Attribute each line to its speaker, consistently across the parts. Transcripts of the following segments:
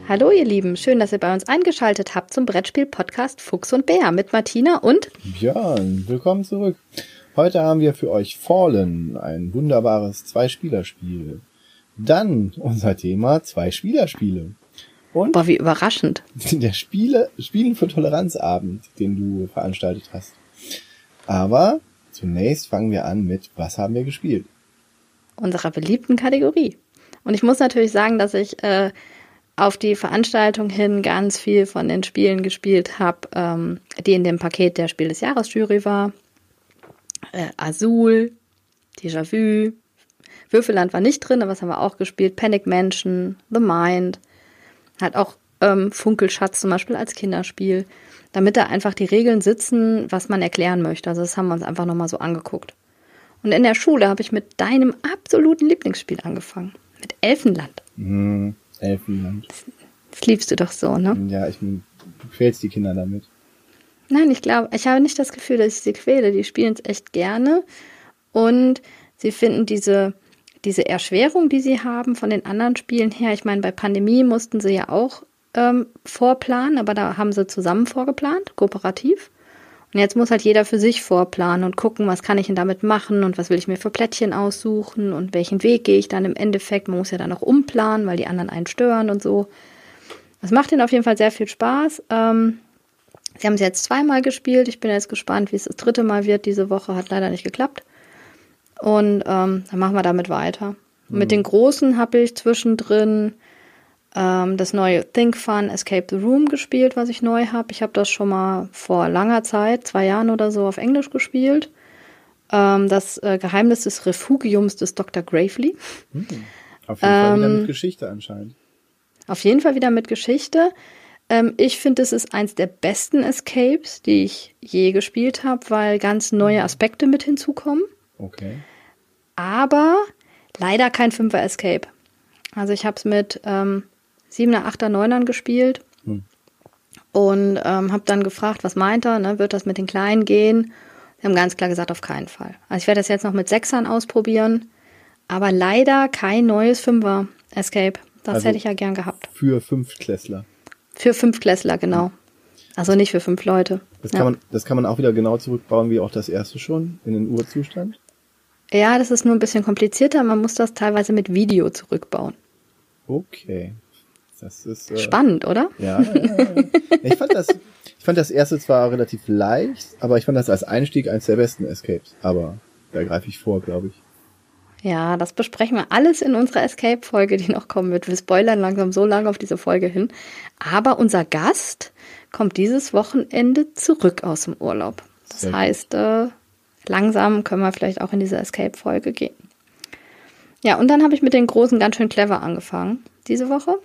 Speaker 1: Hallo ihr Lieben, schön, dass ihr bei uns eingeschaltet habt zum Brettspiel-Podcast Fuchs und Bär mit Martina und
Speaker 2: Björn. Willkommen zurück. Heute haben wir für euch Fallen, ein wunderbares Zwei-Spieler-Spiel. Dann unser Thema Zwei-Spieler-Spiele. Und
Speaker 1: boah, wie überraschend.
Speaker 2: der Spielen für Toleranzabend, den du veranstaltet hast. Aber zunächst fangen wir an mit, was haben wir gespielt?
Speaker 1: Unserer beliebten Kategorie. Und ich muss natürlich sagen, dass ich auf die Veranstaltung hin ganz viel von den Spielen gespielt habe, die in dem Paket der Spiel des Jahres Jury war. Azul, Déjà-vu, Würfelland war nicht drin, aber das haben wir auch gespielt. Panic Mansion, The Mind, hat auch Funkelschatz zum Beispiel als Kinderspiel, damit da einfach die Regeln sitzen, was man erklären möchte. Also das haben wir uns einfach nochmal so angeguckt. Und in der Schule habe ich mit deinem absoluten Lieblingsspiel angefangen, mit Elfenland.
Speaker 2: Elfenland.
Speaker 1: Das liebst du doch so, ne?
Speaker 2: Ja, du quälst die Kinder damit.
Speaker 1: Nein, ich habe nicht das Gefühl, dass ich sie quäle. Die spielen es echt gerne und sie finden diese Erschwerung, die sie haben von den anderen Spielen her. Ich meine, bei Pandemie mussten sie ja auch vorplanen, aber da haben sie zusammen vorgeplant, kooperativ. Und jetzt muss halt jeder für sich vorplanen und gucken, was kann ich denn damit machen und was will ich mir für Plättchen aussuchen und welchen Weg gehe ich dann im Endeffekt. Man muss ja dann auch umplanen, weil die anderen einen stören und so. Das macht ihnen auf jeden Fall sehr viel Spaß. Sie haben es jetzt 2-mal gespielt. Ich bin jetzt gespannt, wie es das 3. Mal wird. Diese Woche hat leider nicht geklappt. Und dann machen wir damit weiter. Mit den Großen habe ich zwischendrin das neue Think Fun Escape the Room gespielt, was ich neu habe. Ich habe das schon mal vor langer Zeit, 2 Jahren oder so, auf Englisch gespielt. Das Geheimnis des Refugiums des Dr. Gravely.
Speaker 2: Auf jeden Fall wieder mit Geschichte anscheinend.
Speaker 1: Auf jeden Fall wieder mit Geschichte. Ich finde, es ist eins der besten Escapes, die ich je gespielt habe, weil ganz neue Aspekte mit hinzukommen.
Speaker 2: Okay.
Speaker 1: Aber leider kein 5er Escape. Also ich habe es mit 7er, 8er, 9ern gespielt und habe dann gefragt, was meint er, ne? Wird das mit den Kleinen gehen? Sie haben ganz klar gesagt, auf keinen Fall. Also ich werde das jetzt noch mit 6ern ausprobieren, aber leider kein neues 5er Escape. Das
Speaker 2: Also
Speaker 1: hätte ich ja gern gehabt.
Speaker 2: Für Fünftklässler.
Speaker 1: Für 5-Klässler, genau. Also nicht für 5 Leute.
Speaker 2: Das kann man auch wieder genau zurückbauen, wie auch das erste schon, in den Urzustand?
Speaker 1: Ja, das ist nur ein bisschen komplizierter. Man muss das teilweise mit Video zurückbauen.
Speaker 2: Okay. Das ist
Speaker 1: spannend, oder?
Speaker 2: Ja. Ich fand das erste zwar relativ leicht, aber ich fand das als Einstieg eines der besten Escapes. Aber da greife ich vor, glaube ich.
Speaker 1: Ja, das besprechen wir alles in unserer Escape-Folge, die noch kommen wird. Wir spoilern langsam so lange auf diese Folge hin. Aber unser Gast kommt dieses Wochenende zurück aus dem Urlaub. Das heißt, langsam können wir vielleicht auch in diese Escape-Folge gehen. Ja, und dann habe ich mit den Großen ganz schön clever angefangen diese Woche.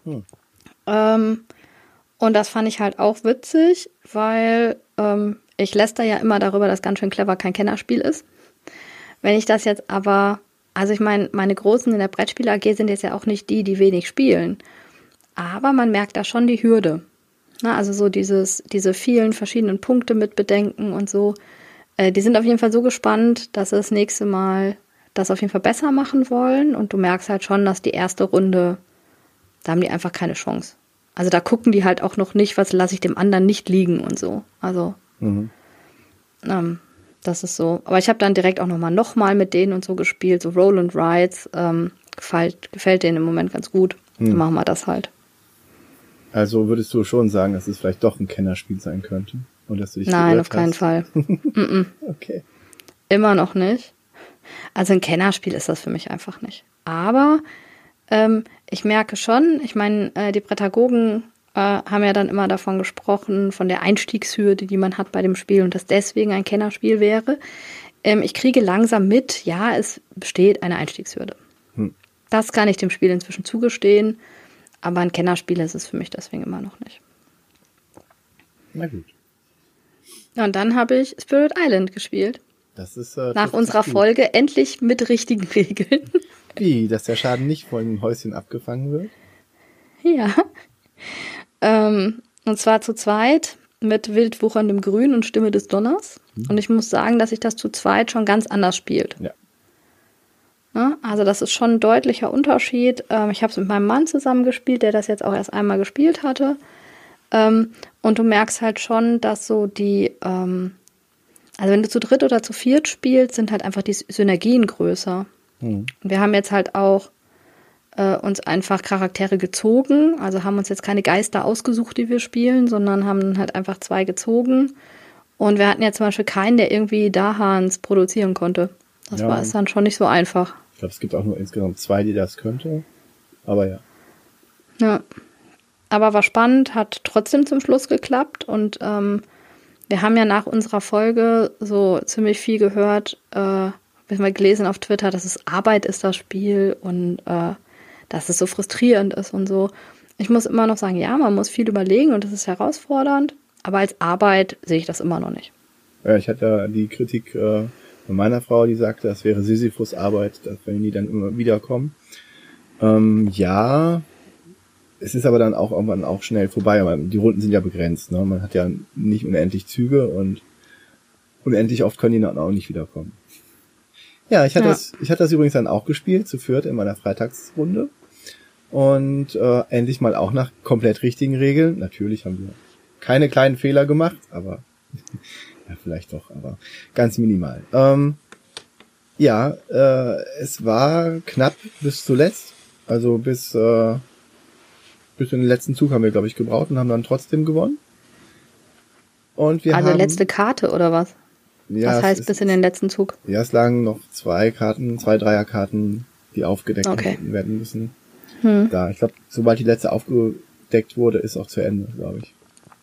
Speaker 1: Und das fand ich halt auch witzig, weil ich läster ja immer darüber, dass ganz schön clever kein Kennerspiel ist. Wenn ich das jetzt aber, also ich meine, meine Großen in der Brettspiel AG sind jetzt ja auch nicht die wenig spielen. Aber man merkt da schon die Hürde. Na, also so diese vielen verschiedenen Punkte mit bedenken und so. Die sind auf jeden Fall so gespannt, dass sie das nächste Mal das auf jeden Fall besser machen wollen. Und du merkst halt schon, dass die erste Runde, da haben die einfach keine Chance. Also da gucken die halt auch noch nicht, was lasse ich dem anderen nicht liegen und so. Also das ist so. Aber ich habe dann direkt auch nochmal mit denen und so gespielt. So Roll and Rides gefällt denen im Moment ganz gut. Dann machen wir das halt.
Speaker 2: Also würdest du schon sagen, dass es vielleicht doch ein Kennerspiel sein könnte? Und dass du dich
Speaker 1: Nein, auf keinen Fall.
Speaker 2: Okay.
Speaker 1: Immer noch nicht. Also ein Kennerspiel ist das für mich einfach nicht. Aber ich merke schon, ich meine, die Prädagogen haben ja dann immer davon gesprochen, von der Einstiegshürde, die man hat bei dem Spiel und dass deswegen ein Kennerspiel wäre. Ich kriege langsam mit, ja, es besteht eine Einstiegshürde. Das kann ich dem Spiel inzwischen zugestehen, aber ein Kennerspiel ist es für mich deswegen immer noch nicht.
Speaker 2: Na gut.
Speaker 1: Und dann habe ich Spirit Island gespielt.
Speaker 2: Das ist
Speaker 1: nach unserer Folge endlich mit richtigen Regeln.
Speaker 2: Wie, dass der Schaden nicht von dem Häuschen abgefangen wird?
Speaker 1: Ja. Und zwar zu zweit mit wild wucherndem Grün und Stimme des Donners. Und ich muss sagen, dass sich das zu zweit schon ganz anders spielt.
Speaker 2: Ja.
Speaker 1: Ne? Also das ist schon ein deutlicher Unterschied. Ich habe es mit meinem Mann zusammengespielt, der das jetzt auch erst einmal gespielt hatte. Und du merkst halt schon, dass so also wenn du zu dritt oder zu viert spielst, sind halt einfach die Synergien größer. Und wir haben jetzt halt auch uns einfach Charaktere gezogen, also haben uns jetzt keine Geister ausgesucht, die wir spielen, sondern haben halt einfach 2 gezogen. Und wir hatten ja zum Beispiel keinen, der irgendwie Dahans produzieren konnte. Das war es dann schon nicht so einfach.
Speaker 2: Ich glaube, es gibt auch nur insgesamt 2, die das könnte. Aber ja.
Speaker 1: Ja. Aber war spannend, hat trotzdem zum Schluss geklappt. Und wir haben ja nach unserer Folge so ziemlich viel gehört, wir haben mal gelesen auf Twitter, dass es Arbeit ist, das Spiel. Und dass es so frustrierend ist und so. Ich muss immer noch sagen, ja, man muss viel überlegen und das ist herausfordernd. Aber als Arbeit sehe ich das immer noch nicht.
Speaker 2: Ja, ich hatte die Kritik von meiner Frau, die sagte, das wäre Sisyphus-Arbeit, wenn die dann immer wieder kommen. Ja, es ist aber dann auch irgendwann auch schnell vorbei, aber die Runden sind ja begrenzt, ne? Man hat ja nicht unendlich Züge und unendlich oft können die dann auch nicht wiederkommen. Ja, ich hatte das übrigens dann auch gespielt, zu viert in meiner Freitagsrunde. Und endlich mal auch nach komplett richtigen Regeln. Natürlich haben wir keine kleinen Fehler gemacht, aber ja, vielleicht doch, aber ganz minimal. Es war knapp bis zuletzt. Also bis in den letzten Zug haben wir, glaube ich, gebraucht und haben dann trotzdem gewonnen. Und wir
Speaker 1: also letzte Karte oder was?
Speaker 2: Ja,
Speaker 1: was heißt bis in den letzten Zug?
Speaker 2: Ja, es lagen noch 2 Dreierkarten, die aufgedeckt werden müssen. Da, ich glaube, sobald die letzte aufgedeckt wurde, ist auch zu Ende, glaube ich.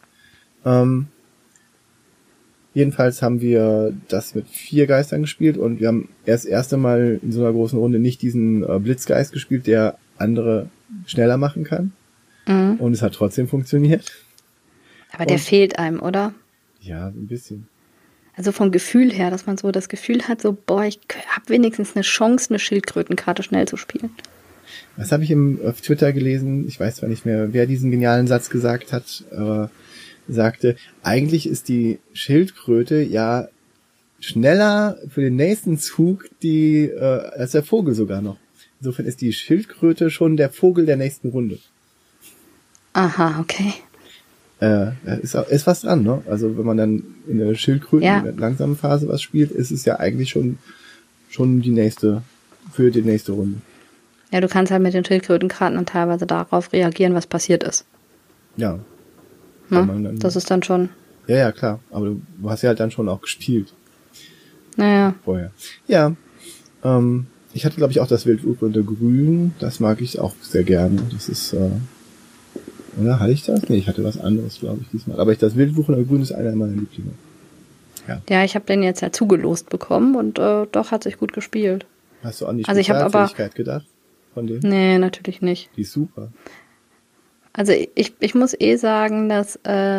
Speaker 2: Jedenfalls haben wir das mit 4 Geistern gespielt und wir haben erst das erste Mal in so einer großen Runde nicht diesen Blitzgeist gespielt, der andere schneller machen kann. Und es hat trotzdem funktioniert.
Speaker 1: Aber der fehlt einem, oder?
Speaker 2: Ja, ein bisschen.
Speaker 1: Also vom Gefühl her, dass man so das Gefühl hat, so, boah, ich habe wenigstens eine Chance, eine Schildkrötenkarte schnell zu spielen.
Speaker 2: Was habe ich auf Twitter gelesen? Ich weiß zwar nicht mehr, wer diesen genialen Satz gesagt hat, aber sagte, eigentlich ist die Schildkröte ja schneller für den nächsten Zug als der Vogel sogar noch. Insofern ist die Schildkröte schon der Vogel der nächsten Runde.
Speaker 1: Aha, okay.
Speaker 2: Ist was dran, ne? Also wenn man dann in der Schildkröte, in der langsamen Phase was spielt, ist es ja eigentlich schon die nächste Runde.
Speaker 1: Ja, du kannst halt mit den Schildkrötenkarten dann teilweise darauf reagieren, was passiert ist.
Speaker 2: Ja.
Speaker 1: Ne? Das ist dann schon...
Speaker 2: Ja, klar. Aber du hast ja halt dann schon auch gespielt.
Speaker 1: Naja.
Speaker 2: Vorher. Ja. Ich hatte, glaube ich, auch das wildwuchernde Grün. Das mag ich auch sehr gerne. Das ist... Oder hatte ich das? Nee, ich hatte was anderes, glaube ich, diesmal. Aber das wildwuchernde Grün ist einer meiner Lieblinge.
Speaker 1: Ja, ich habe den jetzt ja zugelost bekommen und doch hat sich gut gespielt.
Speaker 2: Hast du an die Spezialfähigkeit gedacht? Von dem?
Speaker 1: Nee, natürlich nicht.
Speaker 2: Die ist super.
Speaker 1: Also ich muss sagen, dass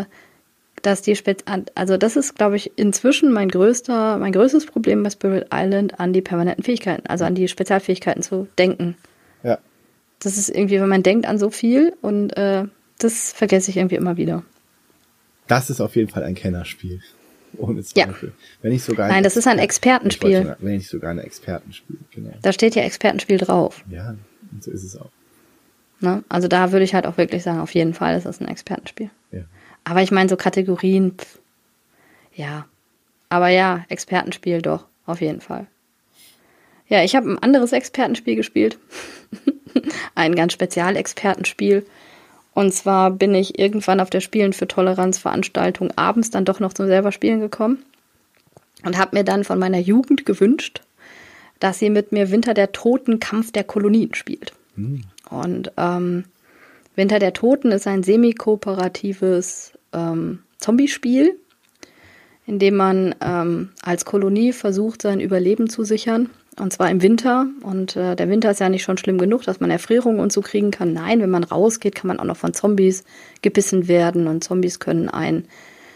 Speaker 1: also das ist, glaube ich, inzwischen mein größtes Problem bei Spirit Island, an die permanenten Fähigkeiten, also an die Spezialfähigkeiten zu denken.
Speaker 2: Ja.
Speaker 1: Das ist irgendwie, wenn man denkt an so viel und das vergesse ich irgendwie immer wieder.
Speaker 2: Das ist auf jeden Fall ein Kennerspiel. Ohne Zweifel.
Speaker 1: Ja.
Speaker 2: Wenn nicht sogar
Speaker 1: Nein, das ist ein Expertenspiel.
Speaker 2: Wenn nicht sogar ein Expertenspiel, genau.
Speaker 1: Da steht ja Expertenspiel drauf.
Speaker 2: Ja, und so ist es auch.
Speaker 1: Ne? Also da würde ich halt auch wirklich sagen, auf jeden Fall ist das ein Expertenspiel.
Speaker 2: Ja.
Speaker 1: Aber ich meine, so Kategorien, ja. Aber ja, Expertenspiel doch, auf jeden Fall. Ja, ich habe ein anderes Expertenspiel gespielt. Ein ganz Spezialexpertenspiel. Und zwar bin ich irgendwann auf der Spielen für Toleranz Veranstaltung abends dann doch noch zum selber Spielen gekommen und habe mir dann von meiner Jugend gewünscht, dass sie mit mir Winter der Toten Kampf der Kolonien spielt. Und Winter der Toten ist ein semi-kooperatives Zombie-Spiel, in dem man als Kolonie versucht, sein Überleben zu sichern. Und zwar im Winter. Und der Winter ist ja nicht schon schlimm genug, dass man Erfrierungen und so kriegen kann. Nein, wenn man rausgeht, kann man auch noch von Zombies gebissen werden. Und Zombies können einen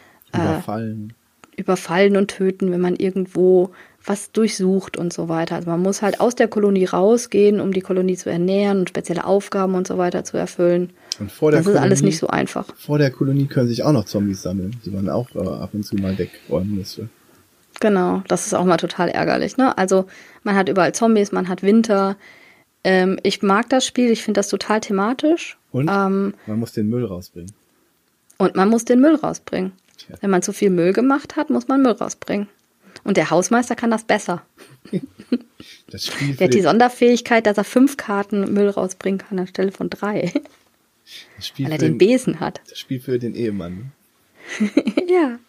Speaker 1: überfallen und töten, wenn man irgendwo was durchsucht und so weiter. Also man muss halt aus der Kolonie rausgehen, um die Kolonie zu ernähren und spezielle Aufgaben und so weiter zu erfüllen.
Speaker 2: Und vor der
Speaker 1: das ist alles nicht so einfach.
Speaker 2: Vor der Kolonie können sich auch noch Zombies sammeln, die man auch ab und zu mal wegräumen müsste.
Speaker 1: Genau, das ist auch mal total ärgerlich, ne? Also man hat überall Zombies, man hat Winter. Ich mag das Spiel, ich finde das total thematisch.
Speaker 2: Und man muss den Müll rausbringen.
Speaker 1: Und man muss den Müll rausbringen.
Speaker 2: Tja.
Speaker 1: Wenn man zu viel Müll gemacht hat, muss man Müll rausbringen. Und der Hausmeister kann das besser.
Speaker 2: Das Spiel
Speaker 1: Der hat die Sonderfähigkeit, dass er 5 Karten Müll rausbringen kann anstelle von 3. Weil er den Besen hat.
Speaker 2: Das Spiel für den Ehemann.
Speaker 1: Ja.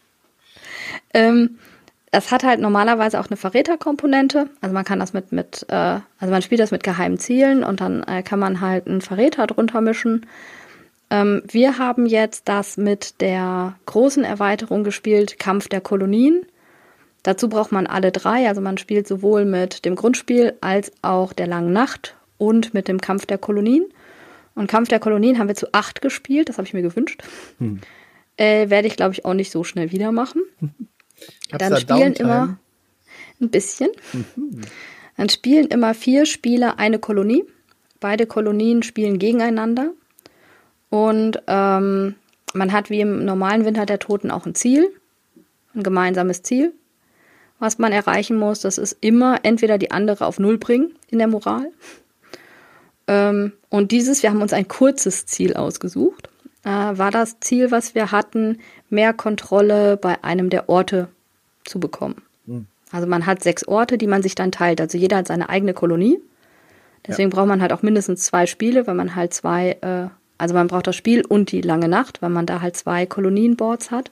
Speaker 1: Es hat halt normalerweise auch eine Verräterkomponente. Also man kann das also man spielt das mit geheimen Zielen und dann kann man halt einen Verräter drunter mischen. Wir haben jetzt das mit der großen Erweiterung gespielt, Kampf der Kolonien. Dazu braucht man alle 3, also man spielt sowohl mit dem Grundspiel als auch der langen Nacht und mit dem Kampf der Kolonien. Und Kampf der Kolonien haben wir zu 8 gespielt, das habe ich mir gewünscht. Werde ich, glaube ich, auch nicht so schnell wieder machen. Dann spielen immer ein bisschen. Dann spielen immer 4 Spieler eine Kolonie. Beide Kolonien spielen gegeneinander. Und man hat wie im normalen Winter der Toten auch ein Ziel, ein gemeinsames Ziel, was man erreichen muss. Das ist immer entweder die andere auf 0 bringen in der Moral. Und wir haben uns ein kurzes Ziel ausgesucht. War das Ziel, was wir hatten, mehr Kontrolle bei einem der Orte zu bekommen. Also man hat 6 Orte, die man sich dann teilt. Also jeder hat seine eigene Kolonie. Deswegen braucht man halt auch mindestens 2 Spiele, weil man halt also man braucht das Spiel und die lange Nacht, weil man da halt 2 Kolonienboards hat.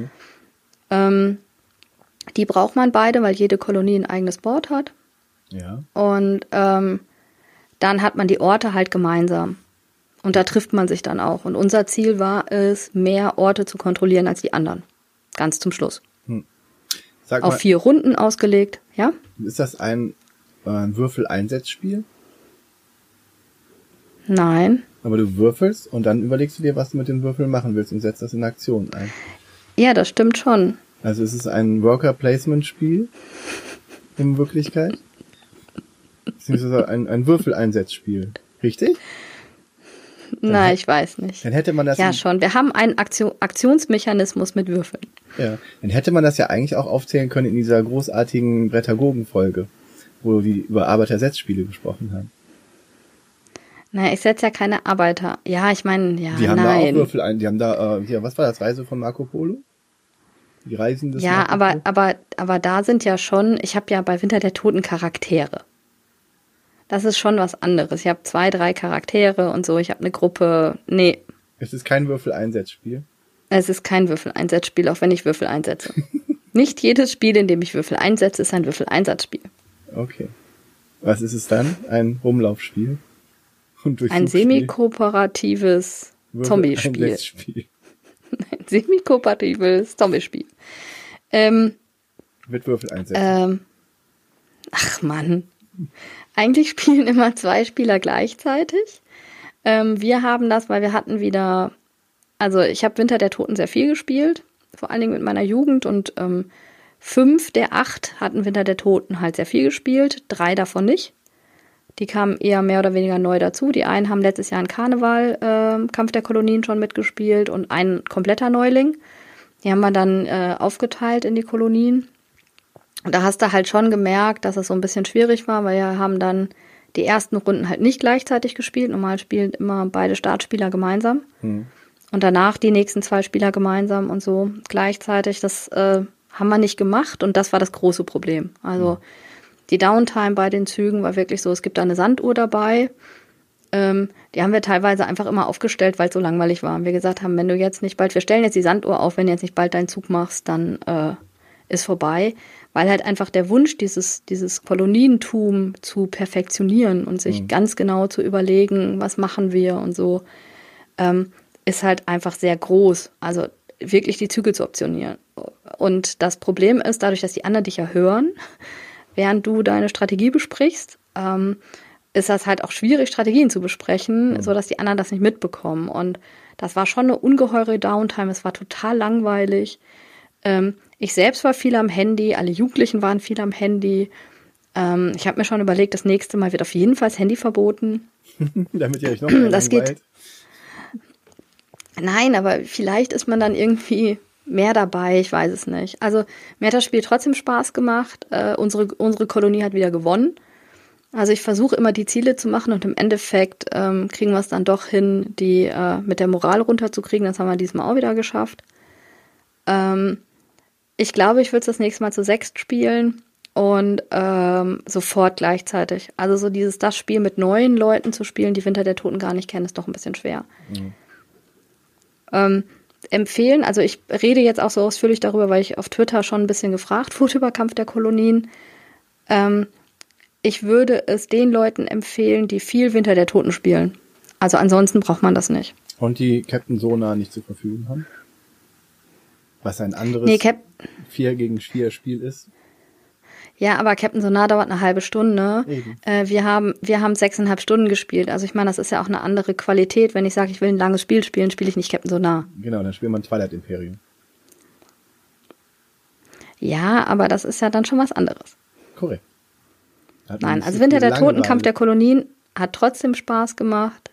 Speaker 1: Die braucht man beide, weil jede Kolonie ein eigenes Board hat.
Speaker 2: Ja.
Speaker 1: Und dann hat man die Orte halt gemeinsam. Und da trifft man sich dann auch. Und unser Ziel war es, mehr Orte zu kontrollieren als die anderen. Ganz zum Schluss.
Speaker 2: Sag mal,
Speaker 1: auf 4 Runden ausgelegt, ja?
Speaker 2: Ist das ein Würfel-Einsetzspiel?
Speaker 1: Nein.
Speaker 2: Aber du würfelst und dann überlegst du dir, was du mit den Würfeln machen willst und setzt das in Aktion ein.
Speaker 1: Ja, das stimmt schon.
Speaker 2: Also ist es ein Worker-Placement-Spiel in Wirklichkeit? Beziehungsweise ein Würfel-Einsetzspiel. Richtig?
Speaker 1: Nein, ich weiß nicht.
Speaker 2: Dann hätte man das...
Speaker 1: Ja, schon. Wir haben einen Aktionsmechanismus mit Würfeln.
Speaker 2: Ja, dann hätte man das ja eigentlich auch aufzählen können in dieser großartigen Brettagogen-Folge, wo die über Arbeitersetzspiele gesprochen haben.
Speaker 1: Naja, ich setze ja keine Arbeiter. Ja, ich meine, ja,
Speaker 2: die haben
Speaker 1: nein.
Speaker 2: da auch Würfel ein. Die haben da, was war das, Reise von Marco Polo? Die Reisen des
Speaker 1: Ja,
Speaker 2: Marco Polo?
Speaker 1: aber da sind ja schon, ich habe ja bei Winter der Toten Charaktere. Das ist schon was anderes. Ich habe 2, 3 Charaktere und so. Ich habe eine Gruppe. Nee.
Speaker 2: Es ist kein Würfel-Einsetzspiel.
Speaker 1: Es ist kein Würfel-Einsetzspiel, auch wenn ich Würfel einsetze. Nicht jedes Spiel, in dem ich Würfel einsetze, ist ein Würfel-Einsatzspiel.
Speaker 2: Okay. Was ist es dann? Ein Rumlaufspiel?
Speaker 1: Ein semi-kooperatives Zombie-Spiel. Ein semi-kooperatives Zombie-Spiel.
Speaker 2: Mit Würfel einsetzen.
Speaker 1: Ach Mann. Eigentlich spielen immer 2 Spieler gleichzeitig. Wir haben das, weil wir hatten wieder, also ich habe Winter der Toten sehr viel gespielt, vor allen Dingen mit meiner Jugend und 5 der 8 hatten Winter der Toten halt sehr viel gespielt, 3 davon nicht. Die kamen eher mehr oder weniger neu dazu. Die einen haben letztes Jahr in Karneval Kampf der Kolonien schon mitgespielt und ein kompletter Neuling. Die haben wir dann aufgeteilt in die Kolonien. Und da hast du halt schon gemerkt, dass es so ein bisschen schwierig war, weil wir haben dann die ersten Runden halt nicht gleichzeitig gespielt. Normal spielen immer beide Startspieler gemeinsam. Und danach die nächsten 2 Spieler gemeinsam und so gleichzeitig. Das haben wir nicht gemacht und das war das große Problem. Also die Downtime bei den Zügen war wirklich so, es gibt da eine Sanduhr dabei. Die haben wir teilweise einfach immer aufgestellt, weil es so langweilig war. Und wir gesagt haben, wenn du jetzt nicht bald, wir stellen jetzt die Sanduhr auf, wenn du jetzt nicht bald deinen Zug machst, dann ist vorbei. Weil halt einfach der Wunsch, dieses Kolonientum zu perfektionieren und sich ganz genau zu überlegen, was machen wir und so, ist halt einfach sehr groß. Also wirklich die Züge zu optionieren. Und das Problem ist, dadurch, dass die anderen dich ja hören, während du deine Strategie besprichst, ist das halt auch schwierig, Strategien zu besprechen, sodass die anderen das nicht mitbekommen. Und das war schon eine ungeheure Downtime. Es war total langweilig. Ich selbst war viel am Handy, alle Jugendlichen waren viel am Handy. Ich habe mir schon überlegt, das nächste Mal wird auf jeden Fall das Handy verboten.
Speaker 2: Damit ihr euch noch mehr
Speaker 1: das geht. Nein, aber vielleicht ist man dann irgendwie mehr dabei, ich weiß es nicht. Also mir hat das Spiel trotzdem Spaß gemacht. Unsere Kolonie hat wieder gewonnen. Also ich versuche immer die Ziele zu machen und im Endeffekt kriegen wir es dann doch hin, die mit der Moral runterzukriegen. Das haben wir diesmal auch wieder geschafft. Ich glaube, ich würde es das nächste Mal zu 6 spielen und sofort gleichzeitig. Also so das Spiel mit neuen Leuten zu spielen, die Winter der Toten gar nicht kennen, ist doch ein bisschen schwer. Empfehlen, also ich rede jetzt auch so ausführlich darüber, weil ich auf Twitter schon ein bisschen gefragt wurde über Kampf der Kolonien. Ich würde es den Leuten empfehlen, die viel Winter der Toten spielen. Also ansonsten braucht man das nicht.
Speaker 2: Und die Captain Sonar nicht zur Verfügung haben? Was ein anderes 4 gegen 4 Spiel ist?
Speaker 1: Ja, aber Captain Sonar dauert eine halbe Stunde. Wir haben 6,5 Stunden gespielt. Also ich meine, das ist ja auch eine andere Qualität. Wenn ich sage, ich will ein langes Spiel spielen, spiele ich nicht Captain Sonar.
Speaker 2: Genau, dann spielt man Twilight Imperium.
Speaker 1: Ja, aber das ist ja dann schon was anderes.
Speaker 2: Korrekt.
Speaker 1: Nein, also Winter der Toten, Kampf der Kolonien hat trotzdem Spaß gemacht.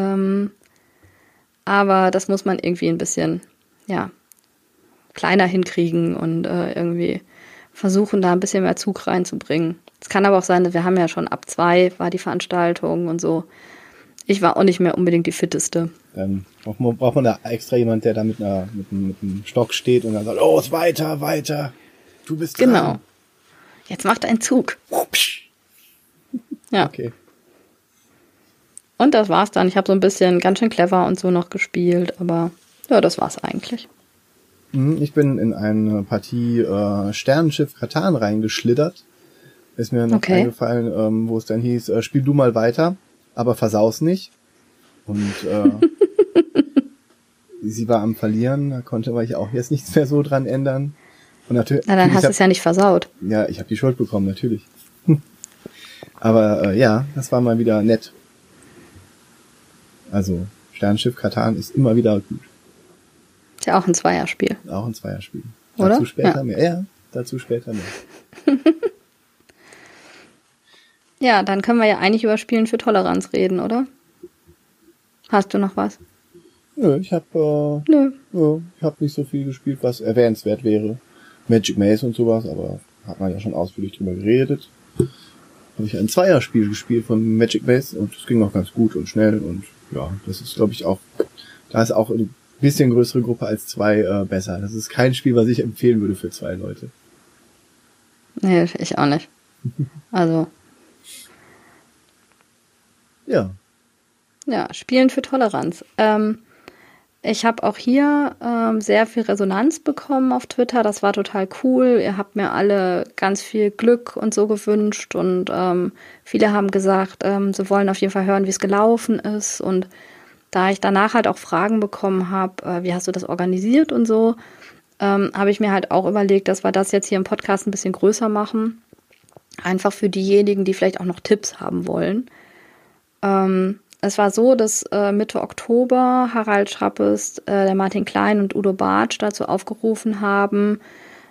Speaker 1: Aber das muss man irgendwie ein bisschen, kleiner hinkriegen und irgendwie versuchen, da ein bisschen mehr Zug reinzubringen. Es kann aber auch sein, wir haben ja schon ab 2 war die Veranstaltung und so. Ich war auch nicht mehr unbedingt die Fitteste.
Speaker 2: Dann braucht man da extra jemand, der da mit einem Stock steht und dann sagt, los, weiter, du bist dran.
Speaker 1: Genau. Jetzt macht ein Zug. Ja.
Speaker 2: Okay.
Speaker 1: Und das war's dann. Ich habe so ein bisschen ganz schön clever und so noch gespielt, aber ja, das war's eigentlich.
Speaker 2: Ich bin in eine Partie Sternenschiff Catan reingeschlittert. Ist mir noch eingefallen, wo es dann hieß, spiel du mal weiter, aber versaus nicht. Und sie war am Verlieren, da konnte ich auch jetzt nichts mehr so dran ändern. Und natürlich,
Speaker 1: na, dann hast du es ja nicht versaut.
Speaker 2: Ja, ich habe die Schuld bekommen, natürlich. Aber das war mal wieder nett. Also, Sternenschiff Catan ist immer wieder gut.
Speaker 1: Ist ja auch ein Zweierspiel.
Speaker 2: Auch ein Zweierspiel.
Speaker 1: Oder?
Speaker 2: Dazu später mehr. Ja, dazu später mehr.
Speaker 1: Ja, dann können wir ja eigentlich über Spielen für Toleranz reden, oder? Hast du noch was?
Speaker 2: Nö, ich habe nicht so viel gespielt, was erwähnenswert wäre. Magic Maze und sowas, aber hat man ja schon ausführlich drüber geredet. Habe ich ein Zweierspiel gespielt von Magic Maze und es ging auch ganz gut und schnell und ja, das ist, glaube ich, auch, da ist auch eine bisschen größere Gruppe als 2 besser. Das ist kein Spiel, was ich empfehlen würde für 2 Leute.
Speaker 1: Nee, ich auch nicht. Also.
Speaker 2: Ja.
Speaker 1: Ja, Spielen für Toleranz. Ich habe auch hier sehr viel Resonanz bekommen auf Twitter. Das war total cool. Ihr habt mir alle ganz viel Glück und so gewünscht. Und viele haben gesagt, sie wollen auf jeden Fall hören, wie es gelaufen ist. Und da ich danach halt auch Fragen bekommen habe, wie hast du das organisiert und so, habe ich mir halt auch überlegt, dass wir das jetzt hier im Podcast ein bisschen größer machen. Einfach für diejenigen, die vielleicht auch noch Tipps haben wollen. Es war so, dass Mitte Oktober Harald Schrappes, der Martin Klein und Udo Bartsch dazu aufgerufen haben,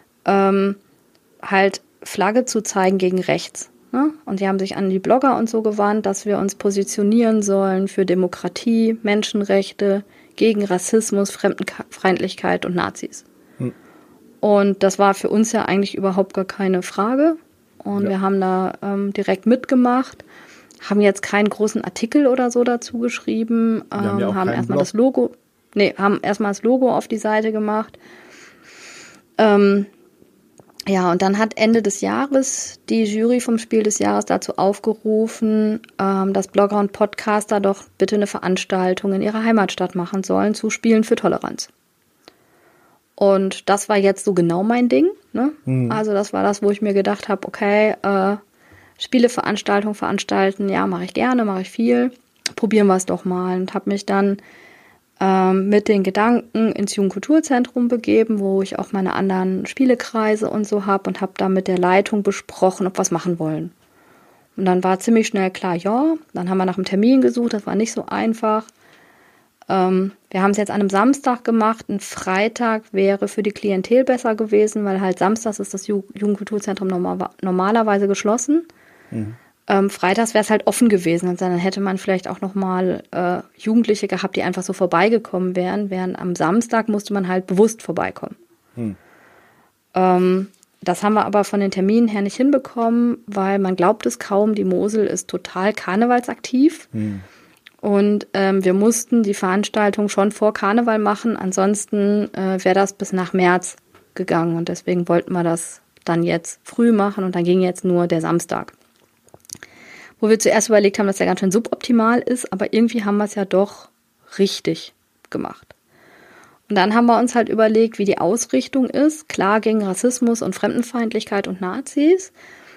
Speaker 1: halt Flagge zu zeigen gegen rechts. Ne? Und die haben sich an die Blogger und so gewandt, dass wir uns positionieren sollen für Demokratie, Menschenrechte, gegen Rassismus, Fremdenfeindlichkeit und Nazis. Und das war für uns ja eigentlich überhaupt gar keine Frage. Und wir haben da direkt mitgemacht. Haben jetzt keinen großen Artikel oder so dazu geschrieben, haben erstmal das Logo, haben erstmal das Logo auf die Seite gemacht. Ja, und dann hat Ende des Jahres die Jury vom Spiel des Jahres dazu aufgerufen, dass Blogger und Podcaster doch bitte eine Veranstaltung in ihrer Heimatstadt machen sollen zu Spielen für Toleranz. Und das war jetzt so genau mein Ding, ne? Also das war das, wo ich mir gedacht habe, okay, Spieleveranstaltung veranstalten, ja, mache ich gerne, mache ich viel. Probieren wir es doch mal. Und habe mich dann mit den Gedanken ins Jugendkulturzentrum begeben, wo ich auch meine anderen Spielekreise und so habe und habe da mit der Leitung besprochen, ob wir es machen wollen. Und dann war ziemlich schnell klar, ja. Dann haben wir nach einem Termin gesucht, das war nicht so einfach. Wir haben es jetzt an einem Samstag gemacht. Ein Freitag wäre für die Klientel besser gewesen, weil halt samstags ist das Jugendkulturzentrum normalerweise geschlossen. Freitags wäre es halt offen gewesen und dann hätte man vielleicht auch nochmal Jugendliche gehabt, die einfach so vorbeigekommen wären, während am Samstag musste man halt bewusst vorbeikommen. Das haben wir aber von den Terminen her nicht hinbekommen, weil man glaubt es kaum, die Mosel ist total karnevalsaktiv. Und wir mussten die Veranstaltung schon vor Karneval machen, ansonsten wäre das bis nach März gegangen. Und deswegen wollten wir das dann jetzt früh machen und dann ging jetzt nur der Samstag. Wo wir zuerst überlegt haben, dass der ganz schön suboptimal ist, aber irgendwie haben wir es ja doch richtig gemacht. Und dann haben wir uns halt überlegt, wie die Ausrichtung ist. Klar gegen Rassismus und Fremdenfeindlichkeit und Nazis.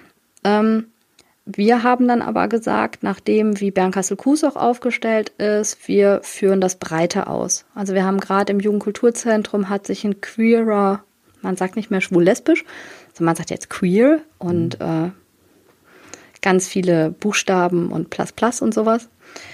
Speaker 1: Wir haben dann aber gesagt, nachdem wie Bernkastel-Kues auch aufgestellt ist, wir führen das breiter aus. Also wir haben gerade im Jugendkulturzentrum hat sich ein queerer, man sagt nicht mehr schwul-lesbisch, also man sagt jetzt queer und ganz viele Buchstaben und Plus und sowas.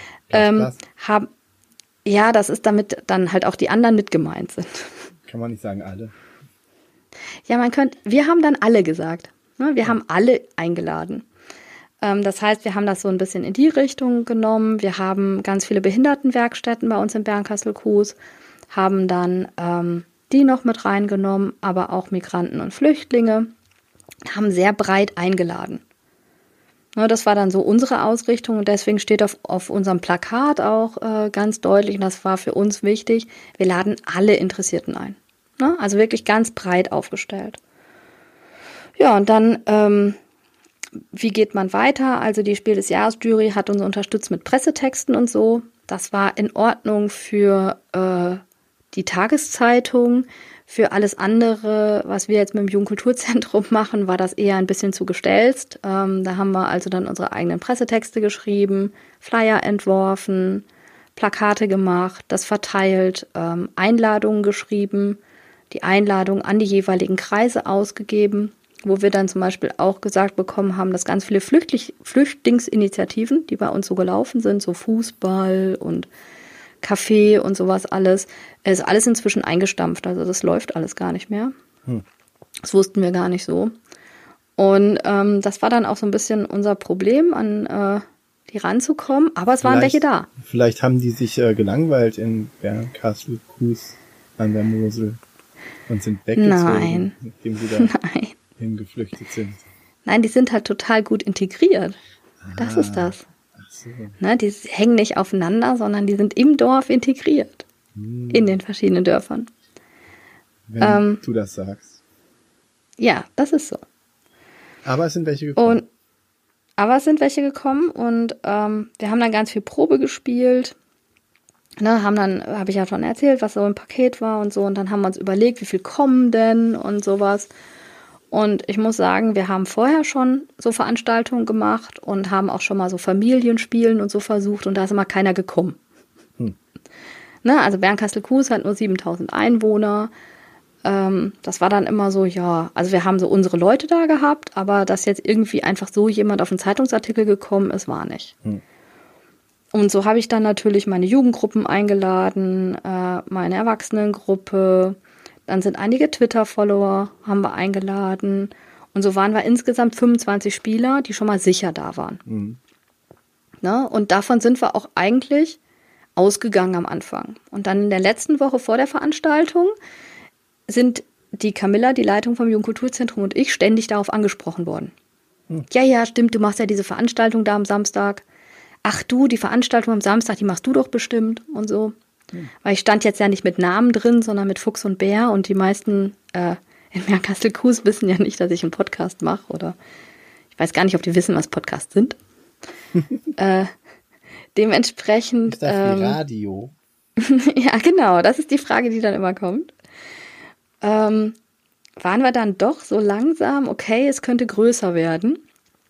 Speaker 1: Ja, das ist damit dann halt auch die anderen mit gemeint sind.
Speaker 2: Kann man nicht sagen alle?
Speaker 1: Ja, wir haben dann alle gesagt. Ne? Wir haben alle eingeladen. Das heißt, wir haben das so ein bisschen in die Richtung genommen. Wir haben ganz viele Behindertenwerkstätten bei uns in Bernkastel-Kues, haben dann die noch mit reingenommen, aber auch Migranten und Flüchtlinge, haben sehr breit eingeladen. Ne, das war dann so unsere Ausrichtung und deswegen steht auf unserem Plakat auch ganz deutlich, und das war für uns wichtig, wir laden alle Interessierten ein. Ne? Also wirklich ganz breit aufgestellt. Ja, und dann, wie geht man weiter? Also die Spiel des Jahres-Jury hat uns unterstützt mit Pressetexten und so. Das war in Ordnung für die Tageszeitung. Für alles andere, was wir jetzt mit dem Jugendkulturzentrum machen, war das eher ein bisschen zu gestelzt. Da haben wir also dann unsere eigenen Pressetexte geschrieben, Flyer entworfen, Plakate gemacht, das verteilt, Einladungen geschrieben, die Einladung an die jeweiligen Kreise ausgegeben, wo wir dann zum Beispiel auch gesagt bekommen haben, dass ganz viele Flüchtlingsinitiativen, die bei uns so gelaufen sind, so Fußball und Kaffee und sowas alles, ist alles inzwischen eingestampft. Also das läuft alles gar nicht mehr. Das wussten wir gar nicht so. Und das war dann auch so ein bisschen unser Problem, an die ranzukommen. Aber es waren welche da.
Speaker 2: Vielleicht haben die sich gelangweilt in Bernkastel-Kues an der Mosel und sind weggezogen, nachdem sie da hingeflüchtet sind.
Speaker 1: Nein, die sind halt total gut integriert. Das ist das. So. Ne, die hängen nicht aufeinander, sondern die sind im Dorf integriert. In den verschiedenen Dörfern.
Speaker 2: Wenn du das sagst.
Speaker 1: Ja, das ist so.
Speaker 2: Aber es sind welche gekommen.
Speaker 1: Und wir haben dann ganz viel Probe gespielt. Ne, habe ich ja schon erzählt, was so im Paket war und so. Und dann haben wir uns überlegt, wie viel kommen denn und sowas. Und ich muss sagen, wir haben vorher schon so Veranstaltungen gemacht und haben auch schon mal so Familienspielen und so versucht und da ist immer keiner gekommen. Ne, also Bernkastel-Kues hat nur 7.000 Einwohner. Das war dann immer so, ja, also wir haben so unsere Leute da gehabt, aber dass jetzt irgendwie einfach so jemand auf einen Zeitungsartikel gekommen ist, war nicht. Und so habe ich dann natürlich meine Jugendgruppen eingeladen, meine Erwachsenengruppe. Dann sind einige Twitter-Follower, haben wir eingeladen. Und so waren wir insgesamt 25 Spieler, die schon mal sicher da waren. Ne? Und davon sind wir auch eigentlich ausgegangen am Anfang. Und dann in der letzten Woche vor der Veranstaltung sind die Camilla, die Leitung vom Jugendkulturzentrum und ich ständig darauf angesprochen worden. Ja, stimmt, du machst ja diese Veranstaltung da am Samstag. Ach du, die Veranstaltung am Samstag, die machst du doch bestimmt und so. Weil ich stand jetzt ja nicht mit Namen drin, sondern mit Fuchs und Bär und die meisten in Bernkastel-Kues wissen ja nicht, dass ich einen Podcast mache oder ich weiß gar nicht, ob die wissen, was Podcasts sind. Dementsprechend.
Speaker 2: Ist das wie Radio?
Speaker 1: Ja, genau, das ist die Frage, die dann immer kommt. Waren wir dann doch so langsam, okay, es könnte größer werden.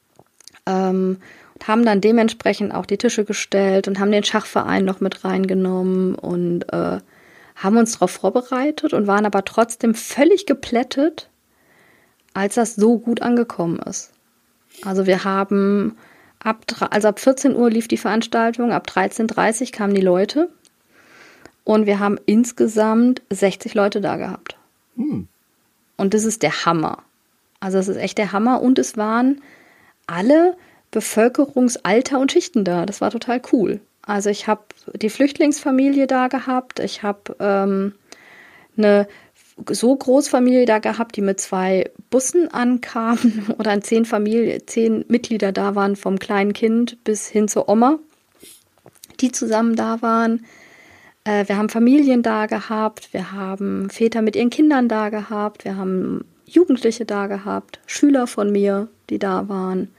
Speaker 1: Und haben dann dementsprechend auch die Tische gestellt und haben den Schachverein noch mit reingenommen und haben uns darauf vorbereitet und waren aber trotzdem völlig geplättet, als das so gut angekommen ist. Also wir haben ab 14 Uhr lief die Veranstaltung, ab 13:30 Uhr kamen die Leute und wir haben insgesamt 60 Leute da gehabt. Und das ist der Hammer. Also das ist echt der Hammer und es waren alle Bevölkerungsalter und Schichten da. Das war total cool. Also ich habe die Flüchtlingsfamilie da gehabt, ich habe eine so Großfamilie da gehabt, die mit 2 Bussen ankamen oder an 10 Mitglieder da waren, vom kleinen Kind bis hin zur Oma, die zusammen da waren. Wir haben Familien da gehabt, wir haben Väter mit ihren Kindern da gehabt, wir haben Jugendliche da gehabt, Schüler von mir, die da waren.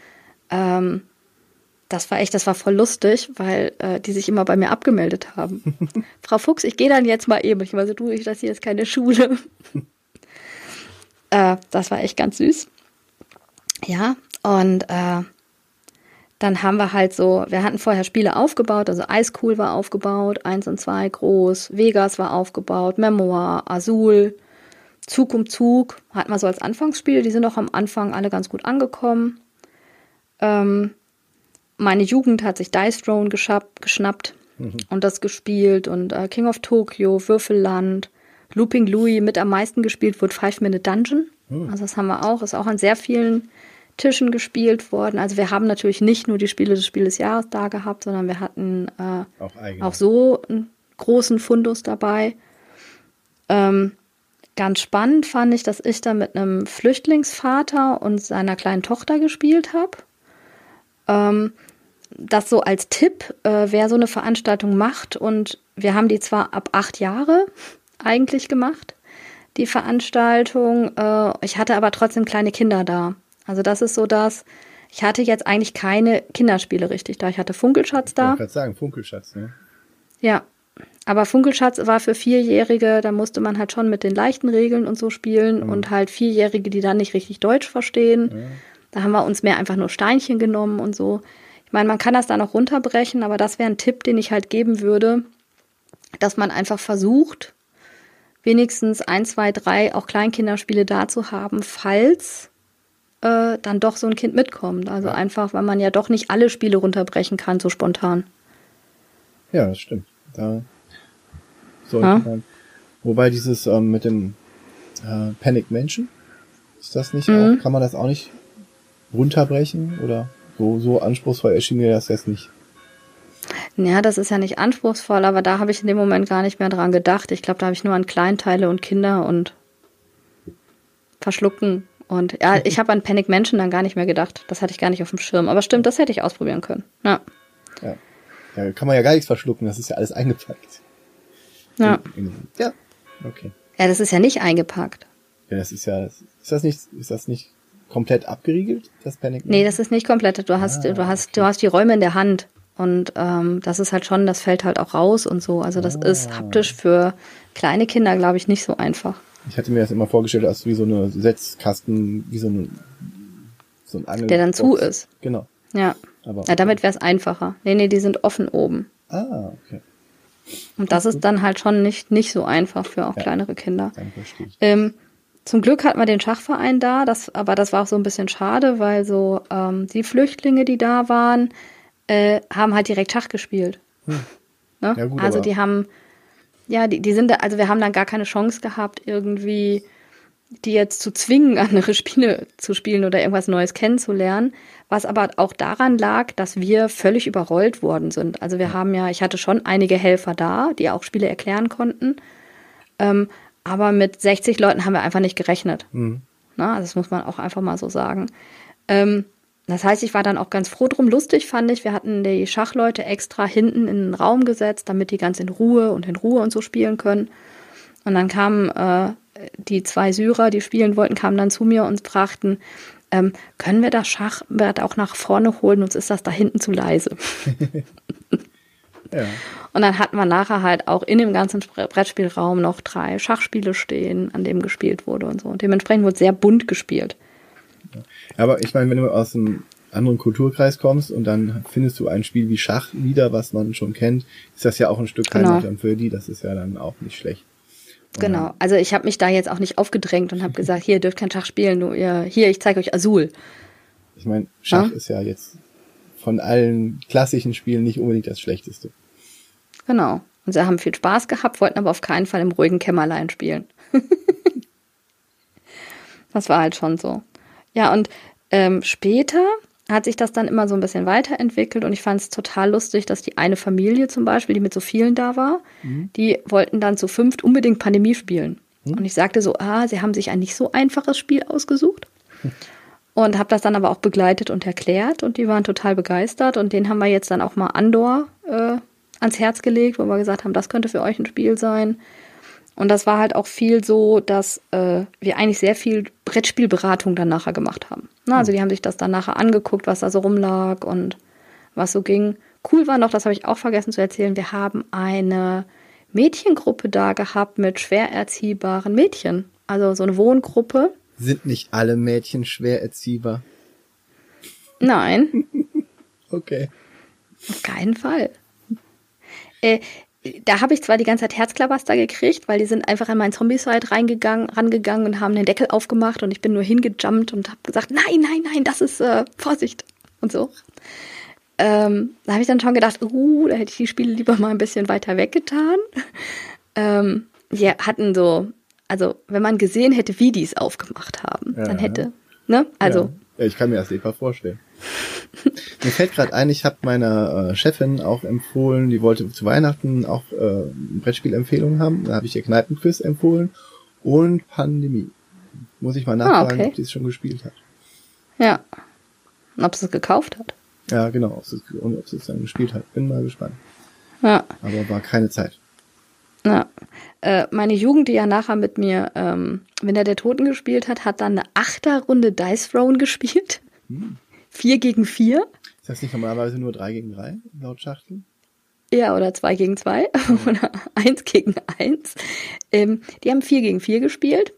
Speaker 1: Das war voll lustig, weil die sich immer bei mir abgemeldet haben. Frau Fuchs, ich gehe dann jetzt mal eben. Ich war so, das hier ist keine Schule. Das war echt ganz süß. Ja, und dann haben wir halt so, wir hatten vorher Spiele aufgebaut, also Ice Cool war aufgebaut, 1 und 2 groß, Vegas war aufgebaut, Memoir, Azul, Zug um Zug, hatten wir so als Anfangsspiele, die sind auch am Anfang alle ganz gut angekommen. Meine Jugend hat sich Dice Throne geschnappt und das gespielt und King of Tokyo, Würfelland, Looping Louis, mit am meisten gespielt wurde 5-Minute Dungeon. Also das haben wir auch, ist auch an sehr vielen Tischen gespielt worden. Also wir haben natürlich nicht nur die Spiele des Spiel des Jahres da gehabt, sondern wir hatten auch so einen großen Fundus dabei. Ganz spannend fand ich, dass ich da mit einem Flüchtlingsvater und seiner kleinen Tochter gespielt habe. Das so als Tipp, wer so eine Veranstaltung macht, und wir haben die zwar ab 8 Jahre eigentlich gemacht, die Veranstaltung, ich hatte aber trotzdem kleine Kinder da. Also das ist so das, ich hatte jetzt eigentlich keine Kinderspiele richtig da. Ich hatte Funkelschatz da.
Speaker 2: Ich wollte gerade sagen, Funkelschatz, ne?
Speaker 1: Ja, aber Funkelschatz war für 4-Jährige, da musste man halt schon mit den leichten Regeln und so spielen und halt 4-Jährige, die dann nicht richtig Deutsch verstehen. Ja. Da haben wir uns mehr einfach nur Steinchen genommen und so. Ich meine, man kann das da noch runterbrechen, aber das wäre ein Tipp, den ich halt geben würde, dass man einfach versucht, wenigstens 1, 2, 3 auch Kleinkinderspiele da zu haben, falls dann doch so ein Kind mitkommt. Also einfach, weil man ja doch nicht alle Spiele runterbrechen kann, so spontan.
Speaker 2: Ja, das stimmt. Da sollte man. Wobei dieses mit dem Panic Mansion, ist das nicht auch, kann man das auch nicht runterbrechen? Oder so anspruchsvoll erschien mir das jetzt nicht?
Speaker 1: Ja, das ist ja nicht anspruchsvoll, aber da habe ich in dem Moment gar nicht mehr dran gedacht. Ich glaube, da habe ich nur an Kleinteile und Kinder und Verschlucken. Und ja, ich habe an Panic Mansion dann gar nicht mehr gedacht. Das hatte ich gar nicht auf dem Schirm. Aber stimmt, das hätte ich ausprobieren können. Ja.
Speaker 2: Da kann man ja gar nichts verschlucken. Das ist ja alles eingepackt.
Speaker 1: Ja.
Speaker 2: Ja, okay.
Speaker 1: Ja, das ist ja nicht eingepackt.
Speaker 2: Ja, das ist ja, ist das nicht komplett abgeriegelt, das Panic Mansion?
Speaker 1: Nee, das ist nicht komplett. Du hast die Räume in der Hand. Und das ist halt schon, das fällt halt auch raus und so. Also das ist haptisch für kleine Kinder, glaube ich, nicht so einfach.
Speaker 2: Ich hatte mir das immer vorgestellt als wie so eine Setzkasten, wie so ein Angel.
Speaker 1: Der dann zu ist.
Speaker 2: Genau.
Speaker 1: Ja. Aber ja, damit wäre es einfacher. Nee, die sind offen oben.
Speaker 2: Ah, okay.
Speaker 1: Und das ist dann halt schon nicht so einfach für auch kleinere Kinder. Dann verstehe ich. Zum Glück hatten wir den Schachverein da, aber das war auch so ein bisschen schade, weil so die Flüchtlinge, die da waren, haben halt direkt Schach gespielt. Ne? Ja, gut, also die haben, die sind da, also wir haben dann gar keine Chance gehabt, irgendwie die jetzt zu zwingen, andere Spiele zu spielen oder irgendwas Neues kennenzulernen, was aber auch daran lag, dass wir völlig überrollt worden sind. Also wir haben ich hatte schon einige Helfer da, die auch Spiele erklären konnten, aber mit 60 Leuten haben wir einfach nicht gerechnet. Also das muss man auch einfach mal so sagen. Das heißt, ich war dann auch ganz froh drum. Lustig fand ich, wir hatten die Schachleute extra hinten in den Raum gesetzt, damit die ganz in Ruhe und so spielen können. Und dann kamen die 2 Syrer, die spielen wollten, kamen dann zu mir und fragten, können wir das Schachbrett auch nach vorne holen, uns ist das da hinten zu leise. Ja. Und dann hatten wir nachher halt auch in dem ganzen Brettspielraum noch 3 Schachspiele stehen, an dem gespielt wurde und so. Und dementsprechend wurde sehr bunt gespielt.
Speaker 2: Aber ich meine, wenn du aus einem anderen Kulturkreis kommst und dann findest du ein Spiel wie Schach wieder, was man schon kennt, ist das ja auch ein Stück Heimat für die. Das ist ja dann auch nicht schlecht.
Speaker 1: Genau, also ich habe mich da jetzt auch nicht aufgedrängt und habe gesagt, hier, ihr dürft kein Schach spielen, hier, ich zeige euch Azul.
Speaker 2: Ich meine, Schach ist ja jetzt von allen klassischen Spielen nicht unbedingt das Schlechteste.
Speaker 1: Genau, und sie haben viel Spaß gehabt, wollten aber auf keinen Fall im ruhigen Kämmerlein spielen. Das war halt schon so. Ja, und später hat sich das dann immer so ein bisschen weiterentwickelt und ich fand es total lustig, dass die eine Familie zum Beispiel, die mit so vielen da war, die wollten dann zu 5 unbedingt Pandemie spielen. Und ich sagte so, sie haben sich ein nicht so einfaches Spiel ausgesucht. Und habe das dann aber auch begleitet und erklärt. Und die waren total begeistert. Und den haben wir jetzt dann auch mal Andor ans Herz gelegt, wo wir gesagt haben, das könnte für euch ein Spiel sein. Und das war halt auch viel so, dass wir eigentlich sehr viel Brettspielberatung dann nachher gemacht haben. Also die haben sich das dann nachher angeguckt, was da so rumlag und was so ging. Cool war noch, das habe ich auch vergessen zu erzählen, wir haben eine Mädchengruppe da gehabt mit schwer erziehbaren Mädchen. Also so eine Wohngruppe.
Speaker 2: Sind nicht alle Mädchen schwer erziehbar?
Speaker 1: Nein.
Speaker 2: Okay.
Speaker 1: Auf keinen Fall. Da habe ich zwar die ganze Zeit Herzklabaster gekriegt, weil die sind einfach an meinen Zombicide rangegangen und haben den Deckel aufgemacht und ich bin nur hingejumpt und habe gesagt, nein, das ist Vorsicht und so. Da habe ich dann schon gedacht, da hätte ich die Spiele lieber mal ein bisschen weiter weggetan. Die hatten so, also wenn man gesehen hätte, wie die es aufgemacht haben, dann hätte, ne? Also.
Speaker 2: Ja, ich kann mir das lieber vorstellen. Mir fällt gerade ein, ich habe meiner Chefin auch empfohlen, die wollte zu Weihnachten auch Brettspielempfehlungen haben. Da habe ich ihr Kneipenquiz empfohlen und Pandemie. Muss ich mal nachfragen, ob sie es schon gespielt hat.
Speaker 1: Ja. Und ob sie es gekauft hat.
Speaker 2: Ja, genau, ob sie es dann gespielt hat. Bin mal gespannt.
Speaker 1: Ja.
Speaker 2: Aber war keine Zeit.
Speaker 1: Ja. Meine Jugend, die ja nachher mit mir Winter der Toten gespielt hat, hat dann eine 8er-Runde Dice Throne gespielt. 4 gegen 4.
Speaker 2: Ist das nicht normalerweise nur 3 gegen 3 laut Schachtel?
Speaker 1: Ja, oder 2 gegen 2 oder 1 gegen 1. Die haben 4 gegen 4 gespielt.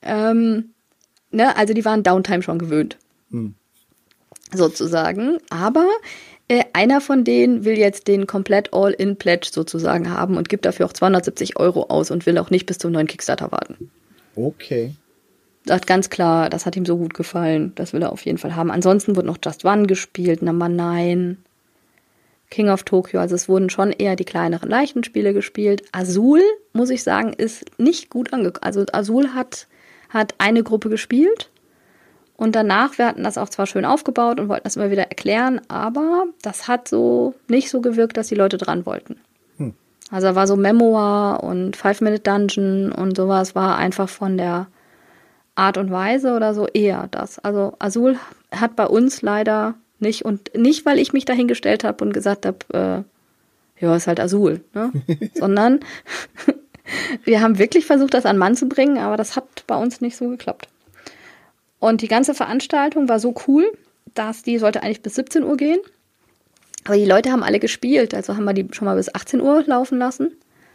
Speaker 1: Also die waren Downtime schon gewöhnt. Sozusagen. Aber einer von denen will jetzt den komplett All-In-Pledge sozusagen haben und gibt dafür auch 270 € aus und will auch nicht bis zum neuen Kickstarter warten.
Speaker 2: Okay.
Speaker 1: Sagt ganz klar, das hat ihm so gut gefallen. Das will er auf jeden Fall haben. Ansonsten wurde noch Just One gespielt, Number 9, King of Tokyo. Also es wurden schon eher die kleineren, leichten Spiele gespielt. Azul, muss ich sagen, ist nicht gut angekommen. Also Azul hat eine Gruppe gespielt. Und danach, wir hatten das auch zwar schön aufgebaut und wollten das immer wieder erklären, aber das hat so nicht so gewirkt, dass die Leute dran wollten. Also da war so Memoir und 5-Minute-Dungeon und sowas, war einfach von der Art und Weise oder so eher das. Also Azul hat bei uns leider nicht, und nicht, weil ich mich dahingestellt habe und gesagt habe, ist halt Azul, ne? Sondern wir haben wirklich versucht, das an den Mann zu bringen, aber das hat bei uns nicht so geklappt. Und die ganze Veranstaltung war so cool, dass die sollte eigentlich bis 17 Uhr gehen. Aber die Leute haben alle gespielt, also haben wir die schon mal bis 18 Uhr laufen lassen.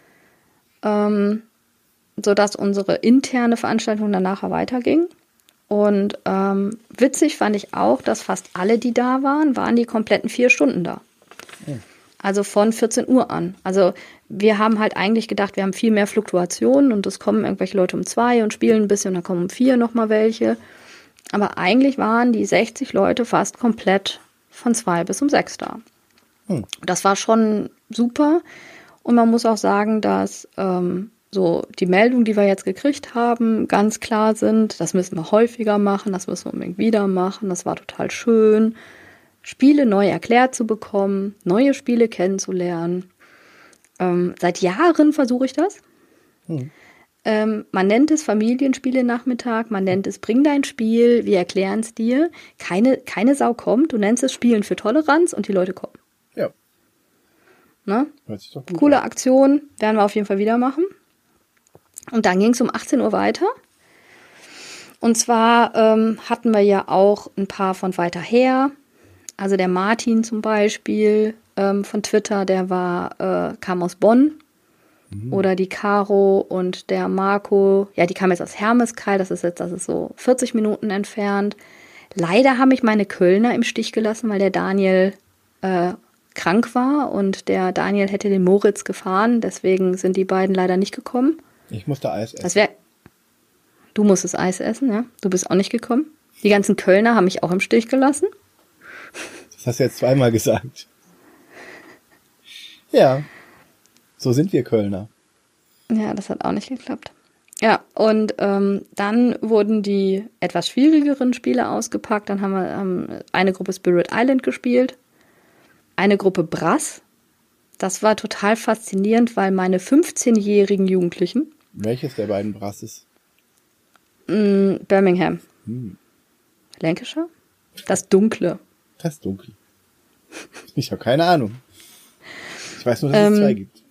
Speaker 1: Sodass unsere interne Veranstaltung dann nachher weiterging. Und witzig fand ich auch, dass fast alle, die da waren die kompletten 4 Stunden da. Ja. Also von 14 Uhr an. Also wir haben halt eigentlich gedacht, wir haben viel mehr Fluktuationen und es kommen irgendwelche Leute um 2 und spielen ein bisschen und dann kommen um 4 nochmal welche. Aber eigentlich waren die 60 Leute fast komplett von 2 bis um 6 da. Das war schon super. Und man muss auch sagen, dass so die Meldungen, die wir jetzt gekriegt haben, ganz klar sind, das müssen wir häufiger machen, das müssen wir unbedingt wieder machen. Das war total schön, Spiele neu erklärt zu bekommen, neue Spiele kennenzulernen. Seit Jahren versuche ich das. Man nennt es Familienspiele-Nachmittag, man nennt es Bring dein Spiel, wir erklären es dir. Keine Sau kommt, du nennst es Spielen für Toleranz und die Leute kommen.
Speaker 2: Ja.
Speaker 1: Ne?
Speaker 2: Hört sich doch gut
Speaker 1: Coole
Speaker 2: an.
Speaker 1: Aktion, werden wir auf jeden Fall wieder machen. Und dann ging es um 18 Uhr weiter. Und zwar hatten wir ja auch ein paar von weiter her. Also der Martin zum Beispiel von Twitter, der kam aus Bonn. Oder die Caro und der Marco, ja, die kamen jetzt aus Hermeskeil, das ist so 40 Minuten entfernt. Leider haben mich meine Kölner im Stich gelassen, weil der Daniel krank war und der Daniel hätte den Moritz gefahren, deswegen sind die beiden leider nicht gekommen.
Speaker 2: Ich musste Eis essen.
Speaker 1: Du musstest Eis essen, ja? Du bist auch nicht gekommen. Die ganzen Kölner haben mich auch im Stich gelassen.
Speaker 2: Das hast du jetzt zweimal gesagt. Ja. So sind wir Kölner.
Speaker 1: Ja, das hat auch nicht geklappt. Ja, und dann wurden die etwas schwierigeren Spiele ausgepackt. Dann haben wir eine Gruppe Spirit Island gespielt, eine Gruppe Brass. Das war total faszinierend, weil meine 15-jährigen Jugendlichen
Speaker 2: Welches der beiden Brasses?
Speaker 1: Birmingham. Lancashire? Das Dunkle.
Speaker 2: Das Dunkle. Ich habe keine Ahnung. Ich weiß nur, dass es 2 gibt.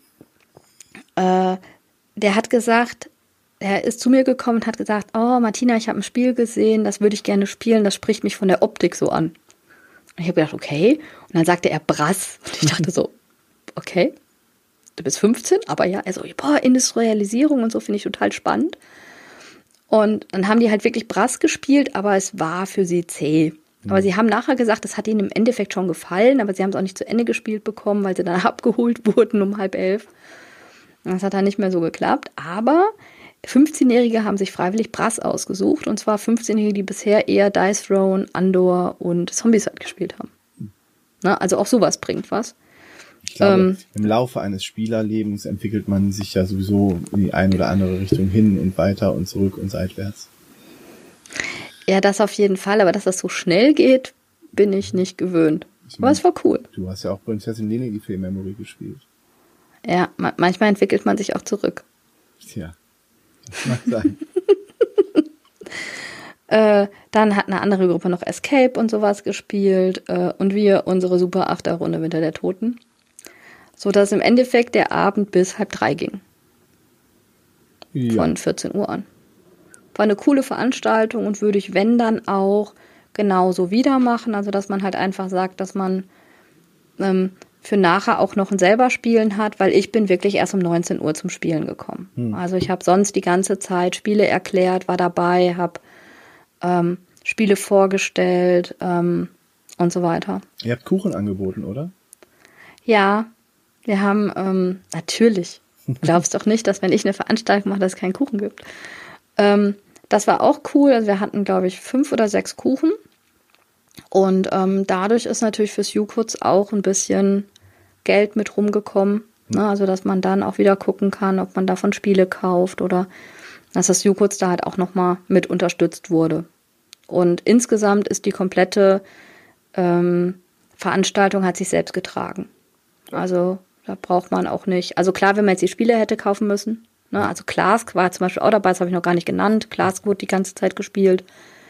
Speaker 1: Der hat gesagt, er ist zu mir gekommen und hat gesagt, oh Martina, ich habe ein Spiel gesehen, das würde ich gerne spielen, das spricht mich von der Optik so an. Und ich habe gedacht, okay. Und dann sagte er Brass. Und ich dachte so, okay, du bist 15, aber ja, also, Industrialisierung und so finde ich total spannend. Und dann haben die halt wirklich Brass gespielt, aber es war für sie zäh. Aber sie haben nachher gesagt, es hat ihnen im Endeffekt schon gefallen, aber sie haben es auch nicht zu Ende gespielt bekommen, weil sie dann abgeholt wurden um 10:30. Das hat dann nicht mehr so geklappt. Aber 15-Jährige haben sich freiwillig Brass ausgesucht. Und zwar 15-Jährige, die bisher eher Dice Throne, Andor und Zombicide gespielt haben. Na, also auch sowas bringt was.
Speaker 2: Ich glaube, im Laufe eines Spielerlebens entwickelt man sich ja sowieso in die eine oder andere Richtung hin und weiter und zurück und seitwärts.
Speaker 1: Ja, das auf jeden Fall. Aber dass das so schnell geht, bin ich nicht gewöhnt. Aber es war cool.
Speaker 2: Du hast ja auch Prinzessin Lenegifel Memory gespielt.
Speaker 1: Ja, manchmal entwickelt man sich auch zurück.
Speaker 2: Tja, das mag sein.
Speaker 1: Dann hat eine andere Gruppe noch Escape und sowas gespielt und wir unsere Super 8er Runde Winter der Toten. So dass im Endeffekt der Abend bis 2:30 ging. Ja. Von 14 Uhr an. War eine coole Veranstaltung und würde ich, wenn dann auch, genauso wieder machen. Also dass man halt einfach sagt, dass man für nachher auch noch ein selber Spielen hat, weil ich bin wirklich erst um 19 Uhr zum Spielen gekommen. Also ich habe sonst die ganze Zeit Spiele erklärt, war dabei, habe Spiele vorgestellt und so weiter.
Speaker 2: Ihr habt Kuchen angeboten, oder?
Speaker 1: Ja, wir haben natürlich, glaubst doch nicht, dass wenn ich eine Veranstaltung mache, dass es keinen Kuchen gibt. Das war auch cool. Also wir hatten, glaube ich, 5 oder 6 Kuchen. Und dadurch ist natürlich fürs Jukuts auch ein bisschen Geld mit rumgekommen. Ne? Also dass man dann auch wieder gucken kann, ob man davon Spiele kauft oder dass das Jukuts da halt auch nochmal mit unterstützt wurde. Und insgesamt ist die komplette Veranstaltung hat sich selbst getragen. Also da braucht man auch nicht, also klar, wenn man jetzt die Spiele hätte kaufen müssen, ne? Also Klask war zum Beispiel auch dabei, das habe ich noch gar nicht genannt, Klask wurde die ganze Zeit gespielt.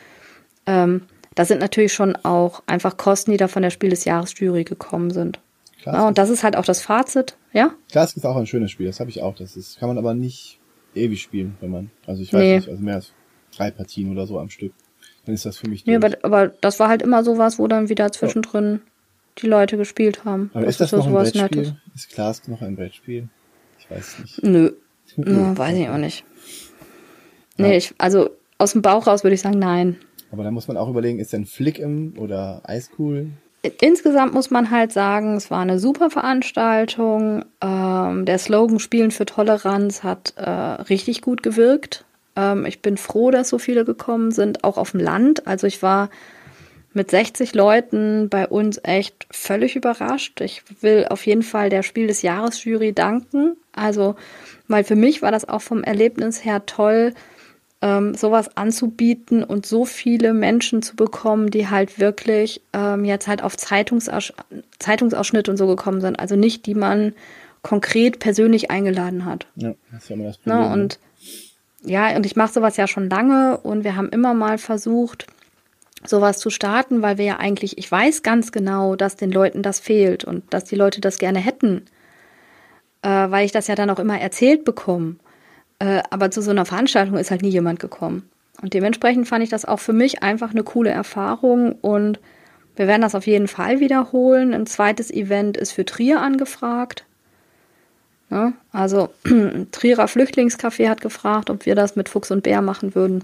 Speaker 1: Das sind natürlich schon auch einfach Kosten, die da von der Spiel des Jahres Jury gekommen sind. Ja, und das ist halt auch das Fazit, ja?
Speaker 2: Klask ist auch ein schönes Spiel, das habe ich auch, das kann man aber nicht ewig spielen, wenn man, also ich weiß nicht, also mehr als 3 Partien oder so am Stück, dann ist das für mich durch.
Speaker 1: Nee, aber das war halt immer sowas, wo dann wieder zwischendrin die Leute gespielt haben.
Speaker 2: Aber ist das noch ein Brettspiel? Nettes. Ist Klask noch ein Brettspiel? Ich weiß es nicht.
Speaker 1: Nö. Weiß ich auch nicht. Nee, also aus dem Bauch raus würde ich sagen, nein.
Speaker 2: Aber da muss man auch überlegen, ist denn Flick'em oder Eiskool?
Speaker 1: Insgesamt muss man halt sagen, es war eine super Veranstaltung. Der Slogan Spielen für Toleranz hat richtig gut gewirkt. Ich bin froh, dass so viele gekommen sind, auch auf dem Land. Also ich war mit 60 Leuten bei uns echt völlig überrascht. Ich will auf jeden Fall der Spiel des Jahres Jury danken. Also, weil für mich war das auch vom Erlebnis her toll, sowas anzubieten und so viele Menschen zu bekommen, die halt wirklich jetzt halt auf Zeitungsausschnitte und so gekommen sind. Also nicht, die man konkret persönlich eingeladen hat.
Speaker 2: Ja, das ist ja immer das Problem.
Speaker 1: Na, und ich mache sowas ja schon lange und wir haben immer mal versucht, sowas zu starten, weil wir ja eigentlich, ich weiß ganz genau, dass den Leuten das fehlt und dass die Leute das gerne hätten, weil ich das ja dann auch immer erzählt bekomme. Aber zu so einer Veranstaltung ist halt nie jemand gekommen. Und dementsprechend fand ich das auch für mich einfach eine coole Erfahrung und wir werden das auf jeden Fall wiederholen. Ein zweites Event ist für Trier angefragt. Ja, also Trierer Flüchtlingscafé hat gefragt, ob wir das mit Fuchs und Bär machen würden.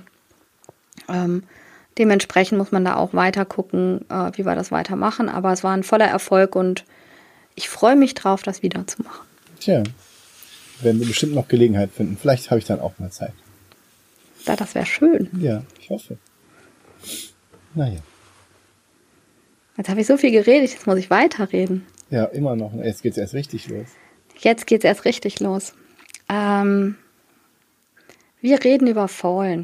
Speaker 1: Dementsprechend muss man da auch weiter gucken, wie wir das weitermachen. Aber es war ein voller Erfolg und ich freue mich drauf, das wieder zu machen.
Speaker 2: Tja, werden wir bestimmt noch Gelegenheit finden. Vielleicht habe ich dann auch mal Zeit.
Speaker 1: Ja, das wäre schön.
Speaker 2: Ja, ich hoffe. Naja.
Speaker 1: Jetzt habe ich so viel geredet, jetzt muss ich weiterreden.
Speaker 2: Ja, immer noch. Jetzt geht's erst richtig los.
Speaker 1: Jetzt geht's erst richtig los. Wir reden über Fallen.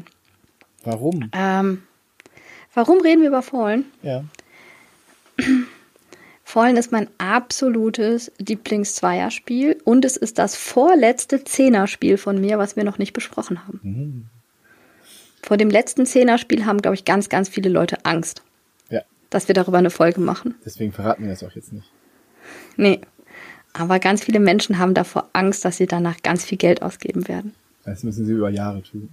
Speaker 2: Warum?
Speaker 1: Warum reden wir über Fallen?
Speaker 2: Ja.
Speaker 1: Fallen ist mein absolutes Lieblings-Zweierspiel und es ist das vorletzte Zehnerspiel von mir, was wir noch nicht besprochen haben.
Speaker 2: Mhm.
Speaker 1: Vor dem letzten Zehnerspiel haben, glaube ich, ganz, ganz viele Leute Angst, dass wir darüber eine Folge machen.
Speaker 2: Deswegen verraten wir das auch jetzt nicht.
Speaker 1: Nee, aber ganz viele Menschen haben davor Angst, dass sie danach ganz viel Geld ausgeben werden.
Speaker 2: Das müssen sie über Jahre tun.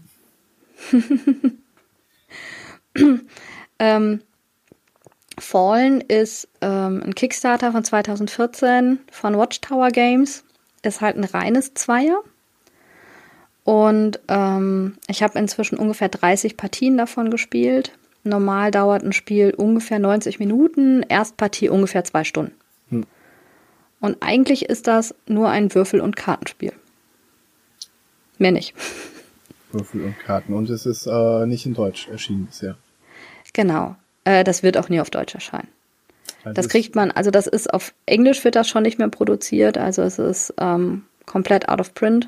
Speaker 1: Fallen ist ein Kickstarter von 2014 von Watchtower Games. Ist halt ein reines Zweier. Und ich habe inzwischen ungefähr 30 Partien davon gespielt. Normal dauert ein Spiel ungefähr 90 Minuten, Erstpartie ungefähr 2 Stunden. Und eigentlich ist das nur ein Würfel- und Kartenspiel. Mehr nicht.
Speaker 2: Würfel und Karten. Und es ist nicht in Deutsch erschienen bisher.
Speaker 1: Genau. Das wird auch nie auf Deutsch erscheinen.
Speaker 2: Also
Speaker 1: Das kriegt man, also das ist auf Englisch wird das schon nicht mehr produziert, also es ist komplett out of print.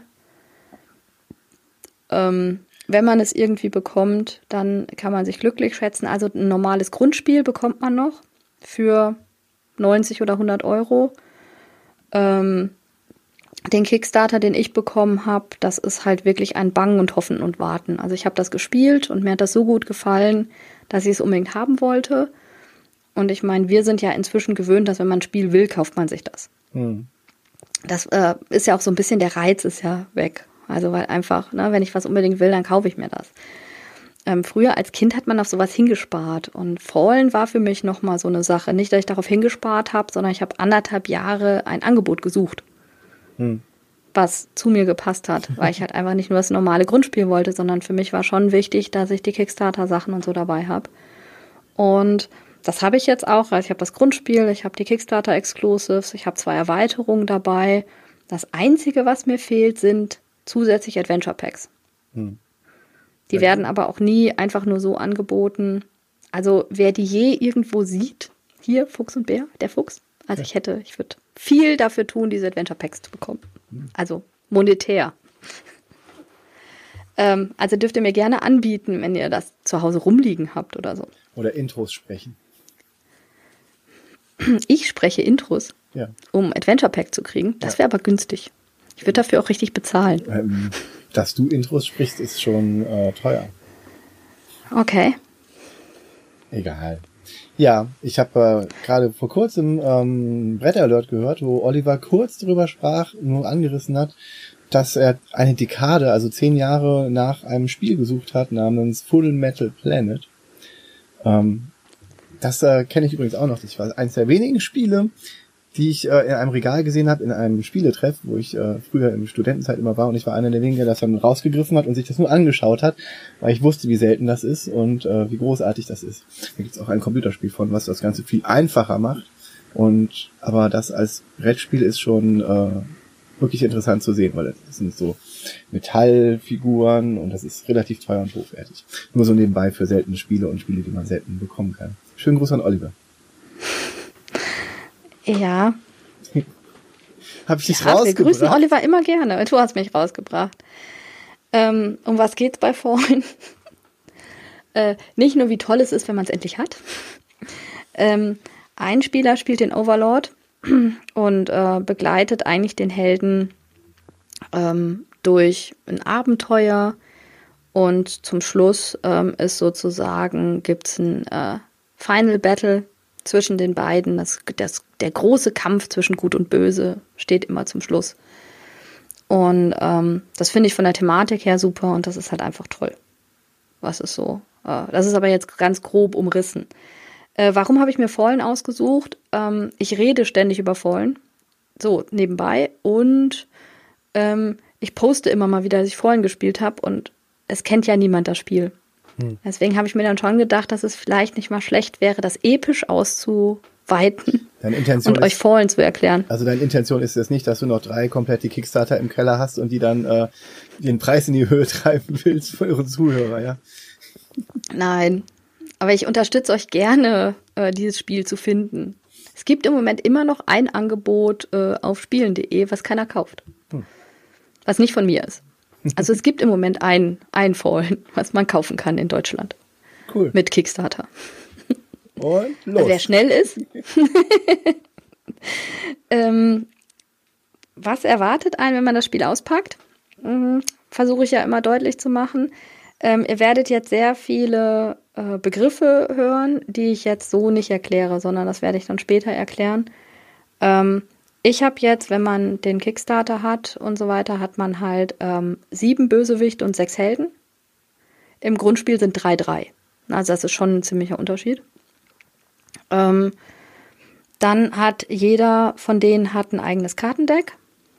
Speaker 1: Wenn man es irgendwie bekommt, dann kann man sich glücklich schätzen. Also ein normales Grundspiel bekommt man noch für 90 oder 100 Euro. Den Kickstarter, den ich bekommen habe, das ist halt wirklich ein Bangen und Hoffen und Warten. Also ich habe das gespielt und mir hat das so gut gefallen, dass ich es unbedingt haben wollte. Und ich meine, wir sind ja inzwischen gewöhnt, dass wenn man ein Spiel will, kauft man sich das. Das ist ja auch so ein bisschen, der Reiz ist ja weg. Also weil einfach, ne, wenn ich was unbedingt will, dann kaufe ich mir das. Früher als Kind hat man auf sowas hingespart. Und Fallen war für mich nochmal so eine Sache. Nicht, dass ich darauf hingespart habe, sondern ich habe 1,5 Jahre ein Angebot gesucht, was zu mir gepasst hat. Weil ich halt einfach nicht nur das normale Grundspiel wollte, sondern für mich war schon wichtig, dass ich die Kickstarter-Sachen und so dabei habe. Und das habe ich jetzt auch. Also ich habe das Grundspiel, ich habe die Kickstarter-Exclusives, ich habe 2 Erweiterungen dabei. Das Einzige, was mir fehlt, sind zusätzlich Adventure Packs. Die werden aber auch nie einfach nur so angeboten. Also wer die je irgendwo sieht, hier Fuchs und Bär, der Fuchs, also ich würde viel dafür tun, diese Adventure Packs zu bekommen. Also monetär. Also dürft ihr mir gerne anbieten, wenn ihr das zu Hause rumliegen habt oder so.
Speaker 2: Oder Intros sprechen.
Speaker 1: Ich spreche Intros, um Adventure Pack zu kriegen. Das wäre aber günstig. Ich würde dafür auch richtig bezahlen.
Speaker 2: Dass du Intros sprichst, ist schon teuer.
Speaker 1: Okay.
Speaker 2: Egal. Ja, ich habe gerade vor kurzem Bretteralert gehört, wo Oliver kurz drüber sprach, nur angerissen hat, dass er eine Dekade, also 10 Jahre nach einem Spiel gesucht hat, namens Full Metal Planet. Das kenne ich übrigens auch noch. Das war eines der wenigen Spiele, die ich in einem Regal gesehen habe, in einem Spieletreff, wo ich früher in Studentenzeit immer war, und ich war einer der wenigen, der das dann rausgegriffen hat und sich das nur angeschaut hat, weil ich wusste, wie selten das ist und wie großartig das ist. Da gibt es auch ein Computerspiel von, was das Ganze viel einfacher macht, aber das als Brettspiel ist schon wirklich interessant zu sehen, weil das sind so Metallfiguren und das ist relativ teuer und hochwertig. Nur so nebenbei für seltene Spiele und Spiele, die man selten bekommen kann. Schönen Gruß an Oliver.
Speaker 1: Ja.
Speaker 2: Hab ich dich rausgebracht?
Speaker 1: Wir grüßen Oliver immer gerne. Du hast mich rausgebracht. Um was geht's bei Fallen? Nicht nur, wie toll es ist, wenn man es endlich hat. Ein Spieler spielt den Overlord und begleitet eigentlich den Helden durch ein Abenteuer. Und zum Schluss ist sozusagen, gibt's ein Final Battle zwischen den beiden. Der große Kampf zwischen Gut und Böse steht immer zum Schluss. Und das finde ich von der Thematik her super und das ist halt einfach toll. Was ist so? Das ist aber jetzt ganz grob umrissen. Warum habe ich mir Fallen ausgesucht? Ich rede ständig über Fallen, so nebenbei, und ich poste immer mal wieder, dass ich Fallen gespielt habe und es kennt ja niemand das Spiel. Deswegen habe ich mir dann schon gedacht, dass es vielleicht nicht mal schlecht wäre, das episch auszuweiten und euch Fallen zu erklären.
Speaker 2: Also deine Intention ist es nicht, dass du noch 3 komplette Kickstarter im Keller hast und die dann den Preis in die Höhe treiben willst für eure Zuhörer, ja?
Speaker 1: Nein, aber ich unterstütze euch gerne, dieses Spiel zu finden. Es gibt im Moment immer noch ein Angebot auf spielen.de, was keiner kauft. Was nicht von mir ist. Also es gibt im Moment ein Fallen, was man kaufen kann in Deutschland.
Speaker 2: Cool.
Speaker 1: Mit Kickstarter.
Speaker 2: Und los.
Speaker 1: Also wer schnell ist. Was erwartet einen, wenn man das Spiel auspackt? Versuche ich ja immer deutlich zu machen. Ihr werdet jetzt sehr viele Begriffe hören, die ich jetzt so nicht erkläre, sondern das werde ich dann später erklären. Ich habe jetzt, wenn man den Kickstarter hat und so weiter, hat man halt 7 Bösewichte und 6 Helden. Im Grundspiel sind 3-3. Also das ist schon ein ziemlicher Unterschied. Dann hat jeder von denen hat ein eigenes Kartendeck.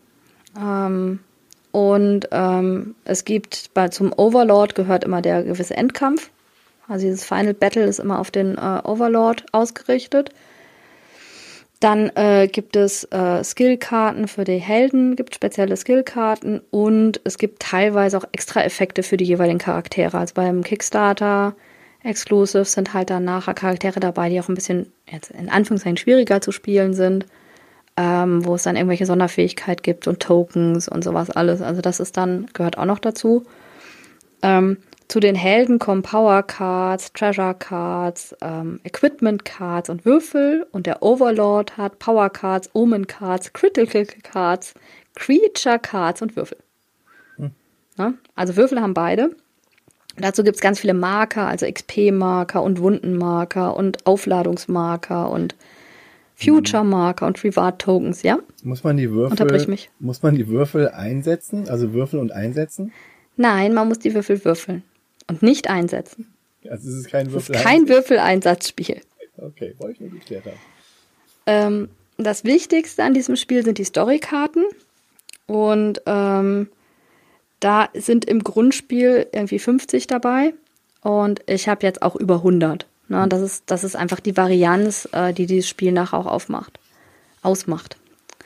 Speaker 1: Es gibt zum Overlord gehört immer der gewisse Endkampf. Also dieses Final Battle ist immer auf den Overlord ausgerichtet. Dann gibt es Skillkarten für die Helden, gibt spezielle Skillkarten und es gibt teilweise auch extra Effekte für die jeweiligen Charaktere. Also beim Kickstarter Exclusive sind halt dann nachher Charaktere dabei, die auch ein bisschen jetzt in Anführungszeichen schwieriger zu spielen sind, wo es dann irgendwelche Sonderfähigkeit gibt und Tokens und sowas alles. Also das ist dann, gehört auch noch dazu. Zu den Helden kommen Power Cards, Treasure Cards, Equipment Cards und Würfel. Und der Overlord hat Power Cards, Omen Cards, Critical Cards, Creature Cards und Würfel. Ja, also Würfel haben beide. Dazu gibt es ganz viele Marker, also XP-Marker und Wundenmarker und Aufladungsmarker und Future-Marker und Reward-Tokens, ja?
Speaker 2: Muss man die Würfel einsetzen, also würfeln und einsetzen?
Speaker 1: Nein, man muss die Würfel würfeln und nicht einsetzen.
Speaker 2: Also es ist kein Würfel.
Speaker 1: Es ist kein Würfeleinsatzspiel.
Speaker 2: Okay, wollte ich nur geklärt
Speaker 1: haben. Das Wichtigste an diesem Spiel sind die Storykarten und da sind im Grundspiel irgendwie 50 dabei und ich habe jetzt auch über 100. Ne? Das ist einfach die Varianz, die dieses Spiel nachher auch ausmacht.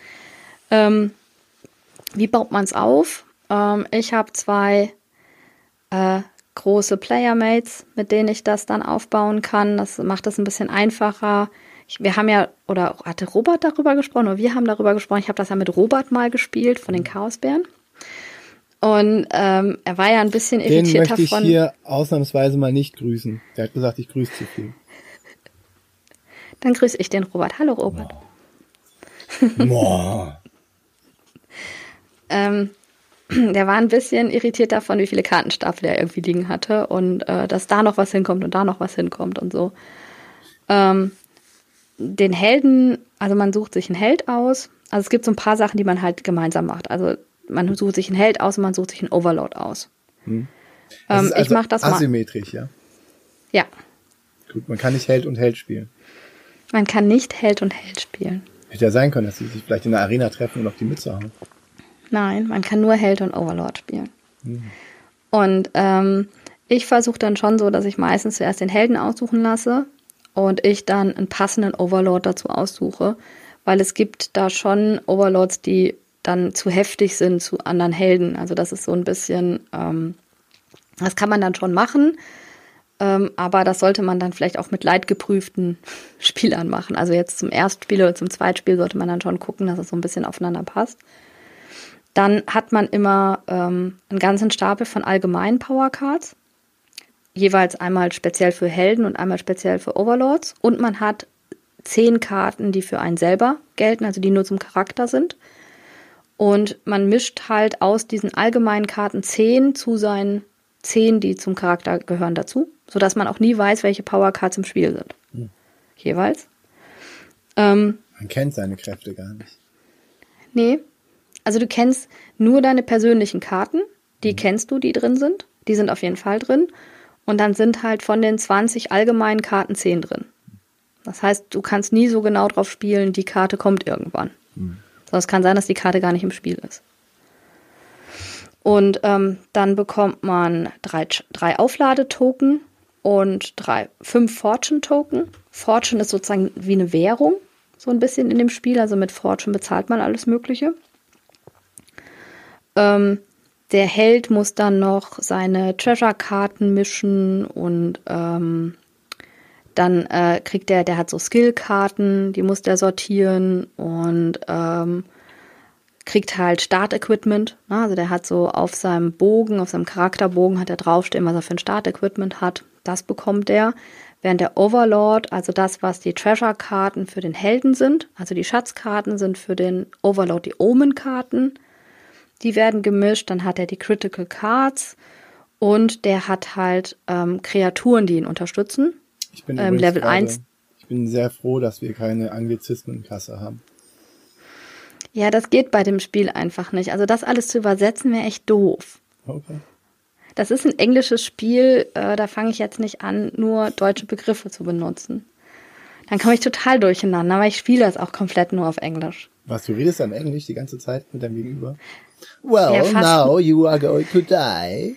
Speaker 1: Wie baut man es auf? Ich habe 2 große Playermates, mit denen ich das dann aufbauen kann. Das macht es ein bisschen einfacher. Wir haben ja, oder hatte Robert darüber gesprochen, oder wir haben darüber gesprochen. Ich habe das ja mit Robert mal gespielt von den Chaosbären. Und er war ja ein bisschen irritiert davon.
Speaker 2: Den möchte ich hier ausnahmsweise mal nicht grüßen. Der hat gesagt, ich grüße zu viel.
Speaker 1: Dann grüße ich den Robert. Hallo Robert. Der war ein bisschen irritiert davon, wie viele Kartenstapel er irgendwie liegen hatte und dass da noch was hinkommt und da noch was hinkommt und so. Den Helden, also man sucht sich einen Held aus. Also es gibt so ein paar Sachen, die man halt gemeinsam macht. Also man sucht sich einen Held aus und man sucht sich einen Overlord aus.
Speaker 2: Also
Speaker 1: ich mache das
Speaker 2: asymmetrisch, ja?
Speaker 1: Ja.
Speaker 2: Gut, man kann nicht Held und Held spielen.
Speaker 1: Man kann nicht Held und Held spielen.
Speaker 2: Hätte ja sein können, dass sie sich vielleicht in der Arena treffen und auf die Mütze hauen.
Speaker 1: Nein, man kann nur Held und Overlord spielen. Und ich versuche dann schon so, dass ich meistens zuerst den Helden aussuchen lasse und ich dann einen passenden Overlord dazu aussuche, weil es gibt da schon Overlords, die dann zu heftig sind zu anderen Helden. Also das ist so ein bisschen, das kann man dann schon machen, aber das sollte man dann vielleicht auch mit leidgeprüften Spielern machen. Also jetzt zum Erstspiel oder zum Zweitspiel sollte man dann schon gucken, dass es so ein bisschen aufeinander passt. Dann hat man immer einen ganzen Stapel von allgemeinen Powercards, jeweils einmal speziell für Helden und einmal speziell für Overlords. Und man hat 10 Karten, die für einen selber gelten, also die nur zum Charakter sind. Und man mischt halt aus diesen allgemeinen Karten 10 zu seinen 10, die zum Charakter gehören, dazu, sodass man auch nie weiß, welche Powercards im Spiel sind. Jeweils.
Speaker 2: Man kennt seine Kräfte gar nicht.
Speaker 1: Nee. Also du kennst nur deine persönlichen Karten, die kennst du, die drin sind. Die sind auf jeden Fall drin. Und dann sind halt von den 20 allgemeinen Karten 10 drin. Das heißt, du kannst nie so genau drauf spielen, die Karte kommt irgendwann. Sondern es kann sein, dass die Karte gar nicht im Spiel ist. Und dann bekommt man 3 Aufladetoken und 5 Fortune-Token. Fortune ist sozusagen wie eine Währung, so ein bisschen in dem Spiel. Also mit Fortune bezahlt man alles Mögliche. Der Held muss dann noch seine Treasure-Karten mischen und dann kriegt der hat so Skill-Karten, die muss der sortieren und kriegt halt Start-Equipment. Ne? Also der hat so auf seinem Bogen, auf seinem Charakterbogen hat er draufstehen, was er für ein Start-Equipment hat. Das bekommt der. während der Overlord, also das, was die Treasure-Karten für den Helden sind, also die Schatzkarten sind für den Overlord die Omen-Karten, die werden gemischt, dann hat er die Critical Cards und der hat halt Kreaturen, die ihn unterstützen.
Speaker 2: Ich bin
Speaker 1: Level 1.
Speaker 2: Ich bin sehr froh, dass wir keine Anglizismenkasse haben.
Speaker 1: Ja, das geht bei dem Spiel einfach nicht. Also das alles zu übersetzen wäre echt doof.
Speaker 2: Okay.
Speaker 1: Das ist ein englisches Spiel, da fange ich jetzt nicht an, nur deutsche Begriffe zu benutzen. Dann komme ich total durcheinander, aber ich spiele das auch komplett nur auf Englisch.
Speaker 2: Was, du redest dann Englisch die ganze Zeit mit deinem Gegenüber? Well, now you are going to die.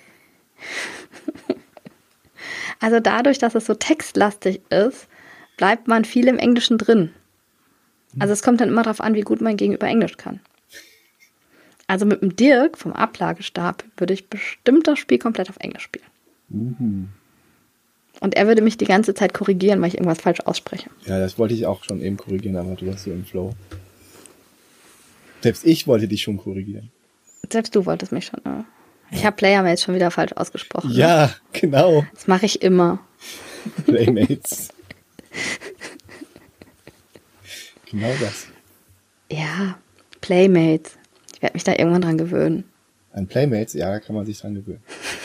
Speaker 1: Also dadurch, dass es so textlastig ist, bleibt man viel im Englischen drin. Also es kommt dann immer darauf an, wie gut mein Gegenüber Englisch kann. Also mit dem Dirk vom Ablagestab würde ich bestimmt das Spiel komplett auf Englisch spielen. Und er würde mich die ganze Zeit korrigieren, weil ich irgendwas falsch ausspreche.
Speaker 2: Ja, das wollte ich auch schon eben korrigieren, aber du warst so im Flow. Selbst ich wollte dich schon korrigieren.
Speaker 1: Selbst du wolltest mich schon. Ich habe Playmates schon wieder falsch ausgesprochen.
Speaker 2: Ja, ne? Genau.
Speaker 1: Das mache ich immer.
Speaker 2: Playmates. Genau das.
Speaker 1: Ja, Playmates. Ich werde mich da irgendwann dran gewöhnen.
Speaker 2: An Playmates? Ja, da kann man sich dran gewöhnen.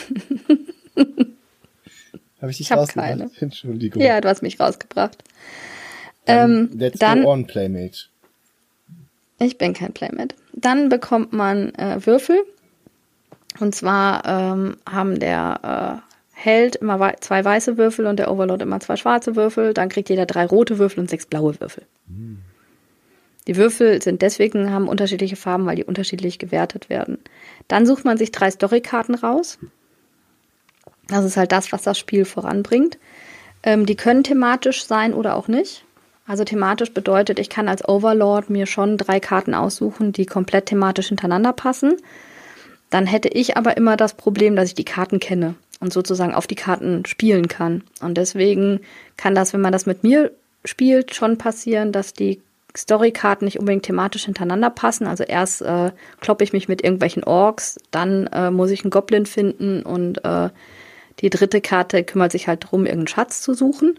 Speaker 2: Habe ich dich
Speaker 1: hab
Speaker 2: rausgebracht?
Speaker 1: keine.
Speaker 2: Entschuldigung.
Speaker 1: Ja, du hast mich rausgebracht.
Speaker 2: Let's
Speaker 1: dann,
Speaker 2: go on, Playmate.
Speaker 1: Ich bin kein Playmate. Dann bekommt man Würfel. Und zwar haben der Held immer 2 weiße Würfel und der Overlord immer 2 schwarze Würfel. Dann kriegt jeder 3 rote Würfel und 6 blaue Würfel. Die Würfel sind deswegen, haben unterschiedliche Farben, weil die unterschiedlich gewertet werden. Dann sucht man sich 3 Storykarten raus. Das ist halt das, was das Spiel voranbringt. Die können thematisch sein oder auch nicht. Also thematisch bedeutet, ich kann als Overlord mir schon 3 Karten aussuchen, die komplett thematisch hintereinander passen. Dann hätte ich aber immer das Problem, dass ich die Karten kenne und sozusagen auf die Karten spielen kann. Und deswegen kann das, wenn man das mit mir spielt, schon passieren, dass die Storykarten nicht unbedingt thematisch hintereinander passen. Also erst kloppe ich mich mit irgendwelchen Orks, dann muss ich einen Goblin finden und die dritte Karte kümmert sich halt darum, irgendeinen Schatz zu suchen.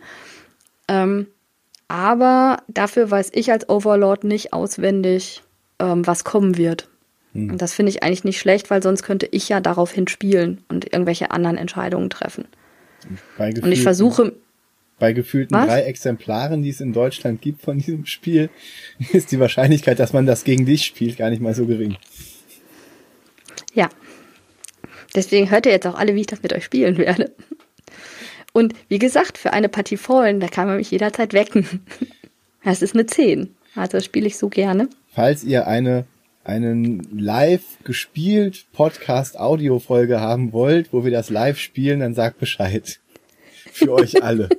Speaker 1: Aber dafür weiß ich als Overlord nicht auswendig, was kommen wird. Und das finde ich eigentlich nicht schlecht, weil sonst könnte ich ja daraufhin spielen und irgendwelche anderen Entscheidungen treffen. Und ich versuche...
Speaker 2: Bei gefühlten 3 Exemplaren, die es in Deutschland gibt von diesem Spiel, ist die Wahrscheinlichkeit, dass man das gegen dich spielt, gar nicht mal so gering.
Speaker 1: Ja. Deswegen hört ihr jetzt auch alle, wie ich das mit euch spielen werde. Und wie gesagt, für eine Partie Fallen, da kann man mich jederzeit wecken. Das ist eine 10. Also das spiele ich so gerne.
Speaker 2: Falls ihr einen live gespielt Podcast-Audio-Folge haben wollt, wo wir das live spielen, dann sagt Bescheid. Für euch alle.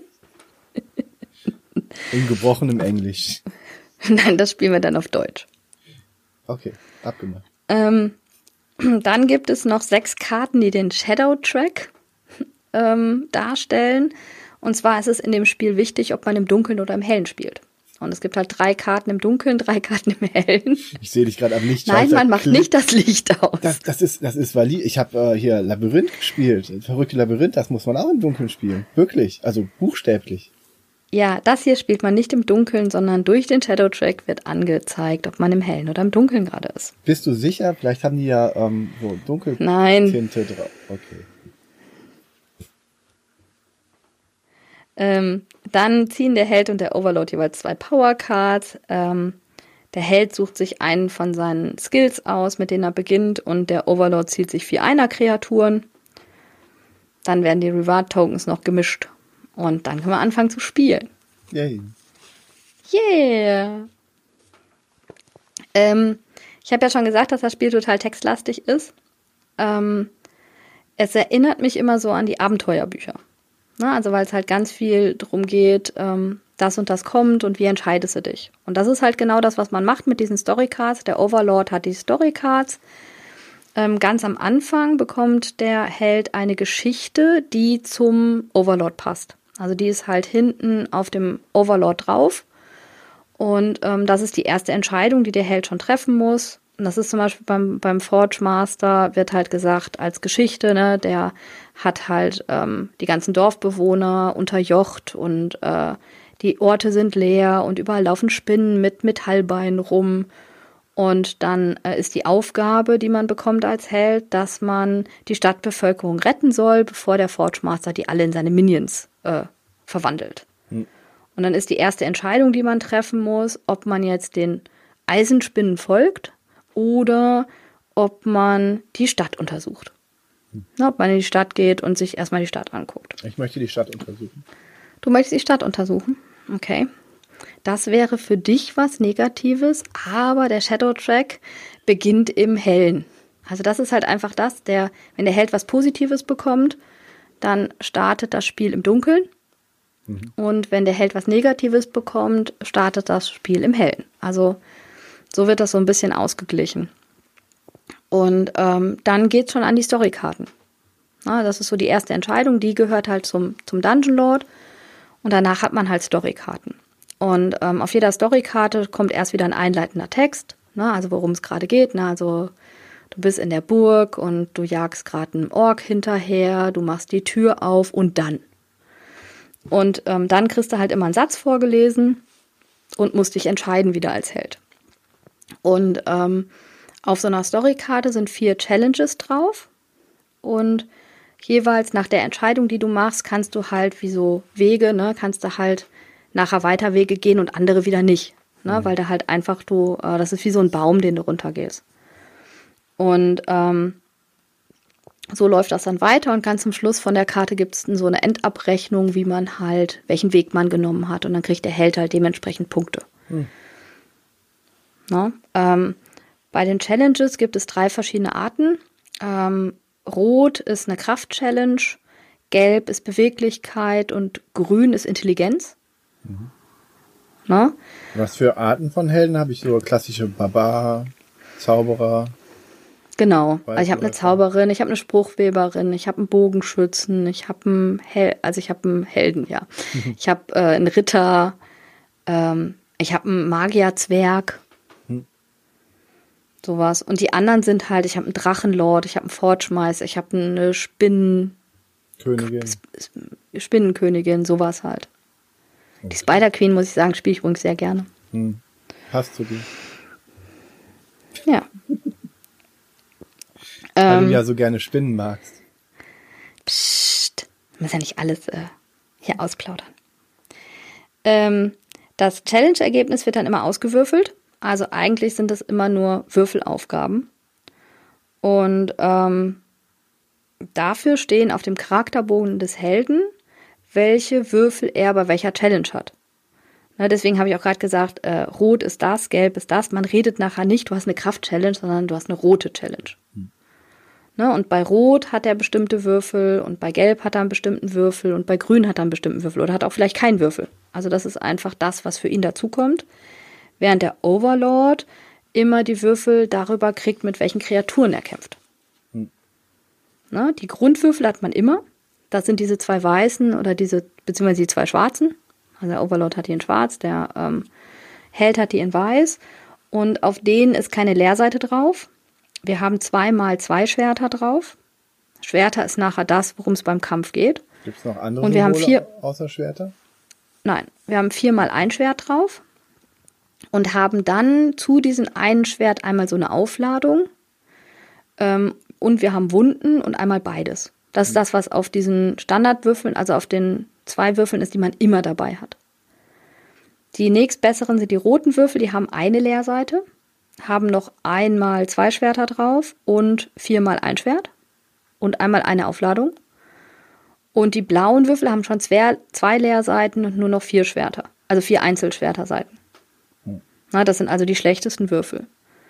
Speaker 2: In gebrochenem Englisch.
Speaker 1: Nein, das spielen wir dann auf Deutsch.
Speaker 2: Okay, abgemacht.
Speaker 1: Dann gibt es noch 6 Karten, die den Shadow Track darstellen. Und zwar ist es in dem Spiel wichtig, ob man im Dunkeln oder im Hellen spielt. Und es gibt halt 3 Karten im Dunkeln, 3 Karten im Hellen.
Speaker 2: Ich sehe dich gerade am Licht.
Speaker 1: Nein, man macht nicht das Licht aus.
Speaker 2: Das ist valid. Ich habe hier Labyrinth gespielt. Verrückte Labyrinth, das muss man auch im Dunkeln spielen. Wirklich, also buchstäblich.
Speaker 1: Ja, das hier spielt man nicht im Dunkeln, sondern durch den Shadow Track wird angezeigt, ob man im Hellen oder im Dunkeln gerade ist.
Speaker 2: Bist du sicher? Vielleicht haben die ja so
Speaker 1: Nein.
Speaker 2: Tinte drauf. Okay.
Speaker 1: Dann ziehen der Held und der Overlord jeweils 2 Power Cards. Der Held sucht sich einen von seinen Skills aus, mit denen er beginnt, und der Overlord zieht sich 4 Einer-Kreaturen. Dann werden die Reward-Tokens noch gemischt. Und dann können wir anfangen zu spielen.
Speaker 2: Yay.
Speaker 1: Yeah! Ich habe ja schon gesagt, dass das Spiel total textlastig ist. Es erinnert mich immer so an die Abenteuerbücher. Na, also weil es halt ganz viel drum geht, das und das kommt und wie entscheidest du dich. Und das ist halt genau das, was man macht mit diesen Storycards. Der Overlord hat die Storycards. Ganz am Anfang bekommt der Held eine Geschichte, die zum Overlord passt. Also die ist halt hinten auf dem Overlord drauf. Und das ist die erste Entscheidung, die der Held schon treffen muss. Und das ist zum Beispiel beim Forge Master wird halt gesagt als Geschichte, ne, der hat halt die ganzen Dorfbewohner unterjocht und die Orte sind leer und überall laufen Spinnen mit Metallbeinen rum. Und dann ist die Aufgabe, die man bekommt als Held, dass man die Stadtbevölkerung retten soll, bevor der Forge Master die alle in seine Minions verwandelt. Und dann ist die erste Entscheidung, die man treffen muss, ob man jetzt den Eisenspinnen folgt oder ob man die Stadt untersucht. Ob man in die Stadt geht und sich erstmal die Stadt anguckt.
Speaker 2: Ich möchte die Stadt untersuchen.
Speaker 1: Du möchtest die Stadt untersuchen? Okay. Das wäre für dich was Negatives, aber der Shadow Track beginnt im Hellen. Also das ist halt einfach das, wenn der Held was Positives bekommt, dann startet das Spiel im Dunkeln. Und wenn der Held was Negatives bekommt, startet das Spiel im Hellen. Also so wird das so ein bisschen ausgeglichen. Und dann geht's schon an die Storykarten. Das ist so die erste Entscheidung, die gehört halt zum Dungeon Lord. Und danach hat man halt Storykarten. Und auf jeder Storykarte kommt erst wieder ein einleitender Text, also worum es gerade geht. Also du bist in der Burg und du jagst gerade einen Ork hinterher, du machst die Tür auf und dann. Und dann kriegst du halt immer einen Satz vorgelesen und musst dich entscheiden wieder als Held. Und auf so einer Storykarte sind 4 Challenges drauf und jeweils nach der Entscheidung, die du machst, kannst du halt wie so Wege, kannst du halt nachher weiter Wege gehen und andere wieder nicht, weil da halt einfach das ist wie so ein Baum, den du runtergehst. Und so läuft das dann weiter und ganz zum Schluss von der Karte gibt es so eine Endabrechnung, wie man halt, welchen Weg man genommen hat und dann kriegt der Held halt dementsprechend Punkte. Bei den Challenges gibt es 3 verschiedene Arten. Rot ist eine Kraft-Challenge, Gelb ist Beweglichkeit und Grün ist Intelligenz.
Speaker 2: Was für Arten von Helden habe ich? So klassische Barbar, Zauberer?
Speaker 1: Genau, also ich habe eine Zauberin, ich habe eine Spruchweberin, ich habe einen Bogenschützen, ich habe einen Helden, ja. Ich habe einen Ritter, ich habe einen Magierzwerg, sowas. Und die anderen sind halt, ich habe einen Drachenlord, ich habe einen Forgemeister, ich habe eine Spinnenkönigin, sowas halt. Okay. Die Spider-Queen, muss ich sagen, spiele ich übrigens sehr gerne.
Speaker 2: Hast du die?
Speaker 1: Ja.
Speaker 2: Weil du ja so gerne Spinnen magst.
Speaker 1: Psst, man muss ja nicht alles hier ausplaudern. Das Challenge-Ergebnis wird dann immer ausgewürfelt. Also eigentlich sind das immer nur Würfelaufgaben. Und dafür stehen auf dem Charakterbogen des Helden, welche Würfel er bei welcher Challenge hat. Deswegen habe ich auch gerade gesagt, rot ist das, gelb ist das. Man redet nachher nicht, du hast eine Kraft-Challenge, sondern du hast eine rote Challenge. Und bei Rot hat er bestimmte Würfel und bei Gelb hat er einen bestimmten Würfel und bei Grün hat er einen bestimmten Würfel oder hat auch vielleicht keinen Würfel. Also das ist einfach das, was für ihn dazukommt. Während der Overlord immer die Würfel darüber kriegt, mit welchen Kreaturen er kämpft. Die Grundwürfel hat man immer. Das sind diese 2 weißen oder beziehungsweise die 2 schwarzen. Also der Overlord hat die in schwarz, der Held hat die in weiß. Und auf denen ist keine Leerseite drauf. Wir haben 2x2 Schwerter drauf. Schwerter ist nachher das, worum es beim Kampf geht.
Speaker 2: Gibt es noch andere
Speaker 1: und wir haben 4
Speaker 2: außer Schwerter?
Speaker 1: Nein, wir haben 4x1 Schwert drauf und haben dann zu diesem einen Schwert einmal so eine Aufladung und wir haben Wunden und einmal beides. Das ist das, was auf diesen Standardwürfeln, also auf den 2 Würfeln ist, die man immer dabei hat. Die nächstbesseren sind die roten Würfel, die haben eine Leerseite, haben noch 1x2 Schwerter drauf und 4x1 Schwert und einmal eine Aufladung. Und die blauen Würfel haben schon 2 Leerseiten und nur noch 4 Schwerter, also 4 Einzelschwerterseiten. Das sind also die schlechtesten Würfel.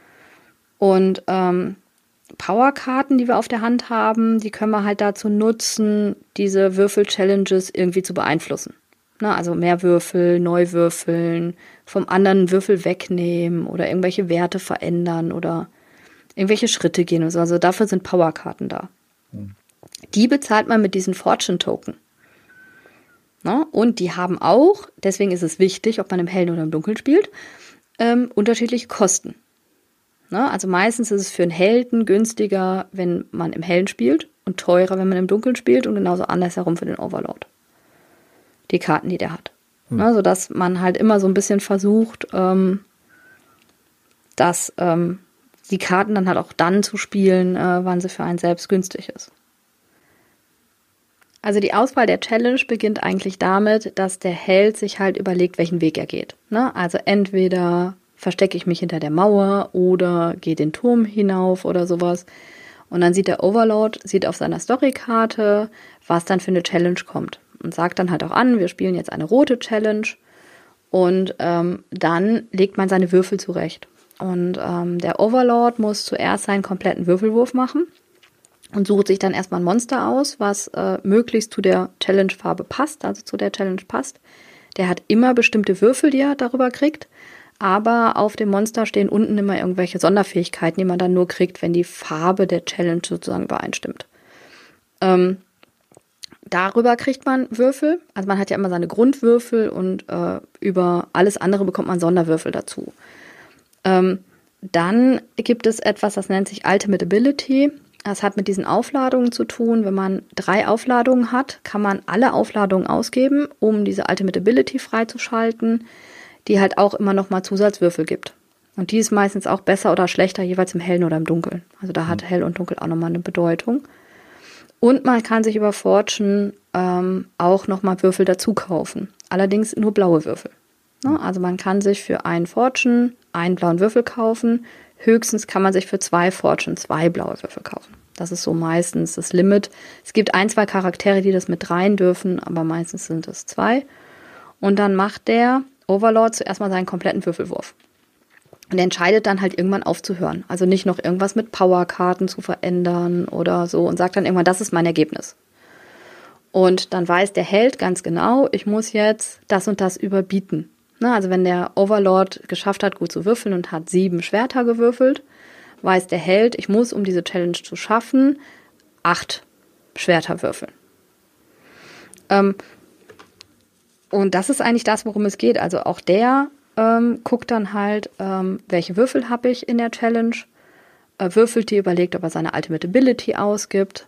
Speaker 1: Und Powerkarten, die wir auf der Hand haben, die können wir halt dazu nutzen, diese Würfel-Challenges irgendwie zu beeinflussen. Also mehr Würfel, neu würfeln, vom anderen Würfel wegnehmen oder irgendwelche Werte verändern oder irgendwelche Schritte gehen oder so. Also dafür sind Powerkarten da. Die bezahlt man mit diesen Fortune-Token. Und die haben auch, deswegen ist es wichtig, ob man im Hellen oder im Dunkeln spielt, unterschiedliche Kosten. Ne? Also meistens ist es für einen Helden günstiger, wenn man im Hellen spielt und teurer, wenn man im Dunkeln spielt und genauso andersherum für den Overlord. Die Karten, die der hat. Ne? Sodass man halt immer so ein bisschen versucht, dass die Karten dann halt auch dann zu spielen, wann sie für einen selbst günstig ist. Also die Auswahl der Challenge beginnt eigentlich damit, dass der Held sich halt überlegt, welchen Weg er geht. Ne? Also entweder verstecke ich mich hinter der Mauer oder gehe den Turm hinauf oder sowas. Und dann sieht der Overlord, sieht auf seiner Storykarte, was dann für eine Challenge kommt. Und sagt dann halt auch an, wir spielen jetzt eine rote Challenge. Und dann legt man seine Würfel zurecht. Und der Overlord muss zuerst seinen kompletten Würfelwurf machen und sucht sich dann erstmal ein Monster aus, was möglichst zu der Challenge-Farbe passt, also zu der Challenge passt. Der hat immer bestimmte Würfel, die er darüber kriegt. Aber auf dem Monster stehen unten immer irgendwelche Sonderfähigkeiten, die man dann nur kriegt, wenn die Farbe der Challenge sozusagen übereinstimmt. Darüber kriegt man Würfel. Also man hat ja immer seine Grundwürfel und über alles andere bekommt man Sonderwürfel dazu. Dann gibt es etwas, das nennt sich Ultimate Ability. Das hat mit diesen Aufladungen zu tun. Wenn man 3 Aufladungen hat, kann man alle Aufladungen ausgeben, um diese Ultimate Ability freizuschalten, die halt auch immer nochmal Zusatzwürfel gibt. Und die ist meistens auch besser oder schlechter, jeweils im Hellen oder im Dunkeln. Also da hat Hell und Dunkel auch nochmal eine Bedeutung. Und man kann sich über Fortune auch nochmal Würfel dazu kaufen. Allerdings nur blaue Würfel. Ne? Also man kann sich für einen Fortune einen blauen Würfel kaufen. Höchstens kann man sich für 2 Fortune 2 blaue Würfel kaufen. Das ist so meistens das Limit. Es gibt 1, 2 Charaktere, die das mit rein dürfen, aber meistens sind es 2. Und dann macht der Overlord zuerst mal seinen kompletten Würfelwurf. Und er entscheidet dann halt irgendwann aufzuhören. Also nicht noch irgendwas mit Powerkarten zu verändern oder so und sagt dann irgendwann, das ist mein Ergebnis. Und dann weiß der Held ganz genau, ich muss jetzt das und das überbieten. Na, also wenn der Overlord geschafft hat, gut zu würfeln und hat 7 Schwerter gewürfelt, weiß der Held, ich muss, um diese Challenge zu schaffen, 8 Schwerter würfeln. Und das ist eigentlich das, worum es geht. Also auch der guckt dann halt, welche Würfel habe ich in der Challenge, würfelt die, überlegt, ob er seine Ultimate Ability ausgibt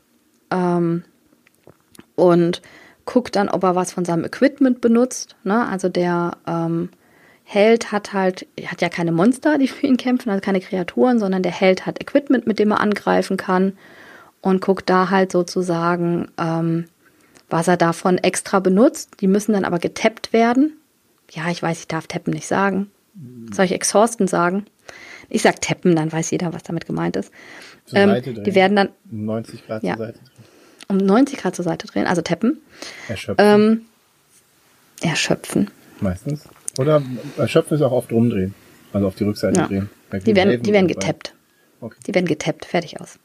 Speaker 1: und guckt dann, ob er was von seinem Equipment benutzt. Ne? Also der Held hat ja keine Monster, die für ihn kämpfen, also keine Kreaturen, sondern der Held hat Equipment, mit dem er angreifen kann und guckt da halt sozusagen, was er davon extra benutzt. Die müssen dann aber getappt werden. Ja, ich weiß, ich darf tappen nicht sagen. Soll ich exhausten sagen? Ich sag tappen, dann weiß jeder, was damit gemeint ist.
Speaker 2: Zur Seite drehen.
Speaker 1: Die werden dann
Speaker 2: um 90 Grad zur Seite drehen.
Speaker 1: Um 90 Grad zur Seite drehen, also tappen.
Speaker 2: Erschöpfen.
Speaker 1: Erschöpfen.
Speaker 2: Meistens. Oder erschöpfen ist auch oft rumdrehen. Also auf die Rückseite drehen.
Speaker 1: Die werden getappt.
Speaker 2: Okay.
Speaker 1: Die werden getappt, fertig aus.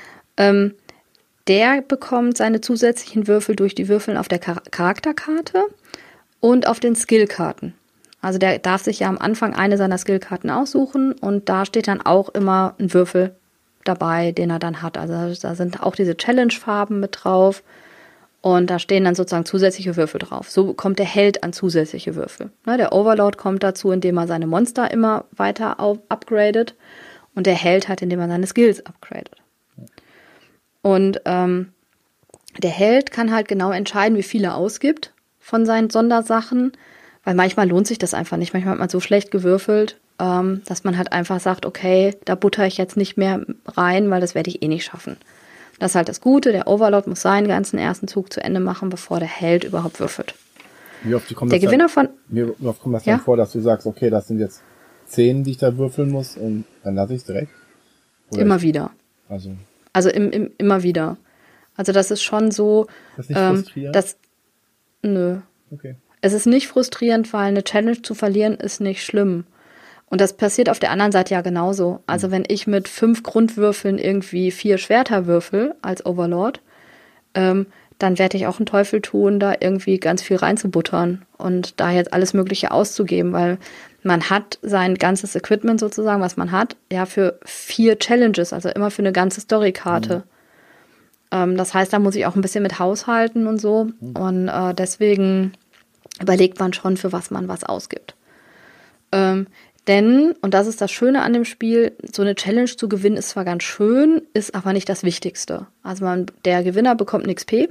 Speaker 1: Der bekommt seine zusätzlichen Würfel durch die Würfeln auf der Charakterkarte und auf den Skillkarten. Also der darf sich ja am Anfang eine seiner Skillkarten aussuchen und da steht dann auch immer ein Würfel dabei, den er dann hat. Also da sind auch diese Challenge-Farben mit drauf und da stehen dann sozusagen zusätzliche Würfel drauf. So kommt der Held an zusätzliche Würfel. Ne, der Overlord kommt dazu, indem er seine Monster immer weiter upgradet und der Held hat, indem er seine Skills upgradet. Und der Held kann halt genau entscheiden, wie viel er ausgibt von seinen Sondersachen, weil manchmal lohnt sich das einfach nicht. Manchmal hat man so schlecht gewürfelt, dass man halt einfach sagt, okay, da butter ich jetzt nicht mehr rein, weil das werde ich eh nicht schaffen. Das ist halt das Gute, der Overlord muss seinen ganzen ersten Zug zu Ende machen, bevor der Held überhaupt würfelt.
Speaker 2: Wie oft kommt das dann vor, dass du sagst, okay, das sind jetzt 10, die ich da würfeln muss und dann lasse ich es direkt? Oder
Speaker 1: immer wieder. Also immer wieder. Also das ist schon so,
Speaker 2: ist das nicht frustrierend?
Speaker 1: Nö.
Speaker 2: Okay.
Speaker 1: Es ist nicht frustrierend, weil eine Challenge zu verlieren ist nicht schlimm. Und das passiert auf der anderen Seite ja genauso. Also wenn ich mit 5 Grundwürfeln irgendwie 4 Schwerter würfel als Overlord, dann werde ich auch einen Teufel tun, da irgendwie ganz viel reinzubuttern und da jetzt alles Mögliche auszugeben, weil man hat sein ganzes Equipment sozusagen, was man hat, ja für 4 Challenges, also immer für eine ganze Storykarte. Das heißt, da muss ich auch ein bisschen mit haushalten und so. Und deswegen überlegt man schon, für was man was ausgibt. Denn, und das ist das Schöne an dem Spiel, so eine Challenge zu gewinnen ist zwar ganz schön, ist aber nicht das Wichtigste. Also der Gewinner bekommt ein XP.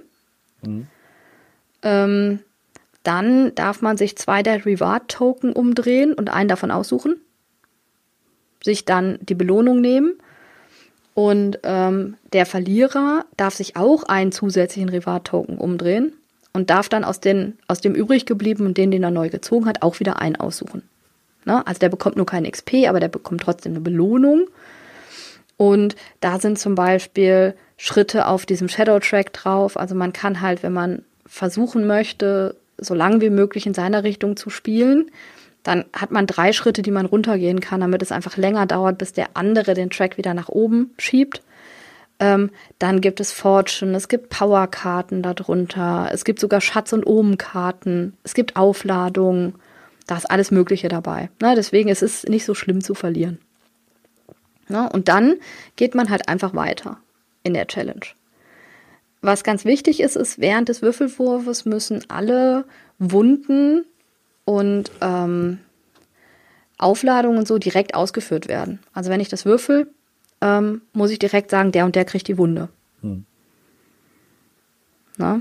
Speaker 1: Dann darf man sich 2 der Reward-Token umdrehen und einen davon aussuchen. Sich dann die Belohnung nehmen. Und der Verlierer darf sich auch einen zusätzlichen Reward-Token umdrehen und darf dann aus dem übrig gebliebenen und den er neu gezogen hat, auch wieder einen aussuchen. Ne? Also der bekommt nur keinen XP, aber der bekommt trotzdem eine Belohnung. Und da sind zum Beispiel Schritte auf diesem Shadow-Track drauf. Also man kann halt, wenn man versuchen möchte, so lang wie möglich in seiner Richtung zu spielen, dann hat man 3 Schritte, die man runtergehen kann, damit es einfach länger dauert, bis der andere den Track wieder nach oben schiebt. Dann gibt es Fortune, es gibt Powerkarten darunter, es gibt sogar Schatz- und Omenkarten, es gibt Aufladungen, da ist alles Mögliche dabei. Ne? Deswegen ist es nicht so schlimm zu verlieren. Ne? Und dann geht man halt einfach weiter in der Challenge. Was ganz wichtig ist, ist, während des Würfelwurfes müssen alle Wunden und Aufladungen und so direkt ausgeführt werden. Also wenn ich das würfel, muss ich direkt sagen, der und der kriegt die Wunde. Na?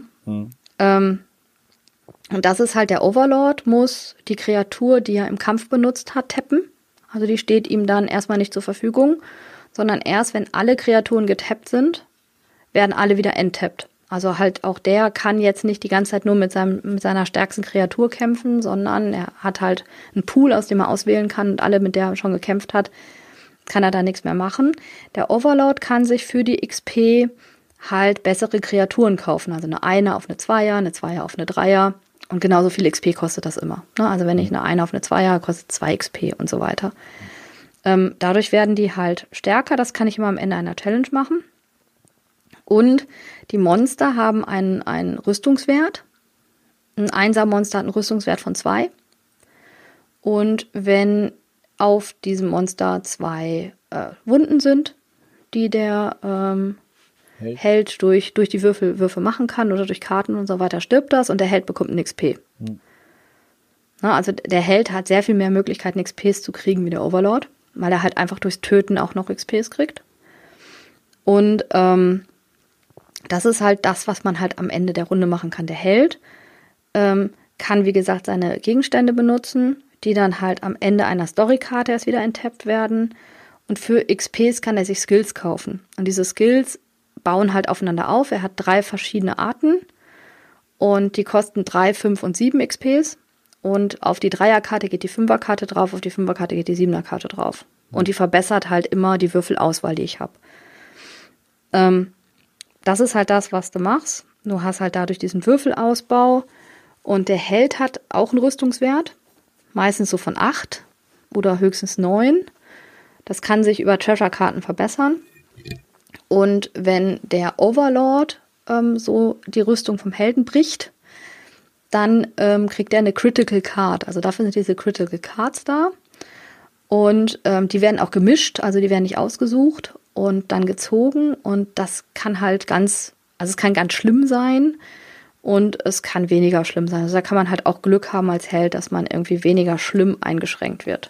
Speaker 1: Und das ist halt, der Overlord muss die Kreatur, die er im Kampf benutzt hat, tappen. Also die steht ihm dann erstmal nicht zur Verfügung, sondern erst, wenn alle Kreaturen getappt sind, werden alle wieder enttappt. Also halt auch der kann jetzt nicht die ganze Zeit nur mit seiner stärksten Kreatur kämpfen, sondern er hat halt einen Pool, aus dem er auswählen kann, und alle, mit der er schon gekämpft hat, kann er da nichts mehr machen. Der Overlord kann sich für die XP halt bessere Kreaturen kaufen. Also eine 1 auf eine 2er, eine 2er auf eine 3er. Und genauso viel XP kostet das immer. Also wenn ich eine 1 auf eine 2er, kostet 2 XP und so weiter. Dadurch werden die halt stärker. Das kann ich immer am Ende einer Challenge machen. Und die Monster haben einen Rüstungswert. Ein 1er-Monster hat einen Rüstungswert von 2. Und wenn auf diesem Monster 2 Wunden sind, die der Held durch die Würfe machen kann oder durch Karten und so weiter, stirbt das und der Held bekommt ein XP. Also der Held hat sehr viel mehr Möglichkeiten, XPs zu kriegen wie der Overlord, weil er halt einfach durchs Töten auch noch XPs kriegt. Und das ist halt das, was man halt am Ende der Runde machen kann. Der Held kann, wie gesagt, seine Gegenstände benutzen, die dann halt am Ende einer Storykarte erst wieder enttappt werden. Und für XPs kann er sich Skills kaufen. Und diese Skills bauen halt aufeinander auf. Er hat 3 verschiedene Arten und die kosten 3, 5 und 7 XPs. Und auf die 3er-Karte geht die 5er-Karte drauf, auf die 5er-Karte geht die 7er-Karte drauf. Und die verbessert halt immer die Würfelauswahl, die ich habe. Das ist halt das, was du machst. Du hast halt dadurch diesen Würfelausbau und der Held hat auch einen Rüstungswert, meistens so von 8 oder höchstens 9. Das kann sich über Treasure-Karten verbessern. Und wenn der Overlord so die Rüstung vom Helden bricht, dann kriegt er eine Critical Card. Also dafür sind diese Critical Cards da. Und die werden auch gemischt, also die werden nicht ausgesucht und dann gezogen. Und das kann halt es kann ganz schlimm sein und es kann weniger schlimm sein. Also da kann man halt auch Glück haben als Held, dass man irgendwie weniger schlimm eingeschränkt wird.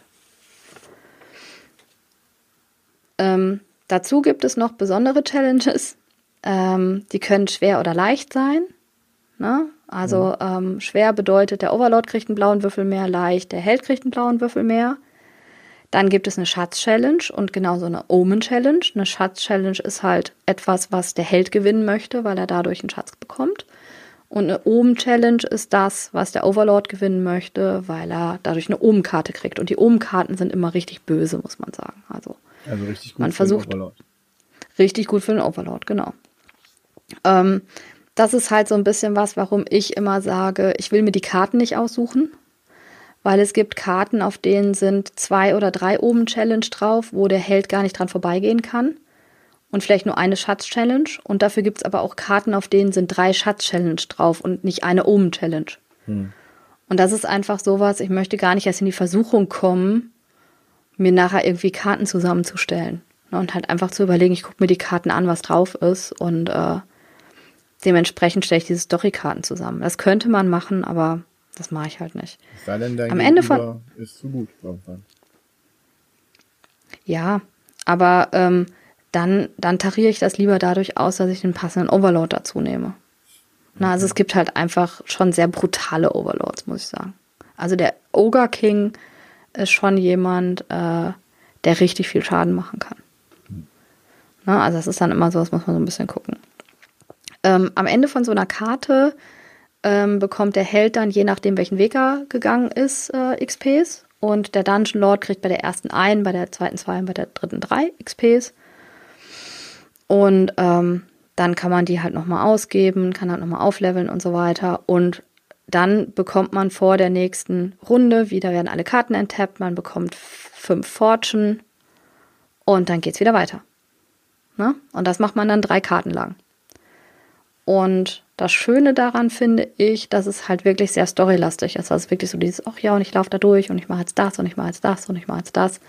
Speaker 1: Dazu gibt es noch besondere Challenges. Die können schwer oder leicht sein. Ne? Also schwer bedeutet, der Overlord kriegt einen blauen Würfel mehr, leicht, der Held kriegt einen blauen Würfel mehr. Dann gibt es eine Schatz-Challenge und genauso eine Omen-Challenge. Eine Schatz-Challenge ist halt etwas, was der Held gewinnen möchte, weil er dadurch einen Schatz bekommt. Und eine Omen-Challenge ist das, was der Overlord gewinnen möchte, weil er dadurch eine Omen-Karte kriegt. Und die Omen-Karten sind immer richtig böse, muss man sagen. Also richtig gut für den Overlord. Richtig gut für den Overlord, genau. Das ist halt so ein bisschen was, warum ich immer sage, ich will mir die Karten nicht aussuchen, weil es gibt Karten, auf denen sind 2 oder 3 Omen-Challenge drauf, wo der Held gar nicht dran vorbeigehen kann und vielleicht nur eine Schatz-Challenge. Und dafür gibt es aber auch Karten, auf denen sind 3 Schatz-Challenge drauf und nicht eine Omen-Challenge. Und das ist einfach sowas, ich möchte gar nicht erst in die Versuchung kommen, mir nachher irgendwie Karten zusammenzustellen. Und halt einfach zu überlegen, ich gucke mir die Karten an, was drauf ist und dementsprechend stelle ich diese Story-Karten zusammen. Das könnte man machen, aber das mache ich halt nicht.
Speaker 2: Es sei denn, dein
Speaker 1: Am Ende
Speaker 2: ist zu gut irgendwann.
Speaker 1: Ja, aber dann tariere ich das lieber dadurch aus, dass ich den passenden Overlord dazu nehme. Na, also es gibt halt einfach schon sehr brutale Overlords, muss ich sagen. Also der Ogre King ist schon jemand, der richtig viel Schaden machen kann. Na, also das ist dann immer so, das muss man so ein bisschen gucken. Am Ende von so einer Karte bekommt der Held dann, je nachdem welchen Weg er gegangen ist, XPs. Und der Dungeon Lord kriegt bei der ersten 1, bei der zweiten 2 und bei der dritten 3 XPs. Und dann kann man die halt nochmal ausgeben, kann halt nochmal aufleveln und so weiter. Und dann bekommt man vor der nächsten Runde, wieder werden alle Karten enttappt, man bekommt 5 Fortune und dann geht's wieder weiter. Ne? Und das macht man dann 3 Karten lang. Und das Schöne daran finde ich, dass es halt wirklich sehr storylastig ist. Also wirklich so dieses, ach ja, und ich laufe da durch und ich mache jetzt das und ich mache jetzt das und ich mache jetzt das.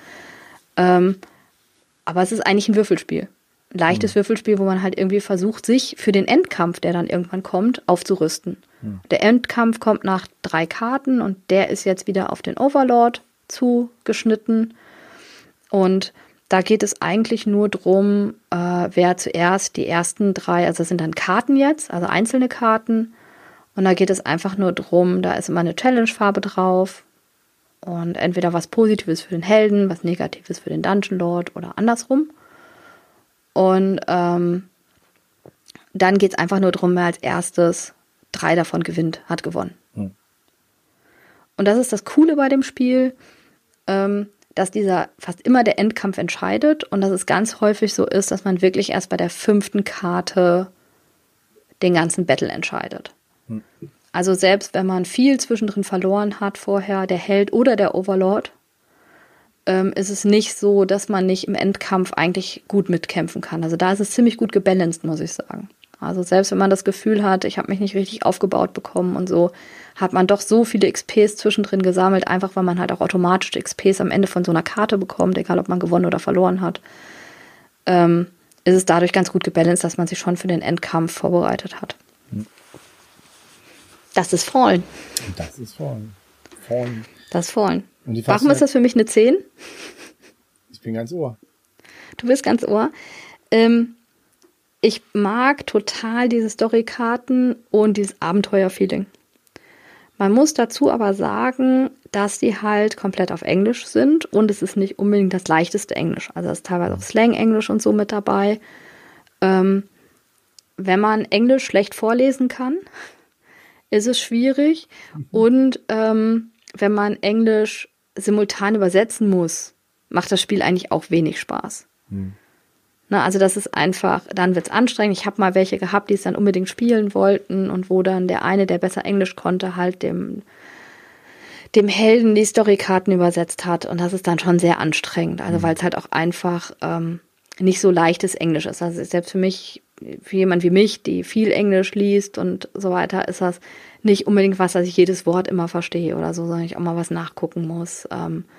Speaker 1: Aber es ist eigentlich ein Würfelspiel. Ein leichtes Würfelspiel, wo man halt irgendwie versucht, sich für den Endkampf, der dann irgendwann kommt, aufzurüsten. Der Endkampf kommt nach 3 Karten und der ist jetzt wieder auf den Overlord zugeschnitten. Und da geht es eigentlich nur drum, wer zuerst die ersten 3, also das sind dann Karten jetzt, also einzelne Karten. Und da geht es einfach nur drum, da ist immer eine Challenge-Farbe drauf. Und entweder was Positives für den Helden, was Negatives für den Dungeon Lord oder andersrum. Und dann geht es einfach nur drum, wer als erstes 3 davon gewinnt, hat gewonnen. Und das ist das Coole bei dem Spiel, dass dieser fast immer der Endkampf entscheidet und dass es ganz häufig so ist, dass man wirklich erst bei der 5. Karte den ganzen Battle entscheidet. Also selbst wenn man viel zwischendrin verloren hat vorher, der Held oder der Overlord, ist es nicht so, dass man nicht im Endkampf eigentlich gut mitkämpfen kann. Also da ist es ziemlich gut gebalanced, muss ich sagen. Also selbst wenn man das Gefühl hat, ich habe mich nicht richtig aufgebaut bekommen und so, hat man doch so viele XPs zwischendrin gesammelt, einfach weil man halt auch automatisch XPs am Ende von so einer Karte bekommt, egal ob man gewonnen oder verloren hat, ist es dadurch ganz gut gebalanced, dass man sich schon für den Endkampf vorbereitet hat. Das ist Fallen.
Speaker 2: Das ist Fallen.
Speaker 1: Das ist Fallen. Warum ist das für mich eine 10?
Speaker 2: Ich bin ganz Ohr.
Speaker 1: Du bist ganz Ohr. Ich mag total diese Storykarten und dieses Abenteuer-Feeling. Man muss dazu aber sagen, dass die halt komplett auf Englisch sind und es ist nicht unbedingt das leichteste Englisch. Also es ist teilweise auch Slang-Englisch und so mit dabei. Wenn man Englisch schlecht vorlesen kann, ist es schwierig. Und wenn man Englisch simultan übersetzen muss, macht das Spiel eigentlich auch wenig Spaß. Na, also das ist einfach, dann wird es anstrengend. Ich habe mal welche gehabt, die es dann unbedingt spielen wollten und wo dann der eine, der besser Englisch konnte, halt dem Helden die Storykarten übersetzt hat und das ist dann schon sehr anstrengend, also weil es halt auch einfach nicht so leichtes Englisch ist. Also selbst für mich, für jemand wie mich, die viel Englisch liest und so weiter, ist das nicht unbedingt was, dass ich jedes Wort immer verstehe oder so, sondern ich auch mal was nachgucken muss.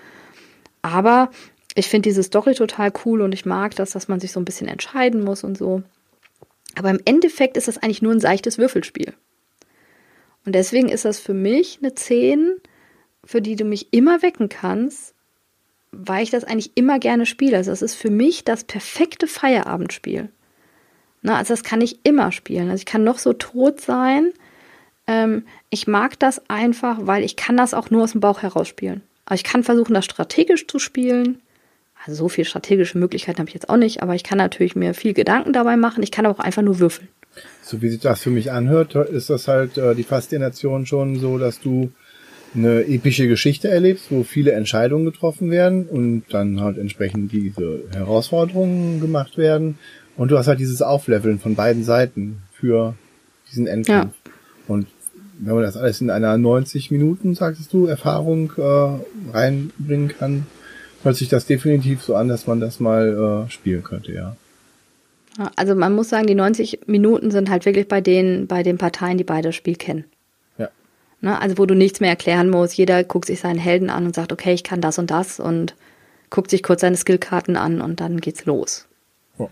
Speaker 1: Aber ich finde diese Story total cool und ich mag das, dass man sich so ein bisschen entscheiden muss und so. Aber im Endeffekt ist das eigentlich nur ein seichtes Würfelspiel. Und deswegen ist das für mich eine 10, für die du mich immer wecken kannst, weil ich das eigentlich immer gerne spiele. Also es ist für mich das perfekte Feierabendspiel. Na, also das kann ich immer spielen. Also ich kann noch so tot sein. Ich mag das einfach, weil ich kann das auch nur aus dem Bauch heraus spielen. Also ich kann versuchen, das strategisch zu spielen. Also so viel strategische Möglichkeiten habe ich jetzt auch nicht, aber ich kann natürlich mir viel Gedanken dabei machen. Ich kann aber auch einfach nur würfeln.
Speaker 2: So wie sich das für mich anhört, ist das halt die Faszination schon so, dass du eine epische Geschichte erlebst, wo viele Entscheidungen getroffen werden und dann halt entsprechend diese Herausforderungen gemacht werden. Und du hast halt dieses Aufleveln von beiden Seiten für diesen Endkampf. Ja. Und wenn man das alles in einer 90 Minuten, sagtest du, Erfahrung reinbringen kann, hört sich das definitiv so an, dass man das mal spielen könnte, ja.
Speaker 1: Also man muss sagen, die 90 Minuten sind halt wirklich bei den Parteien, die beide das Spiel kennen.
Speaker 2: Ja.
Speaker 1: Ne, also wo du nichts mehr erklären musst. Jeder guckt sich seinen Helden an und sagt, okay, ich kann das und das und guckt sich kurz seine Skillkarten an und dann geht's los.
Speaker 2: Ja.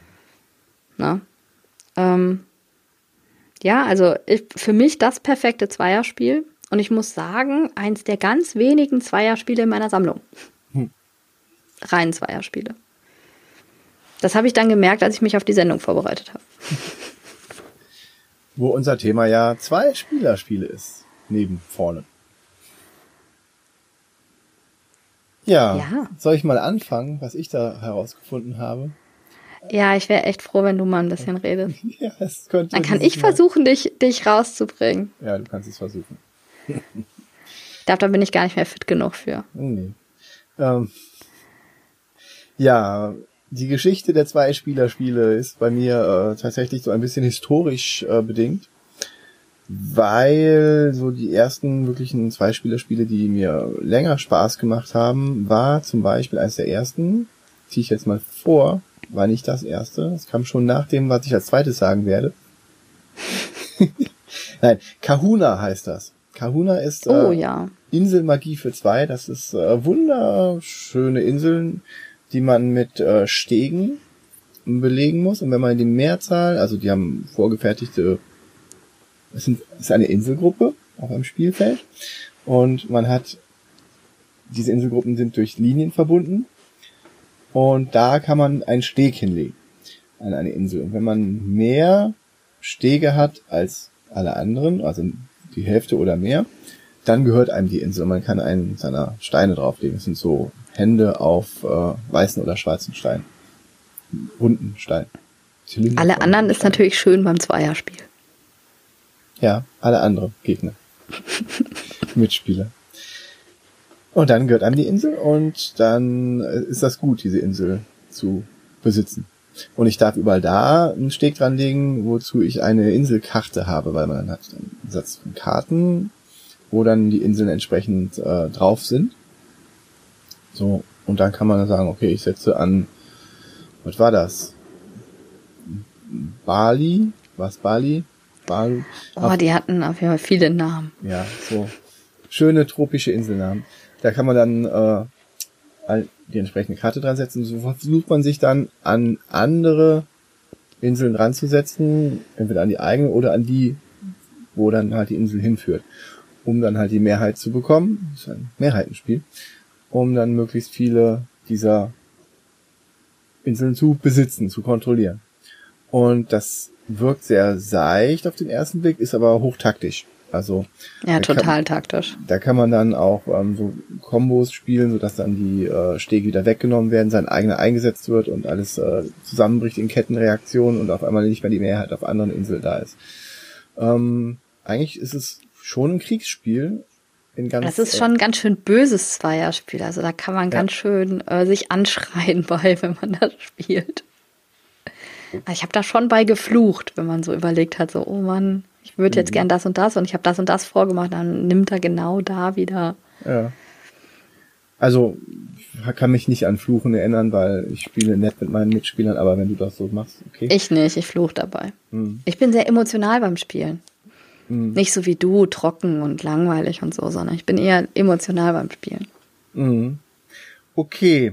Speaker 1: Ne? Ja, also für mich das perfekte Zweierspiel. Und ich muss sagen, eins der ganz wenigen Zweierspiele in meiner Sammlung. rein Zweierspiele. Das habe ich dann gemerkt, als ich mich auf die Sendung vorbereitet habe.
Speaker 2: Wo unser Thema ja Zwei-Spieler-Spiele ist. Neben vorne. Ja, soll ich mal anfangen, was ich da herausgefunden habe?
Speaker 1: Ja, ich wäre echt froh, wenn du mal ein bisschen redest.
Speaker 2: Ja, es könnte.
Speaker 1: Dann kann ich versuchen, dich rauszubringen.
Speaker 2: Ja, du kannst es versuchen.
Speaker 1: Ich glaube, da bin ich gar nicht mehr fit genug für.
Speaker 2: Nee. Ja, die Geschichte der Zwei-Spieler-Spiele ist bei mir tatsächlich so ein bisschen historisch bedingt, weil so die ersten wirklichen Zwei-Spieler-Spiele, die mir länger Spaß gemacht haben, war zum Beispiel eines der ersten, ziehe ich jetzt mal vor, war nicht das erste, es kam schon nach dem, was ich als zweites sagen werde. Nein, Kahuna heißt das. Kahuna ist Inselmagie für zwei, das ist wunderschöne Inseln, die man mit Stegen belegen muss. Und wenn man die Mehrzahl, also die haben vorgefertigte, es ist eine Inselgruppe auf einem Spielfeld. Und man hat, diese Inselgruppen sind durch Linien verbunden. Und da kann man einen Steg hinlegen an eine Insel. Und wenn man mehr Stege hat als alle anderen, also die Hälfte oder mehr, dann gehört einem die Insel. Und man kann einen seiner Steine drauflegen. Das sind so Hände auf weißen oder schwarzen Stein. Runden Stein. Zylinder.
Speaker 1: Alle anderen ist natürlich schön beim Zweierspiel.
Speaker 2: Ja, alle anderen Gegner. Mitspieler. Und dann gehört einem die Insel und dann ist das gut, diese Insel zu besitzen. Und ich darf überall da einen Steg dran legen, wozu ich eine Inselkarte habe, weil man dann hat einen Satz von Karten, wo dann die Inseln entsprechend drauf sind. So, und dann kann man dann sagen, okay, ich setze an, was war das? Bali? Was Bali? Balu?
Speaker 1: Oh, die hatten auf jeden Fall viele Namen.
Speaker 2: Ja, so schöne tropische Inselnamen. Da kann man dann die entsprechende Karte dran setzen. So versucht man sich dann an andere Inseln dran zu setzen, entweder an die eigene oder an die, wo dann halt die Insel hinführt, um dann halt die Mehrheit zu bekommen. Das ist ein Mehrheitenspiel, um dann möglichst viele dieser Inseln zu besitzen, zu kontrollieren. Und das wirkt sehr seicht auf den ersten Blick, ist aber hochtaktisch. Also
Speaker 1: ja, total taktisch.
Speaker 2: Da kann man dann auch so Kombos spielen, sodass dann die Stege wieder weggenommen werden, sein eigener eingesetzt wird und alles zusammenbricht in Kettenreaktionen und auf einmal nicht mehr die Mehrheit auf anderen Inseln da ist. Eigentlich ist es schon ein Kriegsspiel.
Speaker 1: Das ist schon ein ganz schön böses Zweierspiel. Also da kann man ganz schön sich anschreien bei, wenn man das spielt. Ich habe da schon bei geflucht, wenn man so überlegt hat, so, oh Mann, ich würde jetzt gern das und ich habe das und das vorgemacht, dann nimmt er genau da wieder. Ja.
Speaker 2: Also, ich kann mich nicht an Fluchen erinnern, weil ich spiele nett mit meinen Mitspielern, aber wenn du das so machst, okay.
Speaker 1: Ich nicht, ich fluche dabei. Ich bin sehr emotional beim Spielen. Nicht so wie du, trocken und langweilig und so, sondern ich bin eher emotional beim Spielen.
Speaker 2: Okay.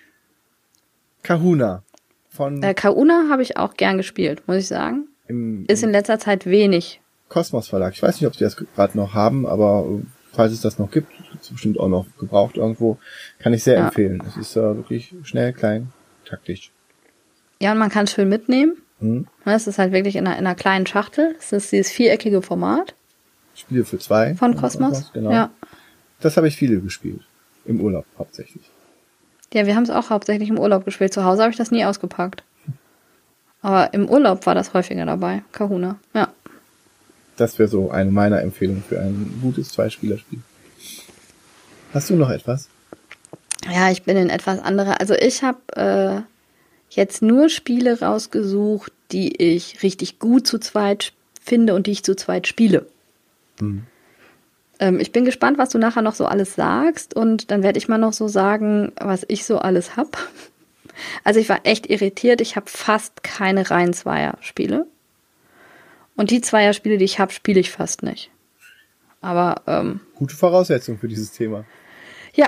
Speaker 2: Kahuna.
Speaker 1: Kahuna habe ich auch gern gespielt, muss ich sagen. Ist in letzter Zeit wenig.
Speaker 2: Kosmos Verlag. Ich weiß nicht, ob die das gerade noch haben, aber falls es das noch gibt, ist es bestimmt auch noch gebraucht irgendwo, kann ich sehr empfehlen. Es ist wirklich schnell, klein, taktisch.
Speaker 1: Ja, und man kann es schön mitnehmen. Es ist halt wirklich in einer kleinen Schachtel. Es ist dieses viereckige Format.
Speaker 2: Spiele für zwei.
Speaker 1: Von Kosmos.
Speaker 2: Genau.
Speaker 1: Ja.
Speaker 2: Das habe ich viele gespielt. Im Urlaub hauptsächlich.
Speaker 1: Ja, wir haben es auch hauptsächlich im Urlaub gespielt. Zu Hause habe ich das nie ausgepackt. Aber im Urlaub war das häufiger dabei. Kahuna, ja.
Speaker 2: Das wäre so eine meiner Empfehlungen für ein gutes Zweispielerspiel. Hast du noch etwas?
Speaker 1: Ja, ich bin in etwas anderer. Also ich habe jetzt nur Spiele rausgesucht, die ich richtig gut zu zweit finde und die ich zu zweit spiele. Ich bin gespannt, was du nachher noch so alles sagst und dann werde ich mal noch so sagen, was ich so alles habe. Also ich war echt irritiert. Ich habe fast keine reinen Zweierspiele. Und die Zweierspiele, die ich habe, spiele ich fast nicht. Aber
Speaker 2: gute Voraussetzung für dieses Thema.
Speaker 1: Ja.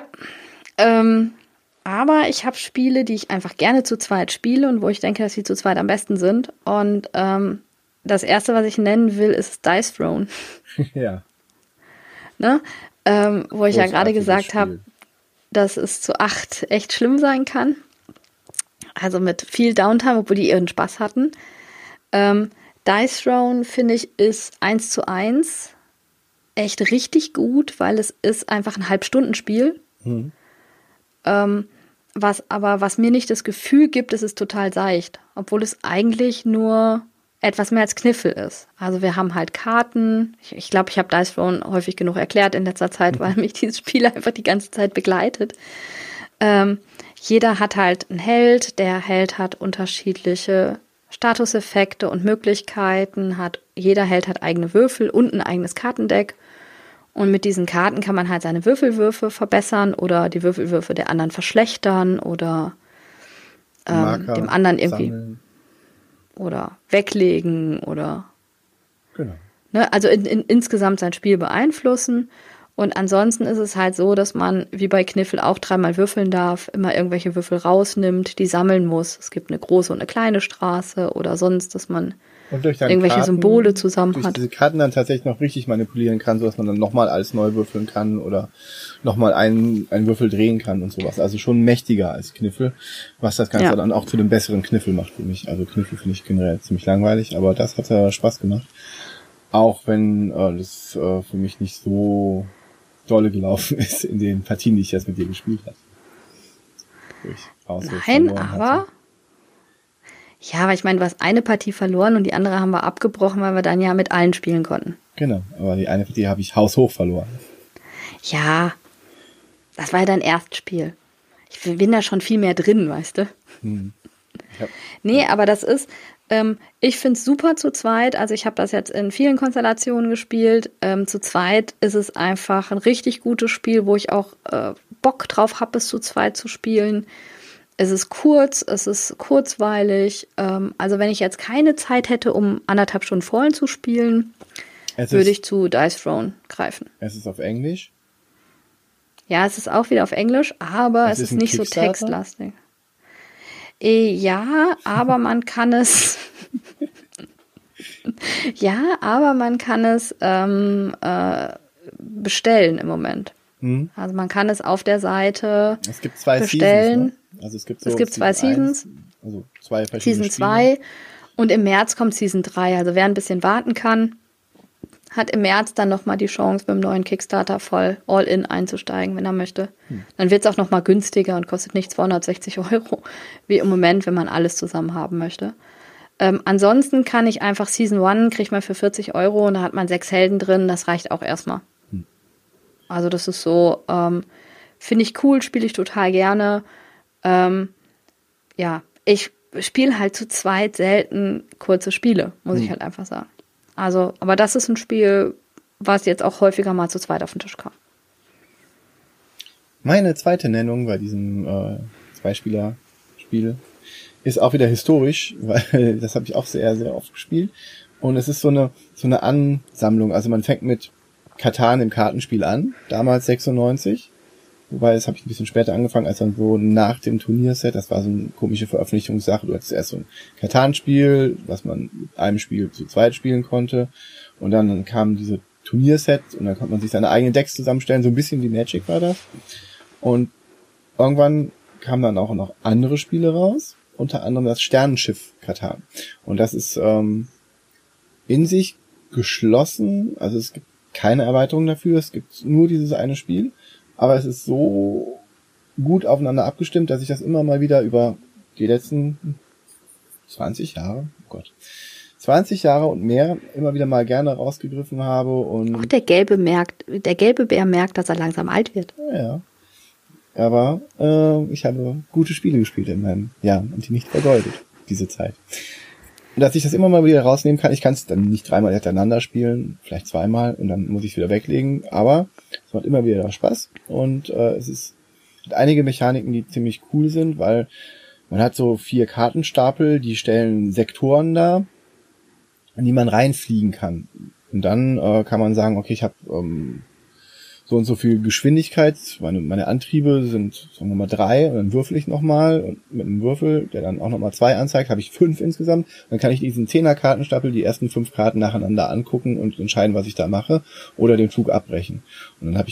Speaker 1: Aber ich habe Spiele, die ich einfach gerne zu zweit spiele und wo ich denke, dass sie zu zweit am besten sind. Und das erste, was ich nennen will, ist Dice Throne.
Speaker 2: Ja.
Speaker 1: Ne? Wo ich ja gerade gesagt habe, dass es zu 8 echt schlimm sein kann. Also mit viel Downtime, obwohl die ihren Spaß hatten. Dice Throne, finde ich, ist 1:1 echt richtig gut, weil es ist einfach ein Halbstundenspiel. Mhm. Was mir nicht das Gefühl gibt, es ist total seicht, obwohl es eigentlich nur etwas mehr als Kniffel ist. Also wir haben halt Karten. Ich glaube, ich habe Dice Throne häufig genug erklärt in letzter Zeit, weil mich dieses Spiel einfach die ganze Zeit begleitet. Jeder hat halt einen Held. Der Held hat unterschiedliche Statuseffekte und Möglichkeiten. Jeder Held hat eigene Würfel und ein eigenes Kartendeck. Und mit diesen Karten kann man halt seine Würfelwürfe verbessern oder die Würfelwürfe der anderen verschlechtern oder dem anderen irgendwie sammeln. Oder weglegen oder genau. Ne, also insgesamt sein Spiel beeinflussen. Und ansonsten ist es halt so, dass man, wie bei Kniffel, auch 3-mal würfeln darf, immer irgendwelche Würfel rausnimmt, die sammeln muss. Es gibt eine große und eine kleine Straße oder sonst, dass man irgendwelche Karten, Symbole zusammen hat.
Speaker 2: Diese Karten dann tatsächlich noch richtig manipulieren kann, sodass man dann nochmal alles neu würfeln kann oder nochmal einen Würfel drehen kann und sowas. Also schon mächtiger als Kniffel, was das Ganze dann auch zu einem besseren Kniffel macht für mich. Also Kniffel finde ich generell ziemlich langweilig, aber das hat ja Spaß gemacht. Auch wenn das für mich nicht so dolle gelaufen ist in den Partien, die ich jetzt mit dir gespielt habe.
Speaker 1: Nein, aber... Ja, aber ich meine, du hast eine Partie verloren und die andere haben wir abgebrochen, weil wir dann ja mit allen spielen konnten.
Speaker 2: Genau, aber die eine Partie habe ich haushoch verloren.
Speaker 1: Ja, das war ja dein Erstspiel. Ich bin da schon viel mehr drin, weißt du? Nee, aber das ist, ich finde es super zu zweit. Also ich habe das jetzt in vielen Konstellationen gespielt. Zu zweit ist es einfach ein richtig gutes Spiel, wo ich auch Bock drauf habe, es zu zweit zu spielen. Es ist kurz, es ist kurzweilig. Also wenn ich jetzt keine Zeit hätte, um 1,5 Stunden vollen zu spielen, würde ich zu Dice Throne greifen.
Speaker 2: Es ist auf Englisch?
Speaker 1: Ja, es ist auch wieder auf Englisch, aber es ist nicht so textlastig. Ja, aber man kann es... bestellen im Moment. Also man kann es auf der Seite bestellen.
Speaker 2: Es gibt 2 Seasons, ne? Also es gibt
Speaker 1: 2 Seasons.
Speaker 2: Also 2 verschiedene
Speaker 1: Season 2 und im März kommt Season 3. Also wer ein bisschen warten kann, hat im März dann nochmal die Chance, mit dem neuen Kickstarter voll all-in einzusteigen, wenn er möchte. Dann wird es auch nochmal günstiger und kostet nicht 260 €, wie im Moment, wenn man alles zusammen haben möchte. Ansonsten kann ich einfach Season 1, kriegt man für 40 € und da hat man 6 Helden drin, das reicht auch erstmal. Also das ist so, finde ich cool, spiele ich total gerne. Ich spiele halt zu zweit selten kurze Spiele, muss ich halt einfach sagen. Also, aber das ist ein Spiel, was jetzt auch häufiger mal zu zweit auf den Tisch kam.
Speaker 2: Meine zweite Nennung bei diesem 2-Spieler-Spiel ist auch wieder historisch, weil das habe ich auch sehr, sehr oft gespielt. Und es ist so eine Ansammlung. Also man fängt mit Catan im Kartenspiel an, damals 96. Wobei, das habe ich ein bisschen später angefangen, als dann so nach dem Turnierset, das war so eine komische Veröffentlichungssache. Du hattest erst so ein Catan-Spiel, was man mit einem Spiel zu zweit spielen konnte. Und dann kam diese Turnierset und dann konnte man sich seine eigenen Decks zusammenstellen. So ein bisschen wie Magic war das. Und irgendwann kamen dann auch noch andere Spiele raus. Unter anderem das Sternenschiff Catan. Und das ist in sich geschlossen. Also es gibt keine Erweiterung dafür. Es gibt nur dieses eine Spiel. Aber es ist so gut aufeinander abgestimmt, dass ich das immer mal wieder über die letzten 20 Jahre, 20 Jahre und mehr immer wieder mal gerne rausgegriffen habe. Und
Speaker 1: auch der gelbe Bär merkt, dass er langsam alt wird.
Speaker 2: Ja. Aber ich habe gute Spiele gespielt in meinem Jahr und die nicht vergeudet, diese Zeit. Und dass ich das immer mal wieder rausnehmen kann, ich kann es dann nicht 3-mal hintereinander spielen, vielleicht 2-mal und dann muss ich es wieder weglegen, aber es macht immer wieder Spaß und es hat einige Mechaniken, die ziemlich cool sind, weil man hat so 4 Kartenstapel, die stellen Sektoren dar, in die man reinfliegen kann. Und dann kann man sagen, okay, ich habe so und so viel Geschwindigkeit, meine Antriebe sind, sagen wir mal, 3 und dann würfel ich nochmal und mit einem Würfel, der dann auch nochmal 2 anzeigt, habe ich 5 insgesamt. Dann kann ich diesen 10er-Kartenstapel, die ersten 5 Karten nacheinander angucken und entscheiden, was ich da mache oder den Flug abbrechen. Und dann habe ich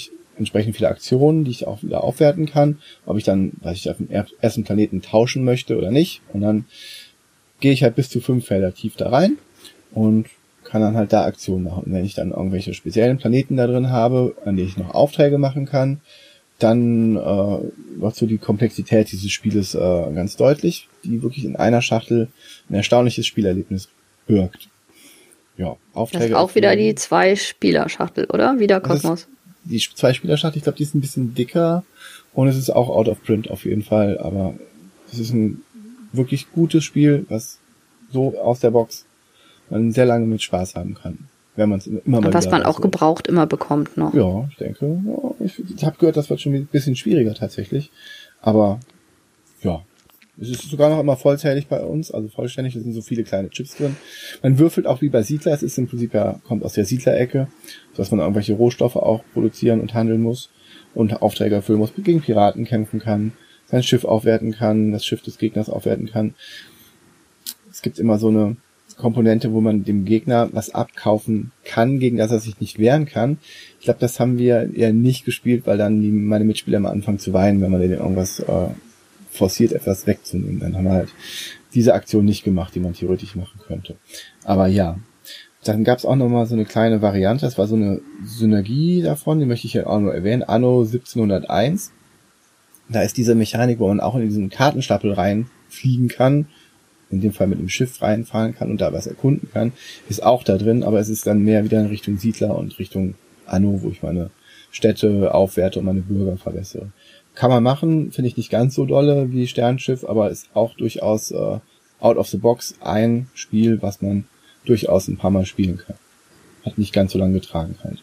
Speaker 2: entsprechend viele Aktionen, die ich auch wieder aufwerten kann, ob ich dann, weiß ich, auf dem ersten Planeten tauschen möchte oder nicht. Und dann gehe ich halt bis zu 5 Felder tief da rein und kann dann halt da Aktionen machen. Und wenn ich dann irgendwelche speziellen Planeten da drin habe, an denen ich noch Aufträge machen kann, dann wird so die Komplexität dieses Spieles ganz deutlich, die wirklich in einer Schachtel ein erstaunliches Spielerlebnis birgt. Ja, Aufträge.
Speaker 1: Das ist auch wieder die 2-Spieler-Schachtel, oder? Wieder Kosmos.
Speaker 2: Die 2-Spieler-Schachtel, ich glaube, die ist ein bisschen dicker und es ist auch out of print auf jeden Fall, aber es ist ein wirklich gutes Spiel, was so aus der Box man sehr lange mit Spaß haben kann, wenn man es immer mal
Speaker 1: und was man auch gebraucht immer bekommt noch.
Speaker 2: Ja, ich denke, ja, ich habe gehört, das wird schon ein bisschen schwieriger tatsächlich, aber ja, es ist sogar noch immer vollzählig bei uns, also vollständig, es sind so viele kleine Chips drin. Man würfelt auch wie bei Siedler, es ist im Prinzip ja, kommt aus der Siedler-Ecke, dass man irgendwelche Rohstoffe auch produzieren und handeln muss und Aufträge erfüllen muss, gegen Piraten kämpfen kann, sein Schiff aufwerten kann, das Schiff des Gegners aufwerten kann. Es gibt immer so eine Komponente, wo man dem Gegner was abkaufen kann, gegen das er sich nicht wehren kann. Ich glaube, das haben wir eher nicht gespielt, weil dann meine Mitspieler mal anfangen zu weinen, wenn man denen irgendwas forciert, etwas wegzunehmen. Dann haben wir halt diese Aktion nicht gemacht, die man theoretisch machen könnte. Aber ja, dann gab es auch nochmal so eine kleine Variante, das war so eine Synergie davon, die möchte ich ja auch nur erwähnen, Anno 1701. Da ist diese Mechanik, wo man auch in diesen Kartenstapel reinfliegen kann, in dem Fall mit dem Schiff reinfahren kann und da was erkunden kann, ist auch da drin, aber es ist dann mehr wieder in Richtung Siedler und Richtung Anno, wo ich meine Städte aufwerte und meine Bürger verbessere. Kann man machen, finde ich nicht ganz so dolle wie Sternschiff, aber ist auch durchaus out of the box ein Spiel, was man durchaus ein paar Mal spielen kann. Hat nicht ganz so lange Getragenheit.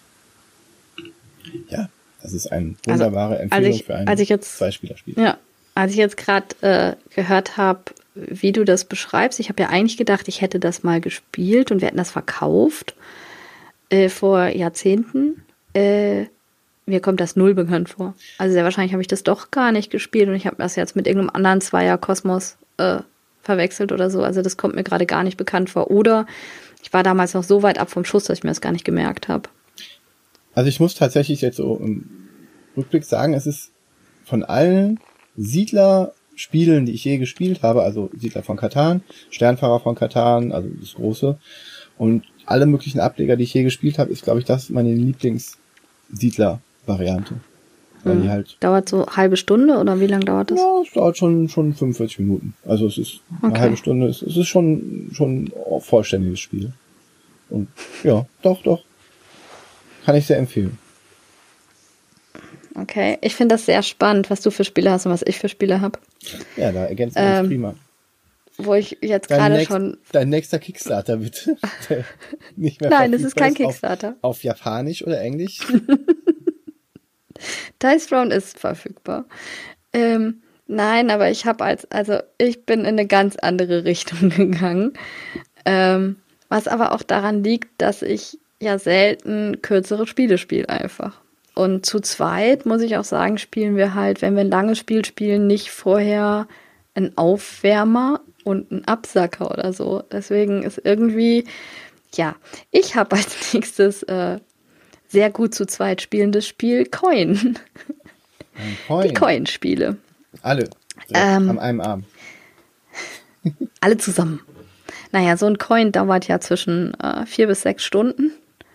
Speaker 2: Ja, das ist eine wunderbare Empfehlung für ein 2-Spieler-Spiel.
Speaker 1: Ja, als ich jetzt gerade gehört habe, wie du das beschreibst, ich habe ja eigentlich gedacht, ich hätte das mal gespielt und wir hätten das verkauft vor Jahrzehnten. Mir kommt das null bekannt vor. Also sehr wahrscheinlich habe ich das doch gar nicht gespielt und ich habe das jetzt mit irgendeinem anderen 2er-Kosmos verwechselt oder so. Also das kommt mir gerade gar nicht bekannt vor. Oder ich war damals noch so weit ab vom Schuss, dass ich mir das gar nicht gemerkt habe.
Speaker 2: Also ich muss tatsächlich jetzt so im Rückblick sagen, es ist von allen Siedler-Spielen, die ich je gespielt habe, also Siedler von Catan, Sternfahrer von Catan, also das große, und alle möglichen Ableger, die ich je gespielt habe, ist, glaube ich, das meine Lieblings-Siedler-Variante. Weil die halt
Speaker 1: dauert so eine halbe Stunde oder wie lange dauert das?
Speaker 2: Ja, es dauert schon 45 Minuten. Also es ist eine halbe Stunde, es ist schon ein vollständiges Spiel. Und ja, doch. Kann ich sehr empfehlen.
Speaker 1: Okay, ich finde das sehr spannend, was du für Spiele hast und was ich für Spiele habe.
Speaker 2: Ja, da ergänzen wir uns prima.
Speaker 1: Wo ich jetzt gerade schon...
Speaker 2: Dein nächster Kickstarter, bitte. Nicht mehr
Speaker 1: Nein, das ist kein Kickstarter.
Speaker 2: Auf Japanisch oder Englisch?
Speaker 1: Dice Throne ist verfügbar. Nein, aber ich habe ich bin in eine ganz andere Richtung gegangen. Was aber auch daran liegt, dass ich ja selten kürzere Spiele spiele einfach. Und zu zweit, muss ich auch sagen, spielen wir halt, wenn wir ein langes Spiel spielen, nicht vorher einen Aufwärmer und einen Absacker oder so. Deswegen ist irgendwie, ja, ich habe als nächstes sehr gut zu zweit spielendes Spiel Coin. Die Coin-Spiele.
Speaker 2: Alle. An einem Abend.
Speaker 1: Alle zusammen. Naja, so ein Coin dauert ja zwischen 4 bis 6 Stunden.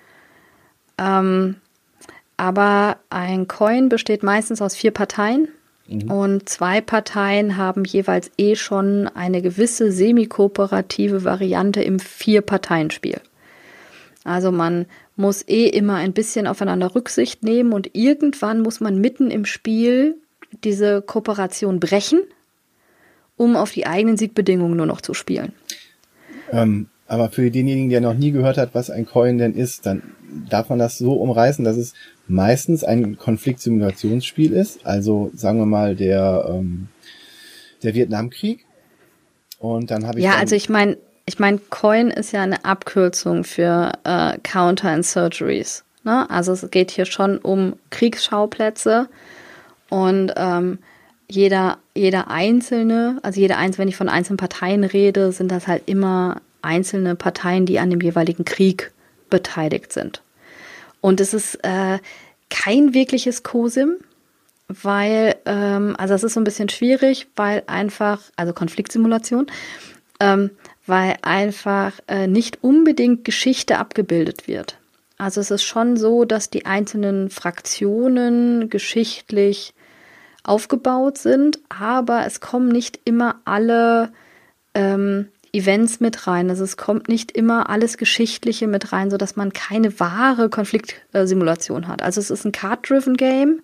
Speaker 1: Aber ein Coin besteht meistens aus 4 Parteien. Und 2 Parteien haben jeweils schon eine gewisse semi-kooperative Variante im 4-Parteien-Spiel. Also man muss immer ein bisschen aufeinander Rücksicht nehmen und irgendwann muss man mitten im Spiel diese Kooperation brechen, um auf die eigenen Siegbedingungen nur noch zu spielen.
Speaker 2: Aber für denjenigen, der noch nie gehört hat, was ein Coin denn ist, dann darf man das so umreißen, dass es meistens ein Konfliktsimulationsspiel ist. Also sagen wir mal der Vietnamkrieg. Und dann habe ich
Speaker 1: also ich meine, Coin ist ja eine Abkürzung für Counterinsurgeries. Ne? Also es geht hier schon um Kriegsschauplätze und jeder einzelne, wenn ich von einzelnen Parteien rede, sind das halt immer einzelne Parteien, die an dem jeweiligen Krieg beteiligt sind. Und es ist kein wirkliches COSIM, weil, also es ist so ein bisschen schwierig, weil einfach, also Konfliktsimulation, weil einfach nicht unbedingt Geschichte abgebildet wird. Also es ist schon so, dass die einzelnen Fraktionen geschichtlich aufgebaut sind, aber es kommen nicht immer alle Events mit rein. Also es kommt nicht immer alles Geschichtliche mit rein, sodass man keine wahre Konfliktsimulation hat. Also es ist ein Card-driven Game,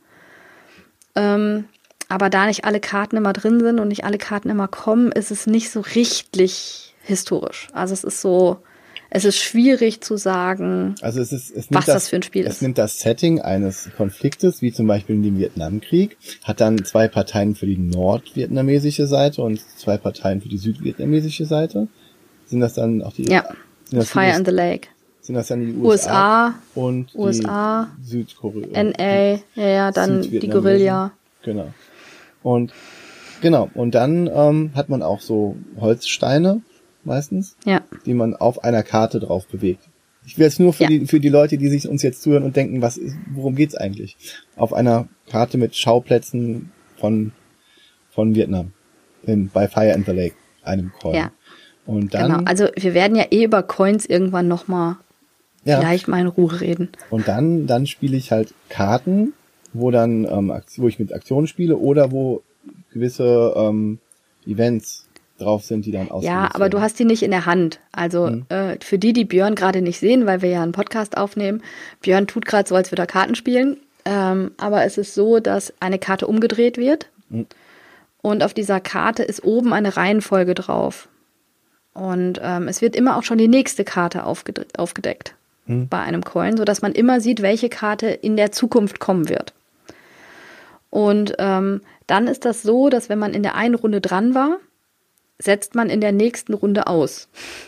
Speaker 1: aber da nicht alle Karten immer drin sind und nicht alle Karten immer kommen, ist es nicht so richtig historisch. Also es ist schwierig zu sagen,
Speaker 2: also
Speaker 1: was das für ein Spiel ist.
Speaker 2: Es nimmt das Setting eines Konfliktes, wie zum Beispiel in dem Vietnamkrieg, hat dann 2 Parteien für die nordvietnamesische Seite und 2 Parteien für die südvietnamesische Seite. Sind das dann auch die...
Speaker 1: Ja, Fire in the Lake.
Speaker 2: Sind das dann die USA und
Speaker 1: USA,
Speaker 2: die Südkorea?
Speaker 1: NA, ja, dann die Guerilla.
Speaker 2: Genau. Und dann hat man auch so Holzsteine meistens,
Speaker 1: ja,
Speaker 2: die man auf einer Karte drauf bewegt. Ich will jetzt nur für die Leute, die sich uns jetzt zuhören und denken, worum geht's eigentlich? Auf einer Karte mit Schauplätzen von Vietnam bei Fire in the Lake, einem Coin.
Speaker 1: Ja.
Speaker 2: Und dann,
Speaker 1: genau. Also wir werden ja über Coins irgendwann nochmal vielleicht mal in Ruhe reden.
Speaker 2: Und dann spiele ich halt Karten, wo ich mit Aktionen spiele oder wo gewisse Events drauf sind, die dann ausgelöst werden.
Speaker 1: Ja, aber du hast die nicht in der Hand. Also für die Björn gerade nicht sehen, weil wir ja einen Podcast aufnehmen. Björn tut gerade so, als würde er Karten spielen. Aber es ist so, dass eine Karte umgedreht wird. Und auf dieser Karte ist oben eine Reihenfolge drauf. Und es wird immer auch schon die nächste Karte aufgedeckt bei einem Coin, sodass man immer sieht, welche Karte in der Zukunft kommen wird. Und dann ist das so, dass wenn man in der einen Runde dran war, setzt man in der nächsten Runde aus.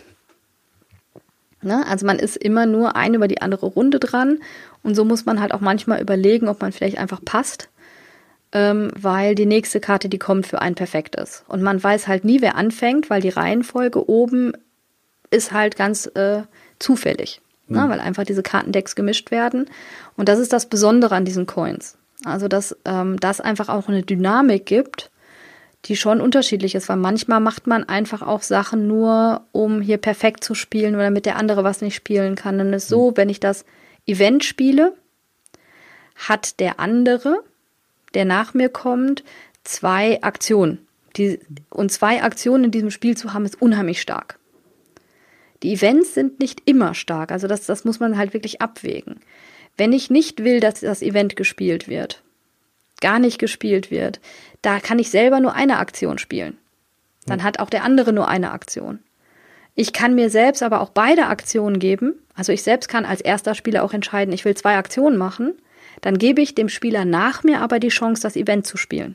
Speaker 1: Ne? Also man ist immer nur eine über die andere Runde dran und so muss man halt auch manchmal überlegen, ob man vielleicht einfach passt, weil die nächste Karte, die kommt, für einen perfekt ist. Und man weiß halt nie, wer anfängt, weil die Reihenfolge oben ist halt ganz zufällig, ne? Weil einfach diese Kartendecks gemischt werden. Und das ist das Besondere an diesen Coins. Also dass das einfach auch eine Dynamik gibt, die schon unterschiedlich ist, weil manchmal macht man einfach auch Sachen nur, um hier perfekt zu spielen oder damit der andere was nicht spielen kann. Dann ist so, wenn ich das Event spiele, hat der andere, der nach mir kommt, 2 Aktionen. Und 2 Aktionen in diesem Spiel zu haben, ist unheimlich stark. Die Events sind nicht immer stark, also das muss man halt wirklich abwägen. Wenn ich nicht will, dass das Event gespielt wird, gar nicht gespielt wird, da kann ich selber nur eine Aktion spielen. Dann hat auch der andere nur eine Aktion. Ich kann mir selbst aber auch beide Aktionen geben. Also ich selbst kann als erster Spieler auch entscheiden, ich will 2 Aktionen machen. Dann gebe ich dem Spieler nach mir aber die Chance, das Event zu spielen.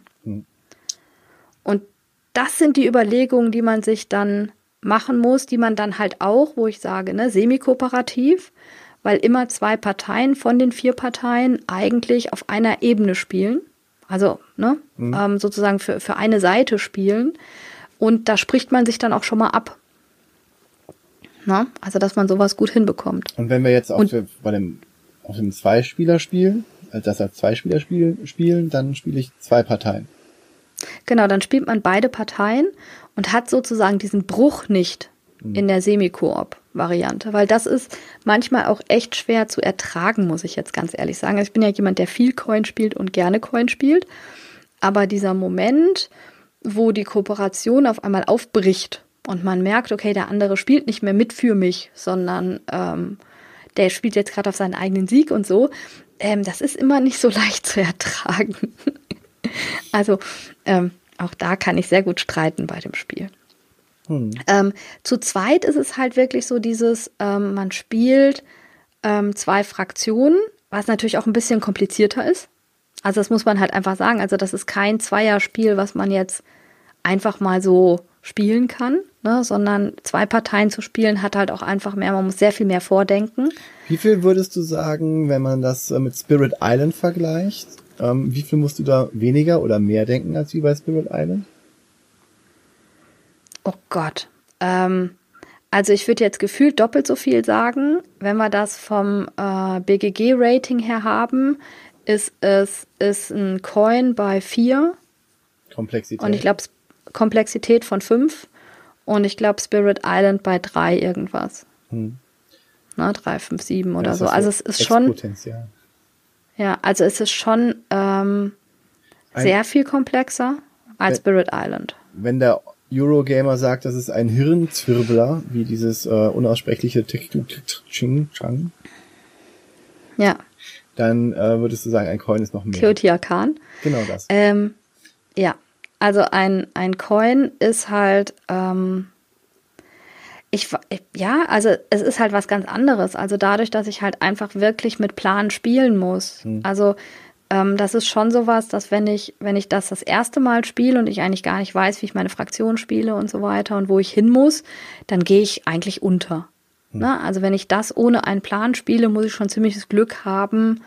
Speaker 1: Und das sind die Überlegungen, die man sich dann machen muss, die man dann halt auch, wo ich sage, ne, semi-kooperativ, weil immer 2 Parteien von den 4 Parteien eigentlich auf einer Ebene spielen. Also sozusagen für eine Seite spielen. Und da spricht man sich dann auch schon mal ab. Na? Also, dass man sowas gut hinbekommt.
Speaker 2: Und wenn wir jetzt auf dem 2-Spieler-Spiel, das als 2-Spieler spielen, dann spiele ich 2 Parteien.
Speaker 1: Genau, dann spielt man beide Parteien und hat sozusagen diesen Bruch nicht in der Semi-Koop-Variante, weil das ist manchmal auch echt schwer zu ertragen, muss ich jetzt ganz ehrlich sagen. Also ich bin ja jemand, der viel Coin spielt und gerne Coin spielt, aber dieser Moment, wo die Kooperation auf einmal aufbricht und man merkt, okay, der andere spielt nicht mehr mit für mich, sondern der spielt jetzt gerade auf seinen eigenen Sieg und so, das ist immer nicht so leicht zu ertragen. Also auch da kann ich sehr gut streiten bei dem Spiel. Zu zweit ist es halt wirklich so dieses, man spielt 2 Fraktionen, was natürlich auch ein bisschen komplizierter ist. Also das muss man halt einfach sagen. Also das ist kein Zweierspiel, was man jetzt einfach mal so spielen kann, ne? Sondern 2 Parteien zu spielen hat halt auch einfach mehr, man muss sehr viel mehr vordenken.
Speaker 2: Wie viel würdest du sagen, wenn man das mit Spirit Island vergleicht? Wie viel musst du da weniger oder mehr denken als wie bei Spirit Island?
Speaker 1: Oh Gott. Also ich würde jetzt gefühlt doppelt so viel sagen. Wenn wir das vom BGG-Rating her haben, ist ein Coin bei 4.
Speaker 2: Komplexität.
Speaker 1: Und ich glaube, Komplexität von 5. Und ich glaube, Spirit Island bei 3 irgendwas. 3, 5, 7 oder so. Also es ist schon. Ja, also es ist schon sehr viel komplexer als Spirit Island.
Speaker 2: Wenn der Eurogamer sagt, das ist ein Hirnzwirbler, wie dieses unaussprechliche Ching-Chang,
Speaker 1: ja,
Speaker 2: dann würdest du sagen, ein Coin ist noch mehr.
Speaker 1: Teotihuacan.
Speaker 2: Genau das.
Speaker 1: Ja, also ein Coin ist halt, also es ist halt was ganz anderes. Also dadurch, dass ich halt einfach wirklich mit Plan spielen muss. Also das ist schon sowas, dass wenn ich das erste Mal spiele und ich eigentlich gar nicht weiß, wie ich meine Fraktion spiele und so weiter und wo ich hin muss, dann gehe ich eigentlich unter. Ne? Also wenn ich das ohne einen Plan spiele, muss ich schon ziemliches Glück haben,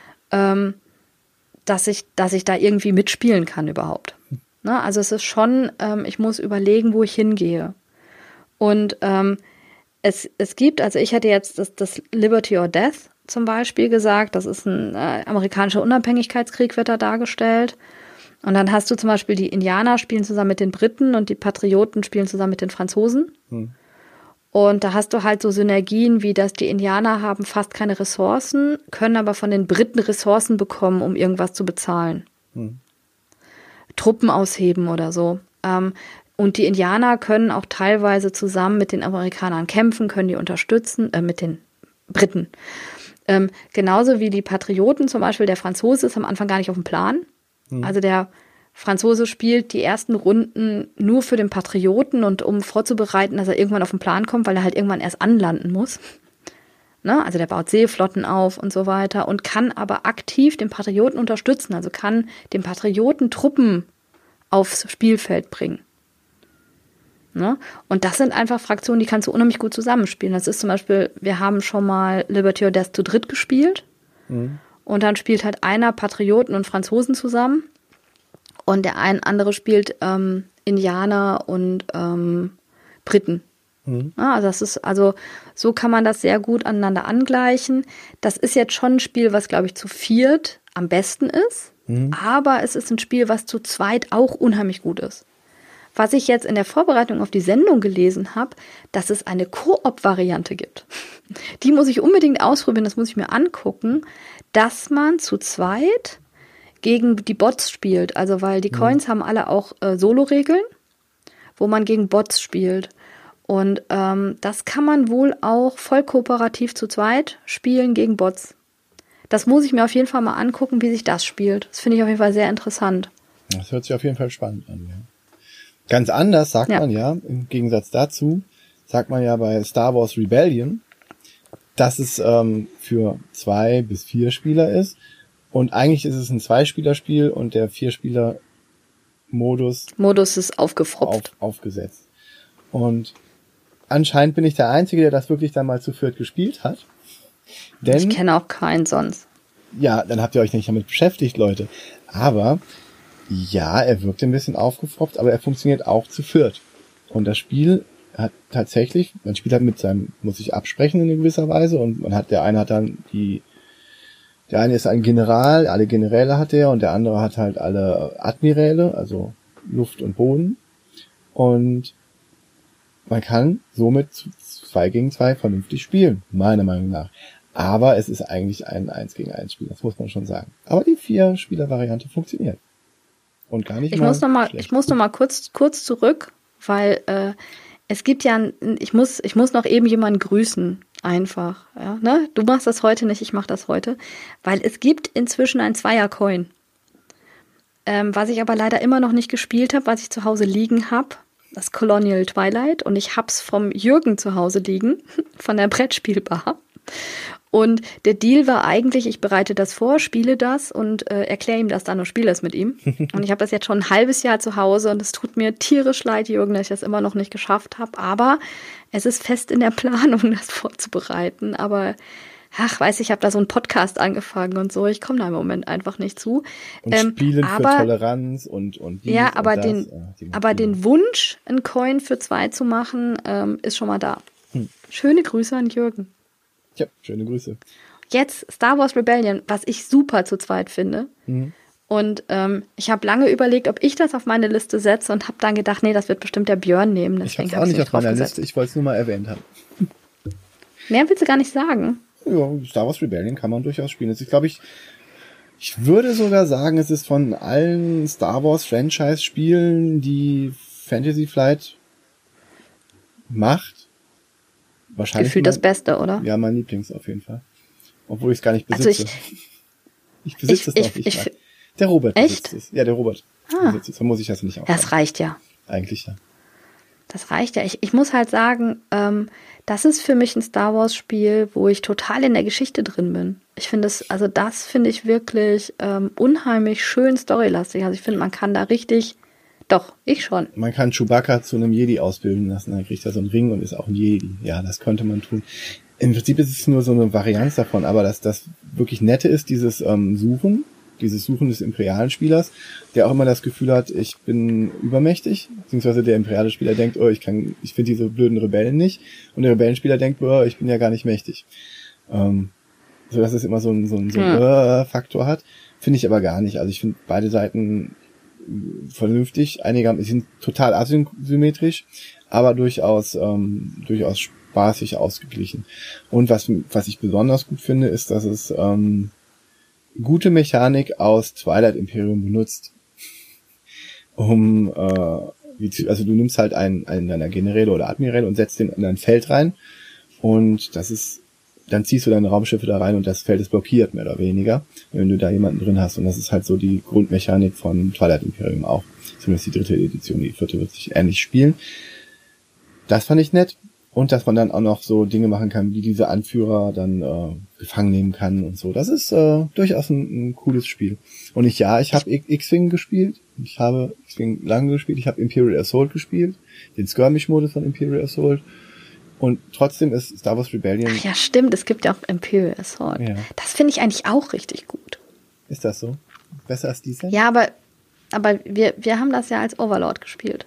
Speaker 1: dass ich da irgendwie mitspielen kann überhaupt. Ne? Also es ist schon, ich muss überlegen, wo ich hingehe. Und es gibt, also ich hätte jetzt das Liberty or Death zum Beispiel gesagt, das ist ein amerikanischer Unabhängigkeitskrieg, wird da dargestellt. Und dann hast du zum Beispiel die Indianer spielen zusammen mit den Briten und die Patrioten spielen zusammen mit den Franzosen. Und da hast du halt so Synergien, wie dass die Indianer haben fast keine Ressourcen, können aber von den Briten Ressourcen bekommen, um irgendwas zu bezahlen. Truppen ausheben oder so. Und die Indianer können auch teilweise zusammen mit den Amerikanern kämpfen, können die unterstützen, mit den Briten. Genauso wie die Patrioten, zum Beispiel der Franzose ist am Anfang gar nicht auf dem Plan. Also der Franzose spielt die ersten Runden nur für den Patrioten und um vorzubereiten, dass er irgendwann auf den Plan kommt, weil er halt irgendwann erst anlanden muss. Ne? Also der baut Seeflotten auf und so weiter und kann aber aktiv den Patrioten unterstützen, also kann dem Patrioten Truppen aufs Spielfeld bringen. Ne? Und das sind einfach Fraktionen, die kannst du unheimlich gut zusammenspielen. Das ist zum Beispiel, wir haben schon mal Liberty or Death zu dritt gespielt. Und dann spielt halt einer Patrioten und Franzosen zusammen. Und der andere spielt Indianer und Briten. Ja, also das ist, also so kann man das sehr gut aneinander angleichen. Das ist jetzt schon ein Spiel, was, glaube ich, zu viert am besten ist. Aber es ist ein Spiel, was zu zweit auch unheimlich gut ist. Was ich jetzt in der Vorbereitung auf die Sendung gelesen habe, dass es eine Koop-Variante gibt. Die muss ich unbedingt ausprobieren, das muss ich mir angucken, dass man zu zweit gegen die Bots spielt. Also weil die Coins haben alle auch Solo-Regeln, wo man gegen Bots spielt. Und das kann man wohl auch voll kooperativ zu zweit spielen gegen Bots. Das muss ich mir auf jeden Fall mal angucken, wie sich das spielt. Das finde ich auf jeden Fall sehr interessant.
Speaker 2: Das hört sich auf jeden Fall spannend an, ja. Ganz anders sagt man ja, im Gegensatz dazu, sagt man ja bei Star Wars Rebellion, dass es für 2 bis 4 Spieler ist. Und eigentlich ist es ein 2-Spieler-Spiel und der 4-Spieler-Modus
Speaker 1: ist aufgefropft.
Speaker 2: Aufgesetzt. Und anscheinend bin ich der Einzige, der das wirklich dann mal zu viert gespielt hat. Denn,
Speaker 1: ich kenne auch keinen sonst.
Speaker 2: Ja, dann habt ihr euch nicht damit beschäftigt, Leute. Aber ja, er wirkt ein bisschen aufgefropft, aber er funktioniert auch zu viert. Und das Spiel hat tatsächlich, man spielt halt mit seinem, muss sich absprechen in gewisser Weise und der eine hat dann der eine ist ein General, alle Generäle hat er und der andere hat halt alle Admiräle, also Luft und Boden. Und man kann somit 2 gegen 2 vernünftig spielen, meiner Meinung nach. Aber es ist eigentlich ein 1 gegen 1 Spiel, das muss man schon sagen. Aber die 4-Spieler-Variante funktioniert. Und gar nicht
Speaker 1: ich muss noch mal kurz zurück, weil es gibt ja, ich muss noch eben jemanden grüßen, einfach. Ja, ne? Du machst das heute nicht, ich mache das heute, weil es gibt inzwischen ein Zweier-Coin, was ich aber leider immer noch nicht gespielt habe, was ich zu Hause liegen habe, das Colonial Twilight, und ich hab's vom Jürgen zu Hause liegen, von der Brettspielbar. Und der Deal war eigentlich, ich bereite das vor, spiele das und erkläre ihm das dann und spiele das mit ihm. Und ich habe das jetzt schon ein halbes Jahr zu Hause und es tut mir tierisch leid, Jürgen, dass ich das immer noch nicht geschafft habe. Aber es ist fest in der Planung, das vorzubereiten. Aber ich habe da so einen Podcast angefangen und so. Ich komme da im Moment einfach nicht zu.
Speaker 2: Und Spielen für Toleranz und
Speaker 1: ja, aber den Wunsch, einen Coin für 2 zu machen, ist schon mal da. Schöne Grüße an Jürgen.
Speaker 2: Ja, schöne Grüße.
Speaker 1: jetzt Star Wars Rebellion, was ich super zu zweit finde.
Speaker 2: Mhm.
Speaker 1: Und ich habe lange überlegt, ob ich das auf meine Liste setze und habe dann gedacht, nee, das wird bestimmt der Björn nehmen.
Speaker 2: Ich habe es auch nicht auf meiner Liste, ich wollte es nur mal erwähnt haben.
Speaker 1: Mehr willst du gar nicht sagen.
Speaker 2: Ja, Star Wars Rebellion kann man durchaus spielen. Das ist, glaube ich würde sogar sagen, es ist von allen Star Wars Franchise-Spielen, die Fantasy Flight macht, wahrscheinlich
Speaker 1: Gefühlt das Beste, oder?
Speaker 2: Ja, mein Lieblings auf jeden Fall. Obwohl ich es gar nicht besitze.
Speaker 1: Also
Speaker 2: ich besitze es noch nicht mal. Der Robert besitzt es. Ja, der Robert besitzt es. Da muss ich das nicht aufhören.
Speaker 1: Das reicht ja.
Speaker 2: Eigentlich ja.
Speaker 1: Das reicht ja. Ich muss halt sagen, das ist für mich ein Star Wars Spiel, wo ich total in der Geschichte drin bin. Ich finde das finde ich wirklich unheimlich schön storylastig. Also ich finde, man kann da richtig, doch, ich schon.
Speaker 2: Man kann Chewbacca zu einem Jedi ausbilden lassen, dann kriegt er so einen Ring und ist auch ein Jedi. Ja, das könnte man tun. Im Prinzip ist es nur so eine Varianz davon, aber das wirklich Nette ist, dieses Suchen des imperialen Spielers, der auch immer das Gefühl hat, ich bin übermächtig, beziehungsweise der imperiale Spieler denkt, ich finde diese blöden Rebellen nicht, und der Rebellenspieler denkt, ich bin ja gar nicht mächtig. So dass es immer so ein Faktor hat, finde ich aber gar nicht. Also ich finde beide Seiten vernünftig, einige sind total asymmetrisch, aber durchaus spaßig ausgeglichen. Und was ich besonders gut finde, ist, dass es gute Mechanik aus Twilight Imperium benutzt, also du nimmst halt einen deiner Generäle oder Admiräle und setzt den in ein Feld rein, und dann ziehst du deine Raumschiffe da rein und das Feld ist blockiert, mehr oder weniger, wenn du da jemanden drin hast, und das ist halt so die Grundmechanik von Twilight Imperium auch, zumindest die 3. Edition, die 4. wird sich ähnlich spielen. Das fand ich nett. Und dass man dann auch noch so Dinge machen kann, wie diese Anführer dann gefangen nehmen kann und so. Das ist durchaus ein cooles Spiel. Und ich habe X-Wing gespielt. Ich habe X-Wing lange gespielt. Ich habe Imperial Assault gespielt. Den Skirmish-Modus von Imperial Assault. Und trotzdem ist Star Wars Rebellion...
Speaker 1: Ach ja, stimmt. Es gibt ja auch Imperial Assault. Ja. Das finde ich eigentlich auch richtig gut.
Speaker 2: Ist das so? Besser als Descent?
Speaker 1: Ja, aber wir haben das ja als Overlord gespielt.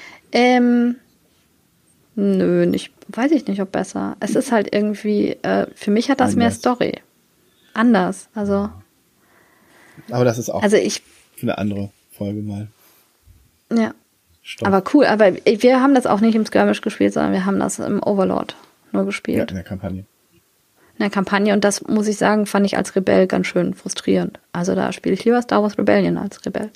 Speaker 1: Nö, weiß ich nicht, ob besser. Es ist halt irgendwie, für mich hat das mehr Story. Anders, also.
Speaker 2: Aber das ist auch
Speaker 1: für
Speaker 2: eine andere Folge mal.
Speaker 1: Ja. Stopp. Aber cool, aber wir haben das auch nicht im Skirmish gespielt, sondern wir haben das im Overlord nur gespielt. Ja,
Speaker 2: in der Kampagne.
Speaker 1: In der Kampagne, und das, muss ich sagen, fand ich als Rebell ganz schön frustrierend. Also da spiele ich lieber Star Wars Rebellion als Rebell.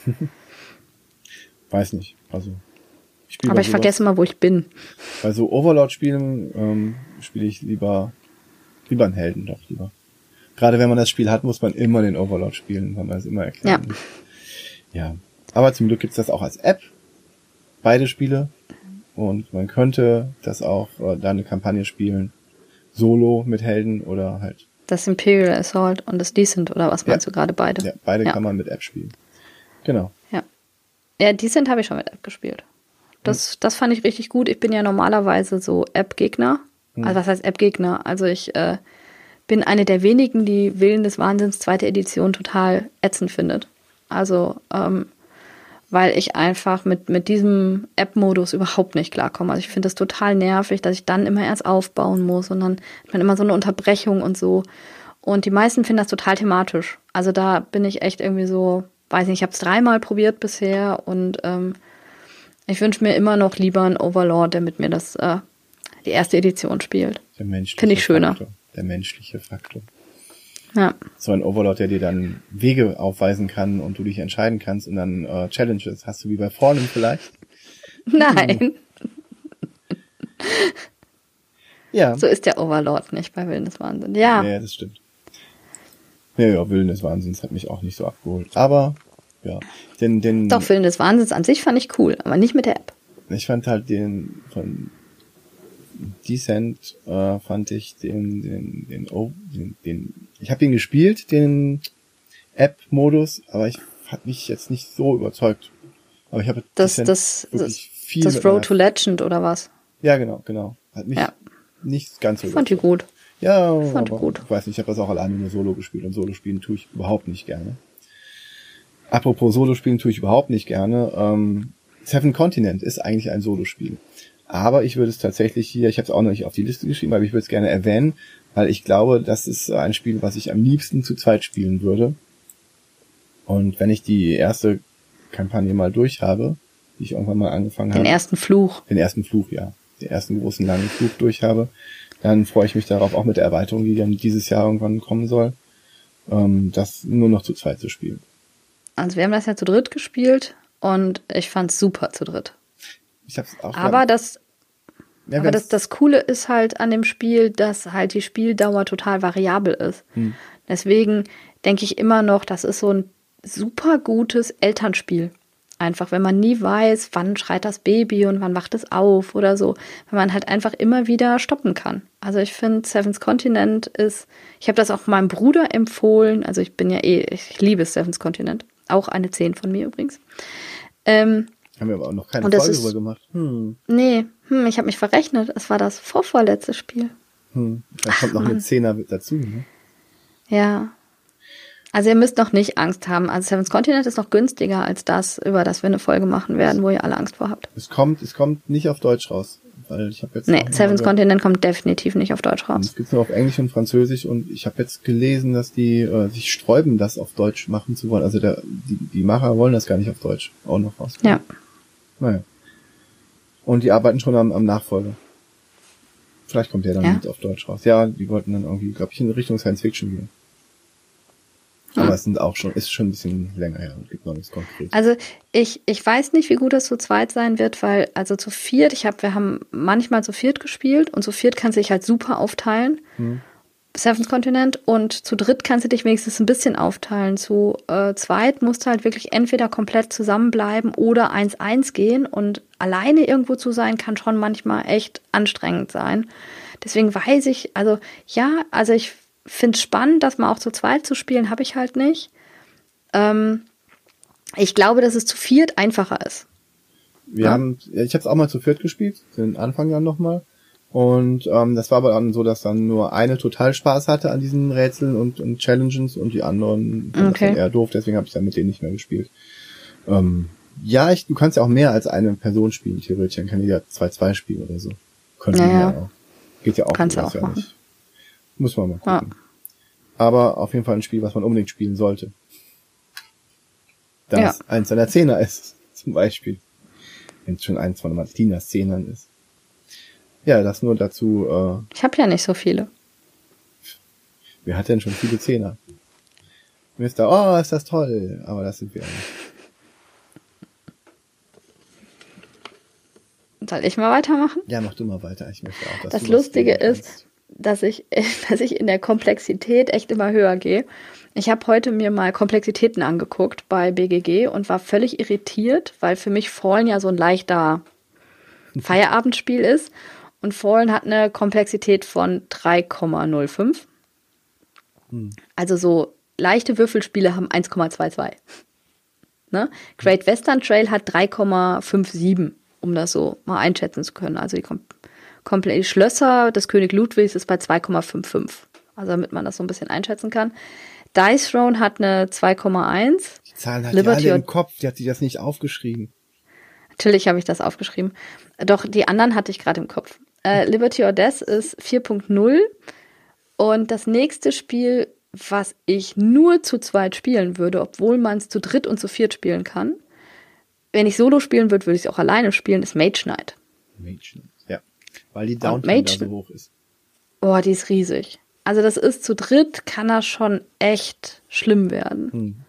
Speaker 2: Weiß nicht, also...
Speaker 1: Aber ich vergesse mal, wo ich bin.
Speaker 2: Bei so Overlord-Spielen spiele ich lieber einen Helden, doch lieber. Gerade wenn man das Spiel hat, muss man immer den Overlord spielen, weil man es immer erklären muss. Ja. Aber zum Glück gibt's das auch als App, beide Spiele. Und man könnte das auch da eine Kampagne spielen, solo mit Helden oder halt...
Speaker 1: Das Imperial Assault und das Descent, oder was meinst du gerade, beide?
Speaker 2: Ja, beide kann man mit App spielen. Genau.
Speaker 1: Ja, Descent habe ich schon mit App gespielt. Das fand ich richtig gut. Ich bin ja normalerweise so App-Gegner. Also was heißt App-Gegner? Also ich bin eine der wenigen, die Willen des Wahnsinns 2. Edition total ätzend findet. Also weil ich einfach mit diesem App-Modus überhaupt nicht klarkomme. Also ich finde es total nervig, dass ich dann immer erst aufbauen muss und dann hat man immer so eine Unterbrechung und so. Und die meisten finden das total thematisch. Also da bin ich echt irgendwie so, weiß nicht, ich habe es 3-mal probiert bisher, und ich wünsche mir immer noch lieber einen Overlord, der mit mir die 1. Edition spielt. Finde ich schöner.
Speaker 2: Der menschliche Faktor.
Speaker 1: Ja.
Speaker 2: So ein Overlord, der dir dann Wege aufweisen kann und du dich entscheiden kannst und dann Challenges. Hast du wie bei Fallen vielleicht?
Speaker 1: Nein.
Speaker 2: Ja.
Speaker 1: So ist der Overlord nicht bei Willen des Wahnsinns. Ja.
Speaker 2: Ja, das stimmt. Ja, Willen des Wahnsinns hat mich auch nicht so abgeholt. Aber, ja.
Speaker 1: Doch, Willen des Wahnsinns an sich fand ich cool, aber nicht mit der App.
Speaker 2: Ich fand halt den von Descent, fand ich ich habe ihn gespielt, den App-Modus, aber ich hat mich jetzt nicht so überzeugt. Aber ich habe
Speaker 1: das Road to Legend oder was?
Speaker 2: Ja, genau. Hat mich nicht ganz so überzeugt.
Speaker 1: Fand ich gut.
Speaker 2: Ja, fand ich gut. Ich weiß nicht, ich habe das auch alleine nur Solo gespielt, und Solo spielen tue ich überhaupt nicht gerne. Apropos Solo spielen tue ich überhaupt nicht gerne. Seven Continent ist eigentlich ein Solospiel. Aber ich würde es tatsächlich hier, ich habe es auch noch nicht auf die Liste geschrieben, aber ich würde es gerne erwähnen, Weil ich glaube, das ist ein Spiel, was ich am liebsten zu zweit spielen würde. Und wenn ich die erste Kampagne mal durch habe, die ich irgendwann mal angefangen habe.
Speaker 1: Den ersten Fluch,
Speaker 2: ja. Den ersten großen langen Fluch durch habe, dann freue ich mich darauf, auch mit der Erweiterung, die dann dieses Jahr irgendwann kommen soll, das nur noch zu zweit zu spielen.
Speaker 1: Also wir haben das ja zu dritt gespielt und ich fand's super zu dritt.
Speaker 2: Ich hab's auch
Speaker 1: Aber das Coole ist halt an dem Spiel, dass halt die Spieldauer total variabel ist. Deswegen denke ich immer noch, das ist so ein super gutes Elternspiel. Einfach, wenn man nie weiß, wann schreit das Baby und wann wacht es auf oder so. Wenn man halt einfach immer wieder stoppen kann. Also ich finde, Seven's Continent ist, ich habe das auch meinem Bruder empfohlen. Also ich liebe Seven's Continent. Auch eine 10 von mir übrigens.
Speaker 2: Haben wir aber auch noch keine Folge drüber gemacht.
Speaker 1: Nee, ich habe mich verrechnet. Es war das vorvorletzte Spiel.
Speaker 2: Da kommt noch eine 10er dazu, ne?
Speaker 1: Ja. Also ihr müsst noch nicht Angst haben. Also Seven's Continent ist noch günstiger als das, über das wir eine Folge machen werden, wo ihr alle Angst vor habt.
Speaker 2: Es kommt nicht auf Deutsch raus. Weil ich habe jetzt
Speaker 1: Seven's Continent kommt definitiv nicht auf Deutsch raus.
Speaker 2: Es gibt's nur auf Englisch und Französisch und ich habe jetzt gelesen, dass die sich sträuben, das auf Deutsch machen zu wollen. Also die Macher wollen das gar nicht auf Deutsch auch noch raus.
Speaker 1: Ja.
Speaker 2: Naja. Und die arbeiten schon am Nachfolger. Vielleicht kommt der dann nicht auf Deutsch raus. Ja, die wollten dann irgendwie, glaube ich, in Richtung Science Fiction gehen. Aber es ist schon ein bisschen länger her und gibt noch nichts Konkretes.
Speaker 1: Also ich weiß nicht, wie gut das zu zweit sein wird, weil also zu viert, wir haben manchmal zu viert gespielt und zu viert kannst du dich halt super aufteilen. Seven's Continent und zu dritt kannst du dich wenigstens ein bisschen aufteilen. Zu zweit musst du halt wirklich entweder komplett zusammenbleiben oder 1-1 gehen und alleine irgendwo zu sein kann schon manchmal echt anstrengend sein. Deswegen weiß ich, ich finde es spannend, das mal auch zu zweit zu spielen, habe ich halt nicht. Ich glaube, dass es zu viert einfacher ist.
Speaker 2: Ich habe es auch mal zu viert gespielt, den Anfang dann nochmal. Und das war aber dann so, dass dann nur eine total Spaß hatte an diesen Rätseln und Challenges und die anderen fanden das dann eher doof, deswegen habe ich dann mit denen nicht mehr gespielt. Du kannst ja auch mehr als eine Person spielen, theoretisch. Dann kann die ja 2-2 spielen oder so. Können ja auch. Geht ja auch.
Speaker 1: Kannst du auch machen.
Speaker 2: Nicht. Muss man mal gucken. Aber auf jeden Fall ein Spiel, was man unbedingt spielen sollte. Da es eins seiner Zehner ist, zum Beispiel. Wenn es schon eins von Martinas Zehnern ist. Ja, das nur dazu.
Speaker 1: Ich habe ja nicht so viele.
Speaker 2: Wer hat denn schon viele Zehner? Ist das toll. Aber das sind wir nicht.
Speaker 1: Soll ich mal weitermachen?
Speaker 2: Ja, mach du mal weiter. Ich möchte auch, dass
Speaker 1: das Lustige ist, dass ich in der Komplexität echt immer höher gehe. Ich habe heute mir mal Komplexitäten angeguckt bei BGG und war völlig irritiert, weil für mich Fallen ja so ein leichter Feierabendspiel ist. Und Fallen hat eine Komplexität von 3,05. Also so leichte Würfelspiele haben 1,22. Ne? Great Western Trail hat 3,57, um das so mal einschätzen zu können. Also die Schlösser des König Ludwigs ist bei 2,55. Also damit man das so ein bisschen einschätzen kann. Dice Throne hat eine 2,1.
Speaker 2: Die Zahlen hat Liberty die alle im Kopf, die hat sich das nicht aufgeschrieben.
Speaker 1: Natürlich habe ich das aufgeschrieben. Doch, die anderen hatte ich gerade im Kopf. Liberty or Death ist 4,0. Und das nächste Spiel, was ich nur zu zweit spielen würde, obwohl man es zu dritt und zu viert spielen kann, wenn ich Solo spielen würde, würde ich es auch alleine spielen, ist Mage Knight.
Speaker 2: Mage Knight, ja. Weil die Downtime da so hoch ist.
Speaker 1: Oh, die ist riesig. Also das ist zu dritt, kann das schon echt schlimm werden.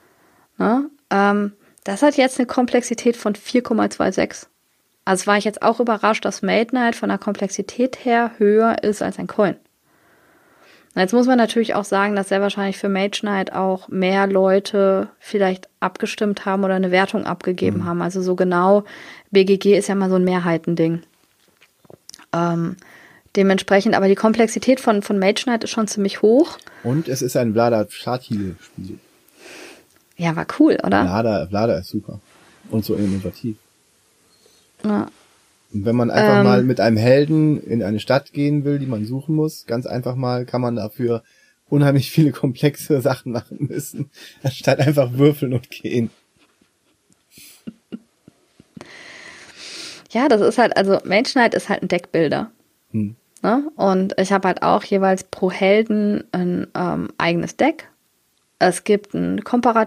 Speaker 1: Das hat jetzt eine Komplexität von 4,26. Also war ich jetzt auch überrascht, dass Mage Knight von der Komplexität her höher ist als ein Coin. Jetzt muss man natürlich auch sagen, dass sehr wahrscheinlich für Mage Knight auch mehr Leute vielleicht abgestimmt haben oder eine Wertung abgegeben haben. Also so genau, BGG ist ja mal so ein Mehrheitending. Dementsprechend, aber die Komplexität von Mage Knight ist schon ziemlich hoch.
Speaker 2: Und es ist ein Vlada-Starthiel-Spiel.
Speaker 1: Ja, war cool, oder?
Speaker 2: Vlada ist super. Und so innovativ.
Speaker 1: Ja.
Speaker 2: Und wenn man einfach mal mit einem Helden in eine Stadt gehen will, die man suchen muss, ganz einfach mal, kann man dafür unheimlich viele komplexe Sachen machen müssen, anstatt einfach würfeln und gehen. Ja,
Speaker 1: das ist halt, also Mage Knight ist halt ein Deckbuilder. Ne? Und ich habe halt auch jeweils pro Helden ein eigenes Deck. Es gibt einen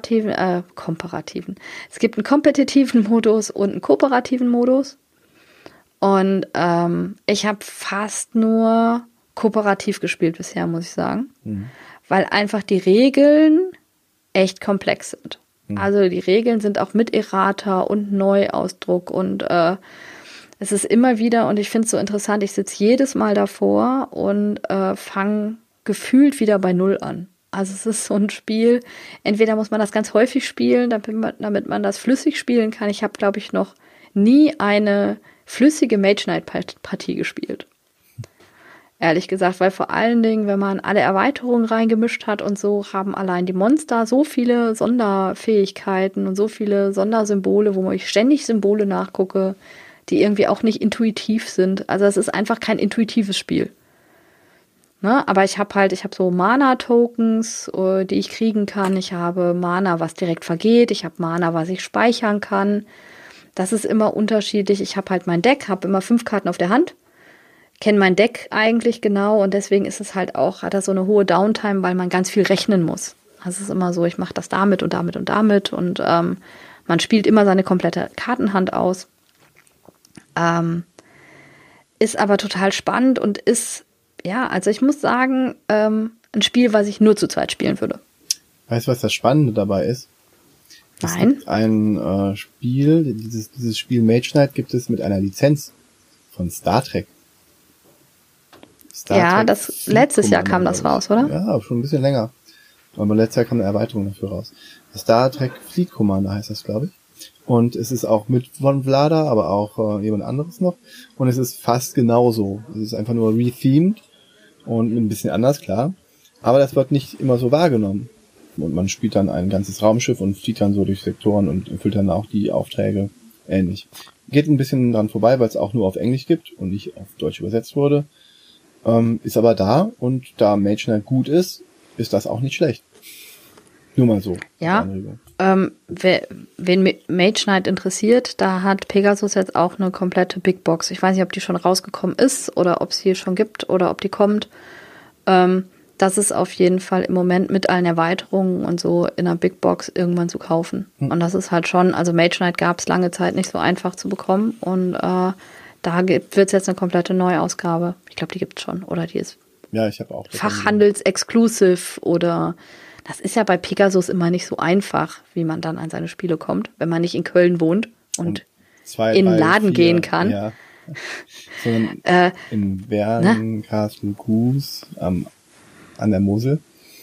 Speaker 1: es gibt einen kompetitiven Modus und einen kooperativen Modus. Und ich habe fast nur kooperativ gespielt bisher, muss ich sagen. Weil einfach die Regeln echt komplex sind. Also die Regeln sind auch mit Errata und Neuausdruck und es ist immer wieder, und ich finde es so interessant, ich sitze jedes Mal davor und fange gefühlt wieder bei Null an. Also es ist so ein Spiel, entweder muss man das ganz häufig spielen, damit man das flüssig spielen kann. Ich habe, glaube ich, noch nie eine flüssige Mage Knight-Partie gespielt. Ehrlich gesagt, weil vor allen Dingen, wenn man alle Erweiterungen reingemischt hat und so, haben allein die Monster so viele Sonderfähigkeiten und so viele Sondersymbole, wo ich ständig Symbole nachgucke, die irgendwie auch nicht intuitiv sind. Also es ist einfach kein intuitives Spiel. Ne? Aber ich habe so Mana-Tokens, die ich kriegen kann. Ich habe Mana, was direkt vergeht. Ich habe Mana, was ich speichern kann. Das ist immer unterschiedlich. Ich habe halt mein Deck, habe immer 5 Karten auf der Hand, kenne mein Deck eigentlich genau und deswegen ist es halt auch, hat er so eine hohe Downtime, weil man ganz viel rechnen muss. Also es ist immer so, ich mache das damit und damit und damit und man spielt immer seine komplette Kartenhand aus. Ist aber total spannend und ist, ja, also ich muss sagen, ein Spiel, was ich nur zu zweit spielen würde.
Speaker 2: Weißt du, was das Spannende dabei ist? Es
Speaker 1: Nein.
Speaker 2: gibt ein Spiel, dieses Spiel Mage Knight gibt es mit einer Lizenz von Star Trek.
Speaker 1: Ja, das letztes Jahr kam das raus, oder?
Speaker 2: Ja, schon ein bisschen länger. Aber letztes Jahr kam eine Erweiterung dafür raus. Star Trek Fleet Commander heißt das, glaube ich. Und es ist auch mit von Vlada, aber auch jemand anderes noch. Und es ist fast genauso. Es ist einfach nur rethemed und ein bisschen anders, klar. Aber das wird nicht immer so wahrgenommen. Und man spielt dann ein ganzes Raumschiff und fliegt dann so durch Sektoren und erfüllt dann auch die Aufträge ähnlich. Geht ein bisschen dran vorbei, weil es auch nur auf Englisch gibt und nicht auf Deutsch übersetzt wurde. Ist aber da und da Mage Knight gut ist das auch nicht schlecht. Nur mal so.
Speaker 1: Ja, wen Mage Knight interessiert, da hat Pegasus jetzt auch eine komplette Big Box. Ich weiß nicht, ob die schon rausgekommen ist oder ob es hier schon gibt oder ob die kommt. Das ist auf jeden Fall im Moment mit allen Erweiterungen und so in einer Big Box irgendwann zu kaufen. Und das ist halt schon, also Mage Knight gab es lange Zeit nicht so einfach zu bekommen und da wird es jetzt eine komplette Neuausgabe. Ich glaube, die gibt es schon. Oder die ist
Speaker 2: ich habe auch
Speaker 1: Fachhandels-exclusive oder das ist ja bei Pegasus immer nicht so einfach, wie man dann an seine Spiele kommt, wenn man nicht in Köln wohnt und in den Laden gehen kann.
Speaker 2: Ja. Sondern in Bern, Karlsruhe, Kues, an der Mosel.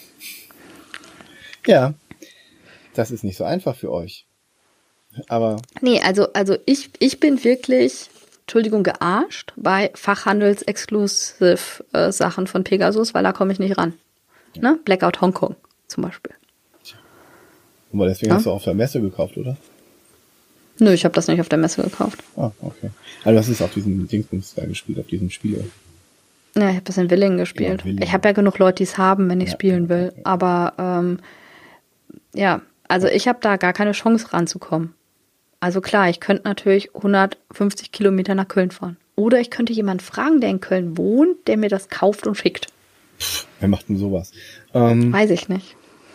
Speaker 2: Ja, das ist nicht so einfach für euch. Aber
Speaker 1: nee, also ich bin wirklich, Entschuldigung, gearscht bei Fachhandels-exclusive Sachen von Pegasus, weil da komme ich nicht ran. Ne? Blackout Hongkong zum Beispiel.
Speaker 2: Aber deswegen hast du auf der Messe gekauft, oder?
Speaker 1: Nö, ich habe das nicht auf der Messe gekauft.
Speaker 2: Ah, okay. Also du hast es auf diesem Dingsbums da gespielt, auf diesem Spiel.
Speaker 1: Ja, ich habe das in Willingen gespielt. Ja, ich habe ja genug Leute, die es haben, wenn ich spielen will. Okay. Aber also ich habe da gar keine Chance ranzukommen. Also klar, ich könnte natürlich 150 Kilometer nach Köln fahren. Oder ich könnte jemanden fragen, der in Köln wohnt, der mir das kauft und schickt.
Speaker 2: Wer macht denn sowas?
Speaker 1: Weiß ich nicht.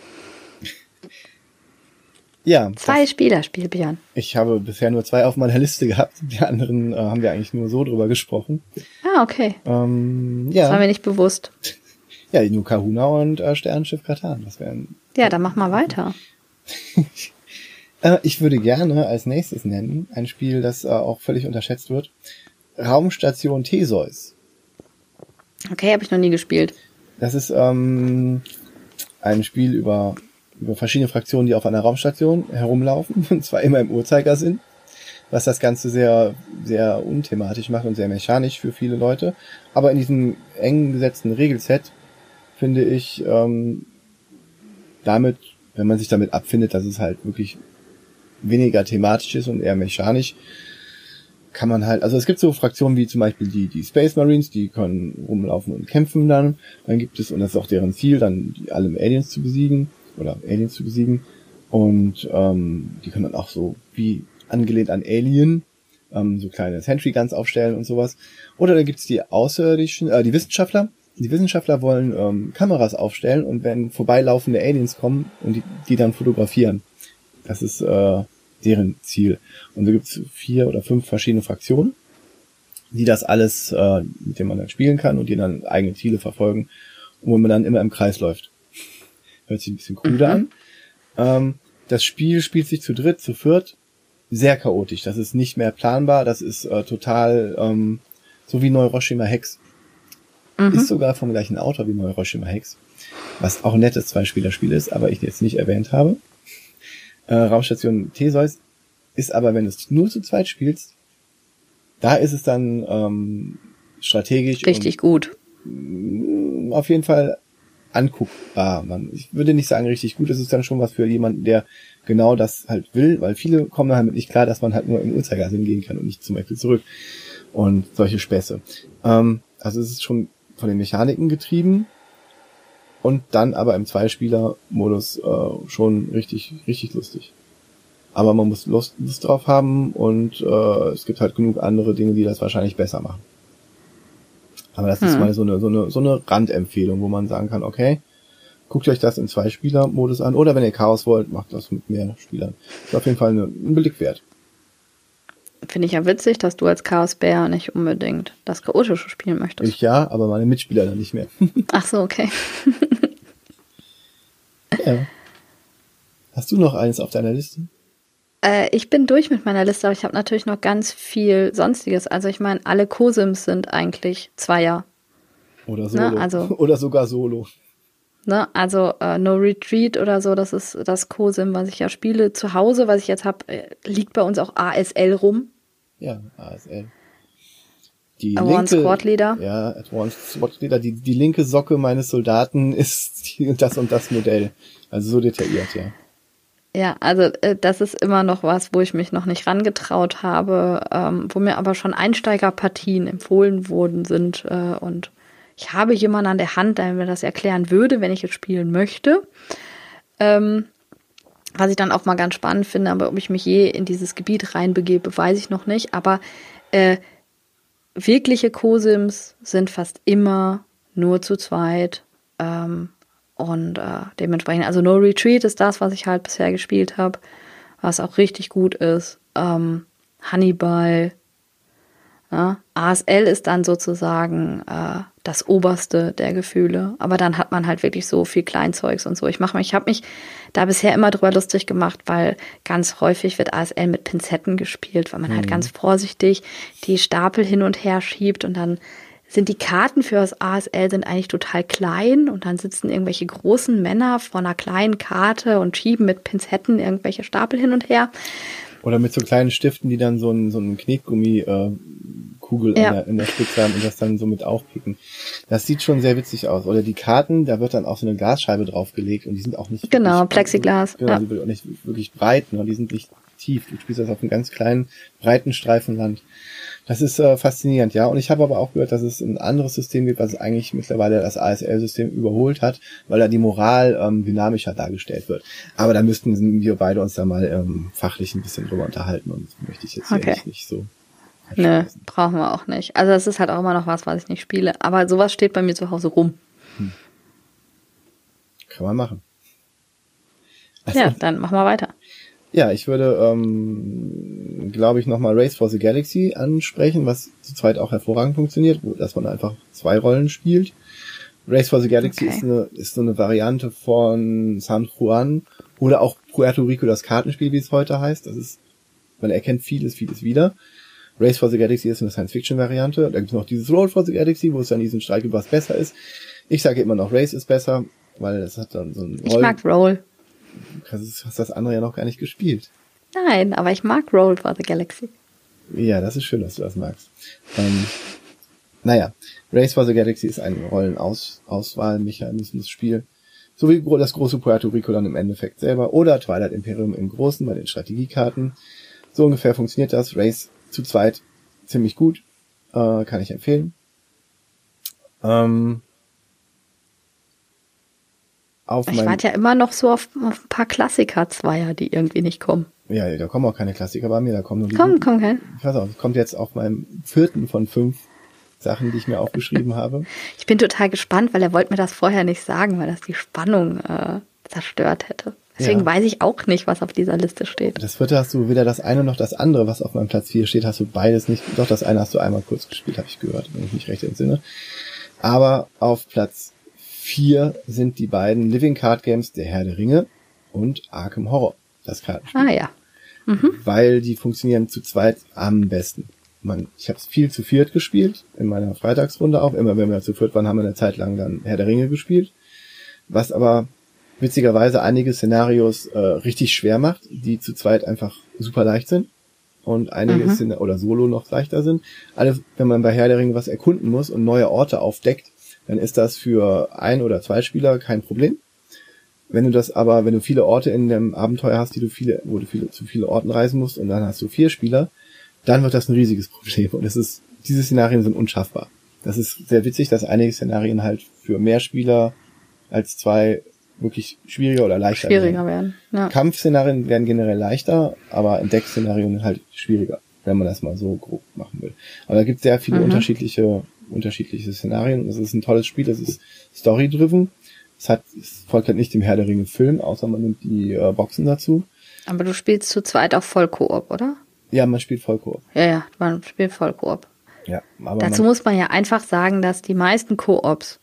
Speaker 2: Ja.
Speaker 1: 2 Spielerspiel, Björn.
Speaker 2: Ich habe bisher nur 2 auf meiner Liste gehabt. Die anderen haben wir eigentlich nur so drüber gesprochen.
Speaker 1: Ah, okay. Das war mir nicht bewusst.
Speaker 2: Ja, nur Kahuna und Sternenschiff Catan. Das wären.
Speaker 1: Ja, dann mach mal weiter.
Speaker 2: Ich würde gerne als nächstes nennen ein Spiel, das auch völlig unterschätzt wird. Raumstation Theseus.
Speaker 1: Okay, habe ich noch nie gespielt.
Speaker 2: Das ist ein Spiel über verschiedene Fraktionen, die auf einer Raumstation herumlaufen, und zwar immer im Uhrzeigersinn, was das Ganze sehr, sehr unthematisch macht und sehr mechanisch für viele Leute. Aber in diesem eng gesetzten Regelset finde ich damit, wenn man sich damit abfindet, dass es halt wirklich weniger thematisch ist und eher mechanisch, kann man halt, also es gibt so Fraktionen wie zum Beispiel die Space Marines, die können rumlaufen und kämpfen dann gibt es, und das ist auch deren Ziel, dann alle Aliens zu besiegen, und die können dann auch so wie angelehnt an Alien so kleine Sentry Guns aufstellen und sowas. Oder da gibt's die Außerirdischen, die Wissenschaftler. Die Wissenschaftler wollen Kameras aufstellen und wenn vorbeilaufende Aliens kommen und die dann fotografieren. Das ist deren Ziel. Und da gibt's 4 oder 5 verschiedene Fraktionen, die das alles, mit dem man dann spielen kann und die dann eigene Ziele verfolgen, wo man dann immer im Kreis läuft. Hört sich ein bisschen cooler an. Das Spiel spielt sich zu dritt, zu viert, sehr chaotisch. Das ist nicht mehr planbar, das ist total so wie Neuroshima Hex. Ist sogar vom gleichen Autor wie Neuroshima Hex, was auch ein nettes Zweispielerspiel ist, aber ich jetzt nicht erwähnt habe. Raumstation Theseus ist aber, wenn du es nur zu zweit spielst, da ist es dann strategisch
Speaker 1: richtig gut.
Speaker 2: Auf jeden Fall anguckbar. Ich würde nicht sagen richtig gut, es ist dann schon was für jemanden, der genau das halt will, weil viele kommen damit nicht klar, dass man halt nur im Uhrzeigersinn gehen kann und nicht zum Beispiel zurück und solche Späße. Also es ist schon von den Mechaniken getrieben und dann aber im Zweispieler-Modus schon richtig, richtig lustig. Aber man muss Lust drauf haben und es gibt halt genug andere Dinge, die das wahrscheinlich besser machen. Aber das ist mal so eine Randempfehlung, wo man sagen kann, okay, guckt euch das im Zweispieler-Modus an oder wenn ihr Chaos wollt, macht das mit mehr Spielern. Ist auf jeden Fall ein Blick wert.
Speaker 1: Finde ich ja witzig, dass du als Chaosbär nicht unbedingt das Chaotische spielen möchtest.
Speaker 2: Ich ja, aber meine Mitspieler dann nicht mehr.
Speaker 1: Ach so, okay.
Speaker 2: Ja. Hast du noch eins auf deiner Liste?
Speaker 1: Ich bin durch mit meiner Liste, aber ich habe natürlich noch ganz viel Sonstiges. Also ich meine, alle Cosims sind eigentlich Zweier.
Speaker 2: Oder Solo.
Speaker 1: Ne? Also,
Speaker 2: oder sogar Solo.
Speaker 1: Ne? Also No Retreat oder so, das ist das Cosim, was ich ja spiele. Zu Hause, was ich jetzt habe, liegt bei uns auch ASL rum.
Speaker 2: Ja, ASL. Die
Speaker 1: Advanced
Speaker 2: linke,
Speaker 1: Squad Leader.
Speaker 2: Ja, Advanced Squad Leader. Die linke Socke meines Soldaten ist das und das Modell. Also so detailliert, ja.
Speaker 1: Ja, also das ist immer noch was, wo ich mich noch nicht rangetraut habe, wo mir aber schon Einsteigerpartien empfohlen worden sind und ich habe jemanden an der Hand, der mir das erklären würde, wenn ich es spielen möchte. Was ich dann auch mal ganz spannend finde, aber ob ich mich je in dieses Gebiet reinbegebe, weiß ich noch nicht. Aber wirkliche Cosims sind fast immer nur zu zweit. Und dementsprechend, also No Retreat ist das, was ich halt bisher gespielt habe, was auch richtig gut ist. Hannibal. Ja, ASL ist dann sozusagen das Oberste der Gefühle. Aber dann hat man halt wirklich so viel Kleinzeugs und so. Ich habe mich da bisher immer drüber lustig gemacht, weil ganz häufig wird ASL mit Pinzetten gespielt, weil man halt ganz vorsichtig die Stapel hin und her schiebt und dann sind die Karten für das ASL sind eigentlich total klein und dann sitzen irgendwelche großen Männer vor einer kleinen Karte und schieben mit Pinzetten irgendwelche Stapel hin und her.
Speaker 2: Oder mit so kleinen Stiften, die dann so einen Knetgummi Kugel in der Spitze haben und das dann so mit aufpicken. Das sieht schon sehr witzig aus. Oder die Karten, da wird dann auch so eine Glasscheibe draufgelegt und die sind auch nicht
Speaker 1: genau, Plexiglas.
Speaker 2: Genau, die sind auch nicht wirklich breit, ne? Die sind nicht tief. Du spielst das auf einem ganz kleinen, breiten Streifen Land. Das ist faszinierend, ja. Und ich habe aber auch gehört, dass es ein anderes System gibt, was eigentlich mittlerweile das ASL-System überholt hat, weil da die Moral dynamischer dargestellt wird. Aber da müssten wir beide uns da mal fachlich ein bisschen drüber unterhalten und das möchte ich jetzt hier nicht so.
Speaker 1: Nö, brauchen wir auch nicht. Also das ist halt auch immer noch was ich nicht spiele. Aber sowas steht bei mir zu Hause rum.
Speaker 2: Kann man machen. Also,
Speaker 1: ja, dann machen wir weiter.
Speaker 2: Ja, ich würde, glaube ich, nochmal Race for the Galaxy ansprechen, was zu zweit auch hervorragend funktioniert, dass man einfach 2 Rollen spielt. Race for the Galaxy ist so eine Variante von San Juan oder auch Puerto Rico, das Kartenspiel, wie es heute heißt. Man erkennt vieles wieder. Race for the Galaxy ist eine Science-Fiction-Variante. Da gibt es noch dieses Roll for the Galaxy, wo es dann diesen Streit gibt, was besser ist. Ich sage immer noch, Race ist besser, weil es hat dann so ein
Speaker 1: Ich mag Roll.
Speaker 2: Du hast das andere ja noch gar nicht gespielt.
Speaker 1: Nein, aber ich mag Roll for the Galaxy.
Speaker 2: Ja, das ist schön, dass du das magst. Naja, Race for the Galaxy ist ein Rollenauswahlmechanismus-Spiel. So wie das große Puerto Rico dann im Endeffekt selber. Oder Twilight Imperium im Großen bei den Strategiekarten. So ungefähr funktioniert das. Race zu zweit ziemlich gut. Kann ich empfehlen.
Speaker 1: Ich warte ja immer noch so auf ein paar Klassiker-Zweier, die irgendwie nicht kommen.
Speaker 2: Ja, da kommen auch keine Klassiker bei mir, da kommen nur die
Speaker 1: Komm, kein.
Speaker 2: Ich weiß auch, es kommt jetzt auf meinem 4. von 5 Sachen, die ich mir aufgeschrieben habe.
Speaker 1: Ich bin total gespannt, weil er wollte mir das vorher nicht sagen, weil das die Spannung zerstört hätte. Deswegen weiß ich auch nicht, was auf dieser Liste steht.
Speaker 2: Das 4. hast du weder das eine noch das andere, was auf meinem Platz 4 steht, hast du beides nicht. Doch, das eine hast du einmal kurz gespielt, habe ich gehört, wenn ich mich recht entsinne. Aber auf Platz 4 sind die beiden Living Card Games Der Herr der Ringe und Arkham Horror, das Kartenspiel.
Speaker 1: Ah ja. Mhm.
Speaker 2: Weil die funktionieren zu zweit am besten. Ich habe es viel zu viert gespielt, in meiner Freitagsrunde auch. Immer wenn wir zu viert waren, haben wir eine Zeit lang dann Herr der Ringe gespielt. Was aber witzigerweise einige Szenarios richtig schwer macht, die zu zweit einfach super leicht sind. Und einige oder solo noch leichter sind. Alle, wenn man bei Herr der Ringe was erkunden muss und neue Orte aufdeckt, dann ist das für 1 oder 2 Spieler kein Problem. Wenn du viele Orte in dem Abenteuer hast, wo du zu viele Orten reisen musst und dann hast du 4 Spieler, dann wird das ein riesiges Problem. Und diese Szenarien sind unschaffbar. Das ist sehr witzig, dass einige Szenarien halt für mehr Spieler als 2 wirklich schwieriger oder leichter
Speaker 1: werden. Ja.
Speaker 2: Kampfszenarien werden generell leichter, aber Entdeckszenarien halt schwieriger, wenn man das mal so grob machen will. Aber da gibt es sehr viele unterschiedliche Szenarien. Es ist ein tolles Spiel, es ist story-driven. Es folgt halt nicht dem Herr der Ringe Film, außer man nimmt die Boxen dazu.
Speaker 1: Aber du spielst zu zweit auch Voll-Koop, oder?
Speaker 2: Ja, man spielt Voll-Koop.
Speaker 1: Ja, man spielt Voll-Koop.
Speaker 2: Ja, aber
Speaker 1: dazu muss man ja einfach sagen, dass die meisten Koops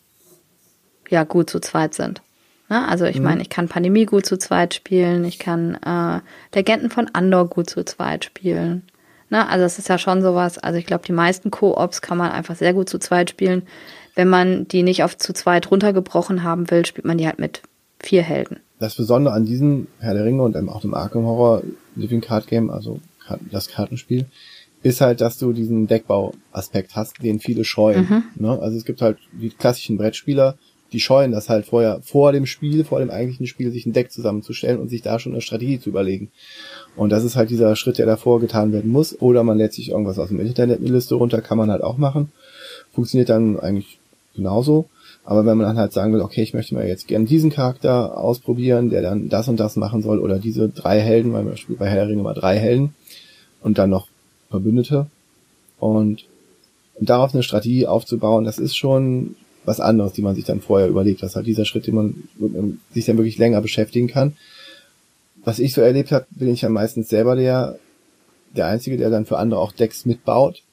Speaker 1: ja gut zu zweit sind. Ne? Also ich meine, ich kann Pandemie gut zu zweit spielen, ich kann Legenden von Andor gut zu zweit spielen. Ne? Also es ist ja schon sowas, also ich glaube, die meisten Koops kann man einfach sehr gut zu zweit spielen. Wenn man die nicht auf zu zweit runtergebrochen haben will, spielt man die halt mit 4 Helden.
Speaker 2: Das Besondere an diesem Herr der Ringe und auch dem Arkham Horror Living Card Game, also das Kartenspiel, ist halt, dass du diesen Deckbau-Aspekt hast, den viele scheuen. Ne? Also es gibt halt die klassischen Brettspieler, die scheuen das halt vorher, vor dem eigentlichen Spiel, sich ein Deck zusammenzustellen und sich da schon eine Strategie zu überlegen. Und das ist halt dieser Schritt, der davor getan werden muss. Oder man lädt sich irgendwas aus dem Internet eine Liste runter, kann man halt auch machen. Funktioniert dann eigentlich genauso. Aber wenn man dann halt sagen will, okay, ich möchte mal jetzt gerne diesen Charakter ausprobieren, der dann das und das machen soll, oder diese 3 Helden, weil man spielt bei Herr der Ringe mal 3 Helden und dann noch Verbündete. Und darauf eine Strategie aufzubauen, das ist schon was anderes, die man sich dann vorher überlegt. Das ist halt dieser Schritt, den man sich dann wirklich länger beschäftigen kann. Was ich so erlebt habe, bin ich ja meistens selber der Einzige, der dann für andere auch Decks mitbaut.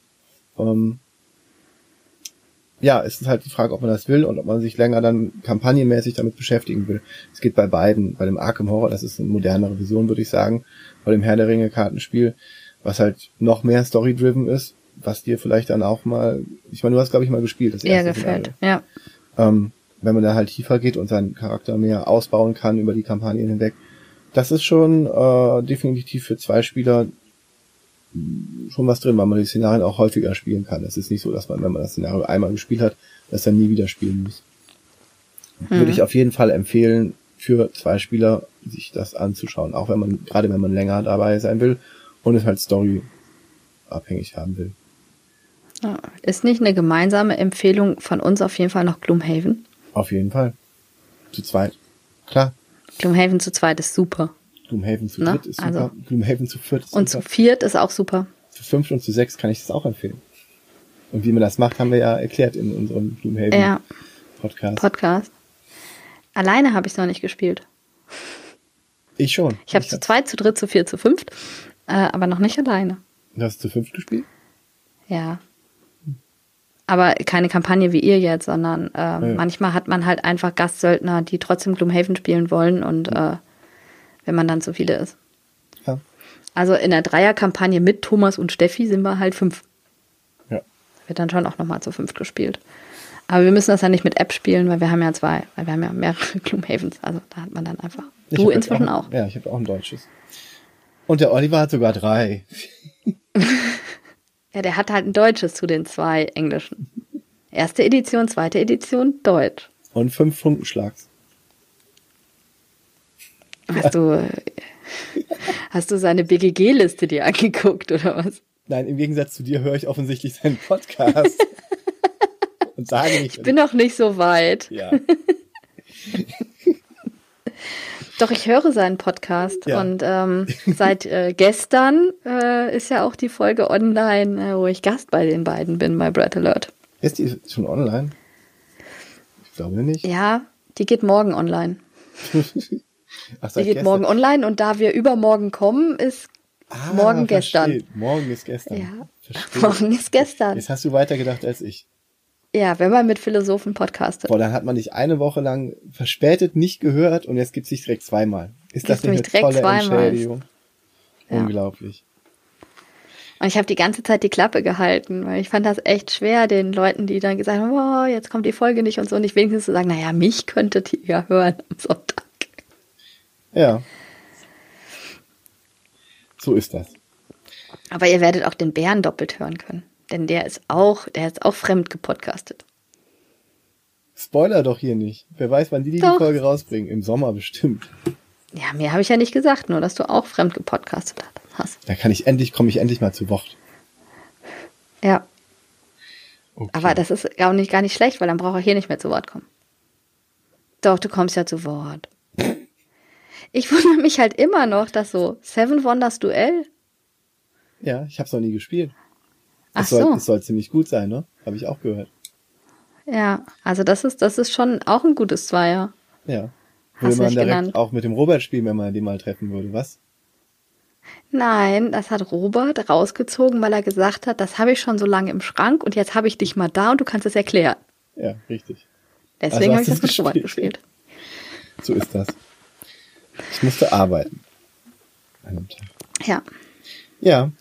Speaker 2: Ja, es ist halt die Frage, ob man das will und ob man sich länger dann kampagnenmäßig damit beschäftigen will. Es geht bei beiden. Bei dem Arkham Horror, das ist eine modernere Version, würde ich sagen. Bei dem Herr der Ringe Kartenspiel, was halt noch mehr story-driven ist, was dir vielleicht dann auch mal, ich meine, du hast, glaube ich, mal gespielt. Das erste
Speaker 1: gefällt, ja.
Speaker 2: Wenn man da halt tiefer geht und seinen Charakter mehr ausbauen kann über die Kampagnen hinweg. Das ist schon definitiv für 2 Spieler schon was drin, weil man die Szenarien auch häufiger spielen kann. Es ist nicht so, dass man, wenn man das Szenario einmal gespielt hat, das dann nie wieder spielen muss. Würde ich auf jeden Fall empfehlen, für 2 Spieler sich das anzuschauen, auch gerade wenn man länger dabei sein will und es halt storyabhängig haben will.
Speaker 1: Ja, ist nicht eine gemeinsame Empfehlung von uns auf jeden Fall noch Gloomhaven?
Speaker 2: Auf jeden Fall. Zu zweit. Klar.
Speaker 1: Gloomhaven zu zweit ist super.
Speaker 2: Gloomhaven zu dritt ist super.
Speaker 1: Also,
Speaker 2: Gloomhaven zu 4 ist
Speaker 1: und
Speaker 2: super.
Speaker 1: zu 4 ist auch super.
Speaker 2: Zu 5 und zu 6 kann ich das auch empfehlen. Und wie man das macht, haben wir ja erklärt in unserem Gloomhaven Podcast.
Speaker 1: Alleine habe ich es noch nicht gespielt.
Speaker 2: Ich schon.
Speaker 1: Ich habe zu 2, zu 3, zu 4, zu 5, aber noch nicht alleine.
Speaker 2: Du hast zu 5 gespielt?
Speaker 1: Ja. Aber keine Kampagne wie ihr jetzt, sondern manchmal hat man halt einfach Gastsöldner, die trotzdem Gloomhaven spielen wollen und wenn man dann zu viele ist.
Speaker 2: Ja.
Speaker 1: Also in der Dreierkampagne mit Thomas und Steffi sind wir halt 5.
Speaker 2: Ja.
Speaker 1: Wird dann schon auch nochmal zu 5 gespielt. Aber wir müssen das ja nicht mit App spielen, weil wir haben ja 2, weil wir haben ja mehrere Gloomhavens. Also da hat man dann einfach. Du inzwischen auch.
Speaker 2: Ja, ich habe auch ein deutsches. Und der Oliver hat sogar 3.
Speaker 1: Ja, der hat halt ein deutsches zu den 2 englischen. 1. Edition, 2. Edition, Deutsch.
Speaker 2: Und 5 Funkenschlags.
Speaker 1: Hast du seine BGG-Liste dir angeguckt, oder was?
Speaker 2: Nein, im Gegensatz zu dir höre ich offensichtlich seinen Podcast. Und sage nicht.
Speaker 1: Ich bin noch nicht so weit.
Speaker 2: Ja.
Speaker 1: Doch, ich höre seinen Podcast
Speaker 2: Ja.
Speaker 1: und seit gestern ist ja auch die Folge online, wo ich Gast bei den beiden bin, bei Bread Alert.
Speaker 2: Ist die schon online? Ich glaube nicht.
Speaker 1: Ja, die geht morgen online.
Speaker 2: Ach,
Speaker 1: Die geht morgen online und da wir übermorgen kommen, ist morgen gestern.
Speaker 2: Versteht. Morgen ist gestern.
Speaker 1: Ja,
Speaker 2: Verstehe.
Speaker 1: morgen ist gestern.
Speaker 2: Jetzt hast du weiter gedacht als ich.
Speaker 1: Ja, wenn man mit Philosophen podcastet.
Speaker 2: Boah, dann hat man dich eine Woche lang verspätet nicht gehört und jetzt gibt's dich direkt zweimal. Ist das
Speaker 1: Gibt's
Speaker 2: nicht eine
Speaker 1: mich direkt
Speaker 2: tolle
Speaker 1: zweimal.
Speaker 2: Entschädigung?
Speaker 1: Ja.
Speaker 2: Unglaublich.
Speaker 1: Und ich habe die ganze Zeit die Klappe gehalten, weil ich fand das echt schwer, den Leuten, die dann gesagt haben, oh, jetzt kommt die Folge nicht und so, nicht wenigstens zu sagen, naja, mich könntet ihr ja hören am Sonntag.
Speaker 2: Ja. So ist das.
Speaker 1: Aber ihr werdet auch den Bären doppelt hören können. Denn der ist auch fremd gepodcastet.
Speaker 2: Spoiler doch hier nicht. Wer weiß, wann die
Speaker 1: Doch.
Speaker 2: Folge rausbringen. Im Sommer bestimmt.
Speaker 1: Ja, mehr habe ich ja nicht gesagt, nur dass du auch fremd gepodcastet hast.
Speaker 2: Da komme ich endlich mal zu Wort.
Speaker 1: Ja,
Speaker 2: Okay.
Speaker 1: aber das ist gar nicht schlecht, weil dann braucht er hier nicht mehr zu Wort kommen. Doch, du kommst ja zu Wort. Ich wundere mich halt immer noch, dass so Seven Wonders Duell.
Speaker 2: Ja, ich habe es noch nie gespielt.
Speaker 1: Ach
Speaker 2: Es soll
Speaker 1: so.
Speaker 2: ziemlich gut sein, ne? Habe ich auch gehört.
Speaker 1: Ja, also das ist schon auch ein gutes Zweier.
Speaker 2: Ja.
Speaker 1: Hast
Speaker 2: Würde
Speaker 1: du
Speaker 2: man
Speaker 1: nicht
Speaker 2: direkt
Speaker 1: genannt.
Speaker 2: auch mit dem Robert spielen, wenn man den mal treffen würde, was?
Speaker 1: Nein, das hat Robert rausgezogen, weil er gesagt hat, das habe ich schon so lange im Schrank und jetzt habe ich dich mal da und du kannst es erklären.
Speaker 2: Ja, richtig.
Speaker 1: Deswegen habe
Speaker 2: Also
Speaker 1: ich
Speaker 2: hast
Speaker 1: das mit
Speaker 2: du's
Speaker 1: Robert
Speaker 2: gespielt?
Speaker 1: gespielt.
Speaker 2: So ist das. Ich musste arbeiten. An einem Tag.
Speaker 1: Ja.
Speaker 2: Ja,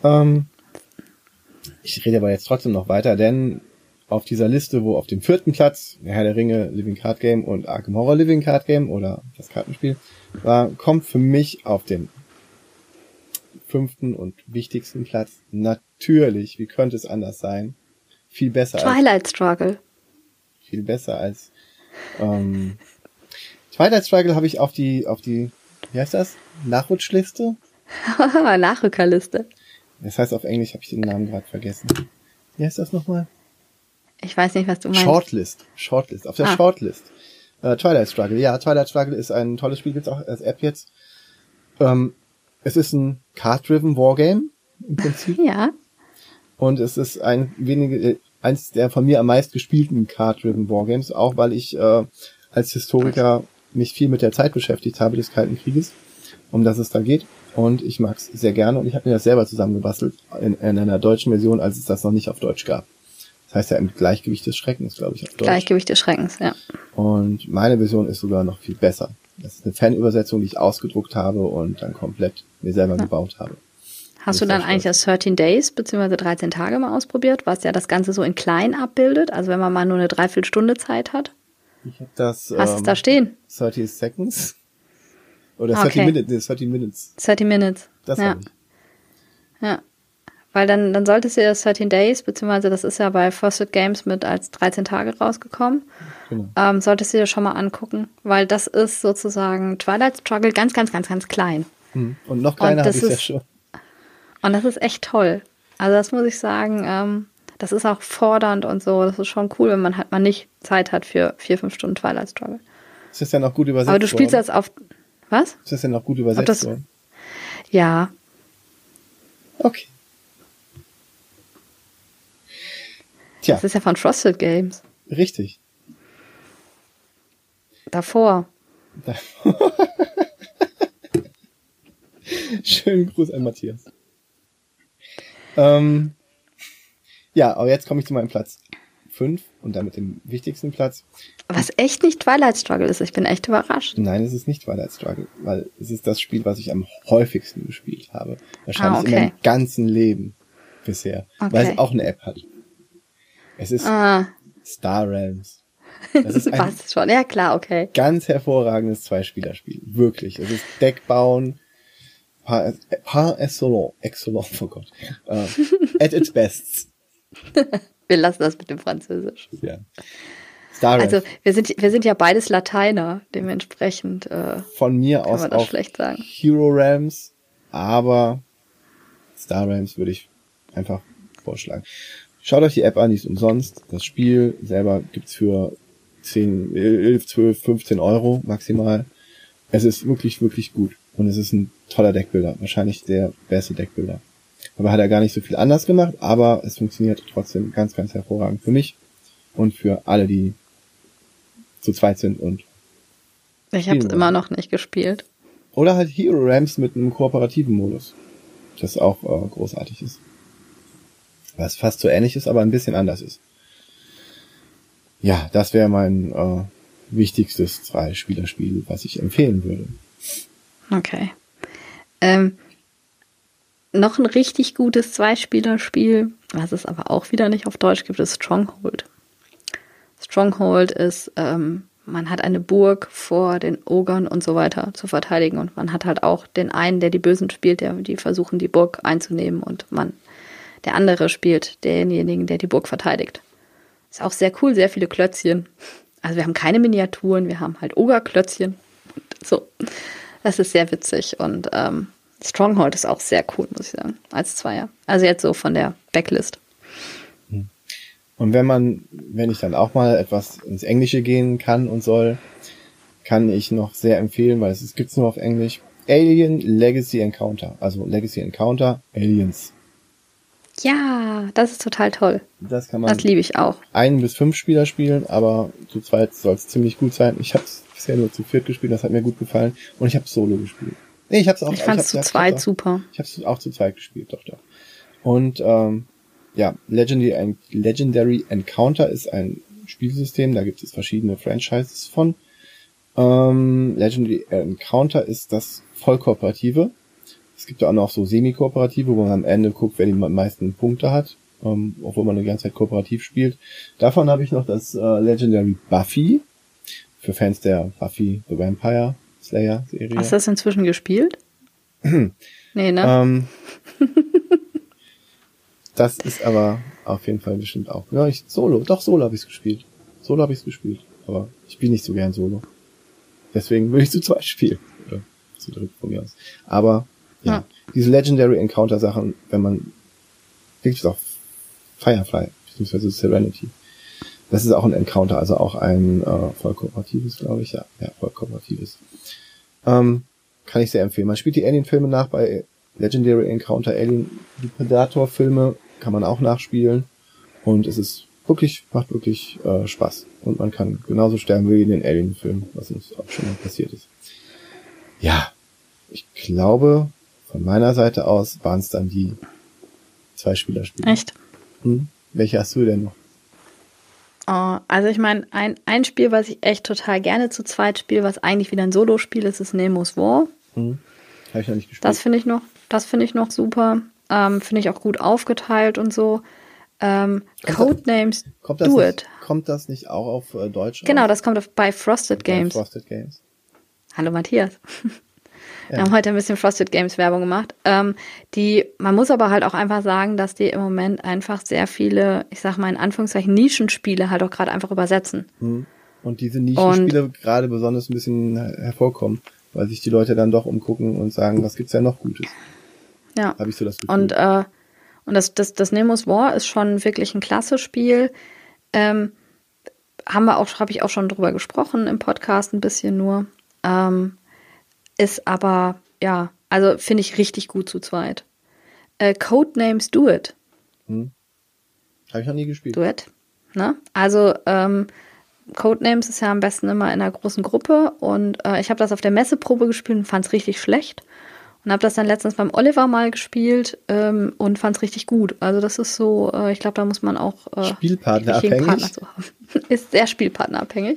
Speaker 2: ich rede aber jetzt trotzdem noch weiter, denn auf dieser Liste, wo auf dem 4. Platz Herr der Ringe Living Card Game und Arkham Horror Living Card Game oder das Kartenspiel war, kommt für mich auf den 5. und wichtigsten Platz natürlich, wie könnte es anders sein, viel besser
Speaker 1: Twilight Struggle.
Speaker 2: als Twilight Struggle habe ich auf die, wie heißt das? Nachrutschliste?
Speaker 1: Nachrückerliste.
Speaker 2: Das heißt auf Englisch, habe ich den Namen gerade vergessen. Wie heißt das nochmal?
Speaker 1: Ich weiß nicht, was du meinst.
Speaker 2: Shortlist, auf der Shortlist. Twilight Struggle, ja, Twilight Struggle ist ein tolles Spiel, gibt's auch als App jetzt. Es ist ein Card-Driven Wargame im Prinzip.
Speaker 1: Ja.
Speaker 2: Und es ist eins der von mir am meisten gespielten Card-Driven Wargames, auch weil ich als Historiker mich viel mit der Zeit beschäftigt habe des Kalten Krieges, um das es da geht. Und ich mag es sehr gerne und ich habe mir das selber zusammengebastelt in einer deutschen Version, als es das noch nicht auf Deutsch gab. Das heißt ja im Gleichgewicht des Schreckens, glaube ich, auf Deutsch.
Speaker 1: Gleichgewicht des Schreckens, ja.
Speaker 2: Und meine Version ist sogar noch viel besser. Das ist eine Fanübersetzung, die ich ausgedruckt habe und dann komplett mir selber gebaut habe.
Speaker 1: Hast du dann eigentlich das 13 Days bzw. 13 Tage mal ausprobiert, was ja das Ganze so in klein abbildet? Also wenn man mal nur eine Dreiviertelstunde Zeit hat?
Speaker 2: Ich habe das
Speaker 1: Hast du es da stehen?
Speaker 2: 30 Seconds oder
Speaker 1: Okay.
Speaker 2: 30 Minutes.
Speaker 1: 30 Minutes.
Speaker 2: Das
Speaker 1: ja.
Speaker 2: habe ich.
Speaker 1: Ja. Weil dann solltest du ja das 13 Days, beziehungsweise das ist ja bei Frosted Games mit als 13 Tage rausgekommen,
Speaker 2: Genau.
Speaker 1: solltest du dir schon mal angucken, weil das ist sozusagen Twilight Struggle ganz, ganz, ganz, ganz klein.
Speaker 2: Und noch kleiner
Speaker 1: Und
Speaker 2: habe
Speaker 1: das
Speaker 2: ich ja
Speaker 1: ist-
Speaker 2: schon.
Speaker 1: Und das ist echt toll. Also das muss ich sagen, das ist auch fordernd und so. Das ist schon cool, wenn man halt mal nicht Zeit hat für 4-5 Stunden Twilight Struggle.
Speaker 2: Ist das ja noch gut übersetzt
Speaker 1: Aber du spielst
Speaker 2: worden?
Speaker 1: das auf, was?
Speaker 2: Ist das ja noch gut übersetzt
Speaker 1: das-
Speaker 2: worden?
Speaker 1: Ja,
Speaker 2: Okay. Tja,
Speaker 1: das ist ja von Frosted Games.
Speaker 2: richtig.
Speaker 1: Davor.
Speaker 2: Schönen Gruß an Matthias. Ja, aber jetzt komme ich zu meinem Platz 5 und damit dem wichtigsten Platz.
Speaker 1: Was echt nicht Twilight Struggle ist. Ich bin echt überrascht.
Speaker 2: Nein, es ist nicht Twilight Struggle, weil es ist das Spiel, was ich am häufigsten gespielt habe. Wahrscheinlich in
Speaker 1: okay.
Speaker 2: meinem ganzen Leben bisher. Weil
Speaker 1: Okay.
Speaker 2: es auch eine App hat. Es ist Star Realms. Das ist ein
Speaker 1: Was schon? Ja, klar, okay.
Speaker 2: ganz hervorragendes Zweispielerspiel. Wirklich. Es ist Deckbauen par excellence, oh Gott. At its best.
Speaker 1: Wir lassen das mit dem Französisch.
Speaker 2: Ja. Star Realms.
Speaker 1: Also wir sind ja beides Lateiner, dementsprechend
Speaker 2: Von mir
Speaker 1: kann
Speaker 2: aus
Speaker 1: man das
Speaker 2: auch
Speaker 1: schlecht sagen.
Speaker 2: Hero Realms, aber Star Realms würde ich einfach vorschlagen. Schaut euch die App an, die ist umsonst. Das Spiel selber gibt's für 10, 11, 12, 15 Euro maximal. Es ist wirklich, wirklich gut. Und es ist ein toller Deckbuilder. Wahrscheinlich der beste Deckbuilder. Aber hat er gar nicht so viel anders gemacht, aber es funktioniert trotzdem ganz, ganz hervorragend für mich und für alle, die zu zweit sind und
Speaker 1: Ich habe es immer noch nicht gespielt.
Speaker 2: Oder halt Hero Realms mit einem kooperativen Modus. Das auch großartig ist. Was fast so ähnlich ist, aber ein bisschen anders ist. Ja, das wäre mein wichtigstes Zwei-Spieler-Spiel, was ich empfehlen würde.
Speaker 1: Okay. Noch ein richtig gutes Zwei-Spieler-Spiel, was es aber auch wieder nicht auf Deutsch gibt, ist Stronghold. Stronghold ist, man hat eine Burg vor den Ogern und so weiter zu verteidigen und man hat halt auch den einen, der die Bösen spielt, die versuchen, die Burg einzunehmen und der andere spielt denjenigen, der die Burg verteidigt. Ist auch sehr cool, sehr viele Klötzchen. Also wir haben keine Miniaturen, wir haben halt Ogerklötzchen. So, das ist sehr witzig und Stronghold ist auch sehr cool, muss ich sagen, als Zweier. Also jetzt so von der Backlist.
Speaker 2: Und wenn ich dann auch mal etwas ins Englische gehen kann und soll, kann ich noch sehr empfehlen, weil es gibt's nur auf Englisch, Alien Legacy Encounter. Also Legacy Encounter, Aliens.
Speaker 1: Ja, das ist total toll.
Speaker 2: Das kann man.
Speaker 1: Das liebe ich auch.
Speaker 2: 1 bis 5 Spieler spielen, aber zu zweit soll es ziemlich gut sein. Ich habe es bisher nur zu viert gespielt, das hat mir gut gefallen. Und ich habe Solo gespielt. Nee, ich
Speaker 1: fand es zu zweit super.
Speaker 2: Ich habe es auch zu zweit gespielt, doch. Und ja, Legendary Encounter ist ein Spielsystem, da gibt es verschiedene Franchises von. Legendary Encounter ist das vollkooperative. Es gibt ja auch noch so semi-kooperative, wo man am Ende guckt, wer die meisten Punkte hat, obwohl man die ganze Zeit kooperativ spielt. Davon habe ich noch das Legendary Buffy, für Fans der Buffy the Vampire Slayer Serie.
Speaker 1: Hast du das inzwischen gespielt? Nee, ne?
Speaker 2: Das ist aber auf jeden Fall bestimmt auch. Ja, Solo habe ich es gespielt. Aber ich spiele nicht so gern Solo. Deswegen würde ich zu zweit spielen. Oder zu dritt von mir aus. Aber ja, diese Legendary Encounter Sachen, wenn man wirklich auch Firefly, beziehungsweise Serenity. Das ist auch ein Encounter, also auch ein vollkooperatives, glaube ich. Ja, vollkooperatives. Kann ich sehr empfehlen. Man spielt die Alien-Filme nach bei Legendary Encounter Alien. Die Predator-Filme kann man auch nachspielen. Und es macht wirklich Spaß. Und man kann genauso sterben wie in den Alien-Filmen, was uns auch schon mal passiert ist. Ja, ich glaube, von meiner Seite aus waren es dann die Zwei-Spieler-Spiele.
Speaker 1: Echt?
Speaker 2: Welche hast du denn noch?
Speaker 1: Oh, also ich meine, ein Spiel, was ich echt total gerne zu zweit spiele, was eigentlich wieder ein Solo-Spiel ist, ist Nemo's War.
Speaker 2: Habe ich noch nicht gespielt.
Speaker 1: Das finde ich noch super. Finde ich auch gut aufgeteilt und so. Codenames Do It.
Speaker 2: Kommt das nicht auch auf Deutsch?
Speaker 1: Genau, das kommt bei Frosted Games. Hallo Matthias. Wir haben heute ein bisschen Frosted Games Werbung gemacht. Man muss aber halt auch einfach sagen, dass die im Moment einfach sehr viele, ich sag mal in Anführungszeichen, Nischenspiele halt auch gerade einfach übersetzen.
Speaker 2: Und diese Nischenspiele gerade besonders ein bisschen hervorkommen, weil sich die Leute dann doch umgucken und sagen, was gibt's denn noch Gutes?
Speaker 1: Ja.
Speaker 2: Habe ich so das Gefühl.
Speaker 1: Und das Nemo's War ist schon wirklich ein klasse Spiel. Habe ich auch schon drüber gesprochen im Podcast ein bisschen nur. Ist aber, ja, also finde ich richtig gut zu zweit. Codenames Do It.
Speaker 2: Habe ich noch nie gespielt.
Speaker 1: Do It, ne? Also, Codenames ist ja am besten immer in einer großen Gruppe und ich habe das auf der Messeprobe gespielt und fand es richtig schlecht. Und habe das dann letztens beim Oliver mal gespielt und fand es richtig gut. Also das ist so, ich glaube, da muss man auch
Speaker 2: Spielpartnerabhängig.
Speaker 1: Partner zu haben. Ist sehr spielpartnerabhängig.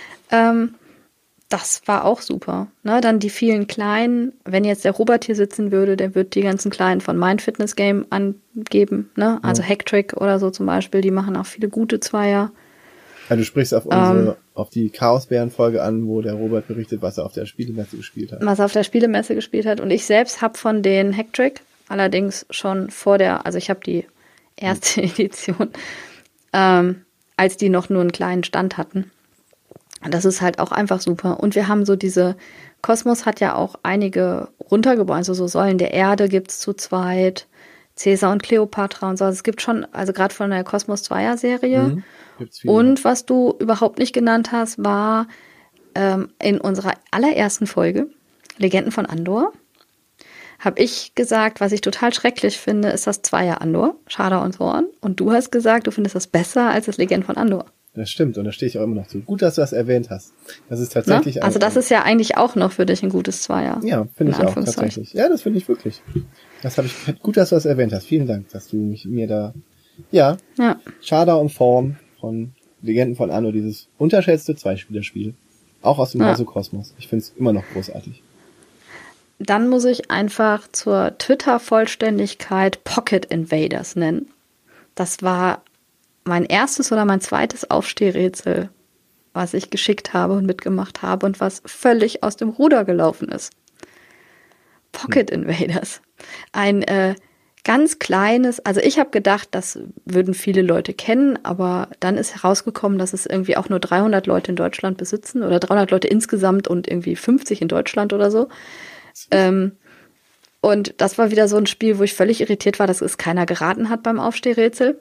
Speaker 1: Das war auch super. Ne? Dann die vielen Kleinen, wenn jetzt der Robert hier sitzen würde, der wird die ganzen Kleinen von Mind Fitness Game angeben. Ne? Also Hacktrick oder so zum Beispiel, die machen auch viele gute Zweier.
Speaker 2: Ja, du sprichst auf die Chaosbären-Folge an, wo der Robert berichtet, was er auf der Spielemesse gespielt hat.
Speaker 1: Was er auf der Spielemesse gespielt hat. Und ich selbst habe von den Hacktrick, allerdings schon also ich habe die erste Edition, als die noch nur einen kleinen Stand hatten. Das ist halt auch einfach super. Und wir haben so Kosmos hat ja auch einige runtergebaut, also so Säulen der Erde gibt's zu zweit, Cäsar und Kleopatra und so. Also es gibt schon, also gerade von der Kosmos 2er Serie. Und was du überhaupt nicht genannt hast, war in unserer allerersten Folge, Legenden von Andor, habe ich gesagt, was ich total schrecklich finde, ist das Zweier Andor, Schada und Thrawn. Und du hast gesagt, du findest das besser als das Legenden von Andor.
Speaker 2: Das stimmt, und da stehe ich auch immer noch zu. Gut, dass du das erwähnt hast. Das ist tatsächlich...
Speaker 1: Also das ist ja eigentlich auch noch für dich ein gutes Zweier.
Speaker 2: Ja, finde ich auch tatsächlich. Ja, das finde ich wirklich. Gut, dass du das erwähnt hast. Vielen Dank, dass du mir da... Ja. Schada und Thrawn von Legenden von Andor, dieses unterschätzte Zweispielerspiel. Auch aus dem Hause Kosmos. Ich finde es immer noch großartig.
Speaker 1: Dann muss ich einfach zur Twitter-Vollständigkeit Pocket Invaders nennen. Das war mein erstes oder mein zweites Aufstehrätsel, was ich geschickt habe und mitgemacht habe und was völlig aus dem Ruder gelaufen ist. Pocket Invaders. Ein ganz kleines, also ich habe gedacht, das würden viele Leute kennen, aber dann ist herausgekommen, dass es irgendwie auch nur 300 Leute in Deutschland besitzen oder 300 Leute insgesamt und irgendwie 50 in Deutschland oder so. Und das war wieder so ein Spiel, wo ich völlig irritiert war, dass es keiner geraten hat beim Aufstehrätsel.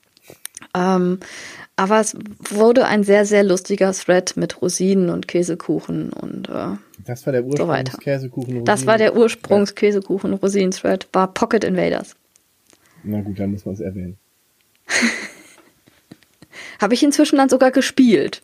Speaker 1: Aber es wurde ein sehr, sehr lustiger Thread mit Rosinen und Käsekuchen und
Speaker 2: das war der Ursprungs-Käsekuchen-Rosinen.
Speaker 1: Das war der Ursprungs-Käsekuchen-Rosinen-Thread, war Pocket Invaders.
Speaker 2: Na gut, dann muss man es erwähnen.
Speaker 1: Habe ich inzwischen dann sogar gespielt.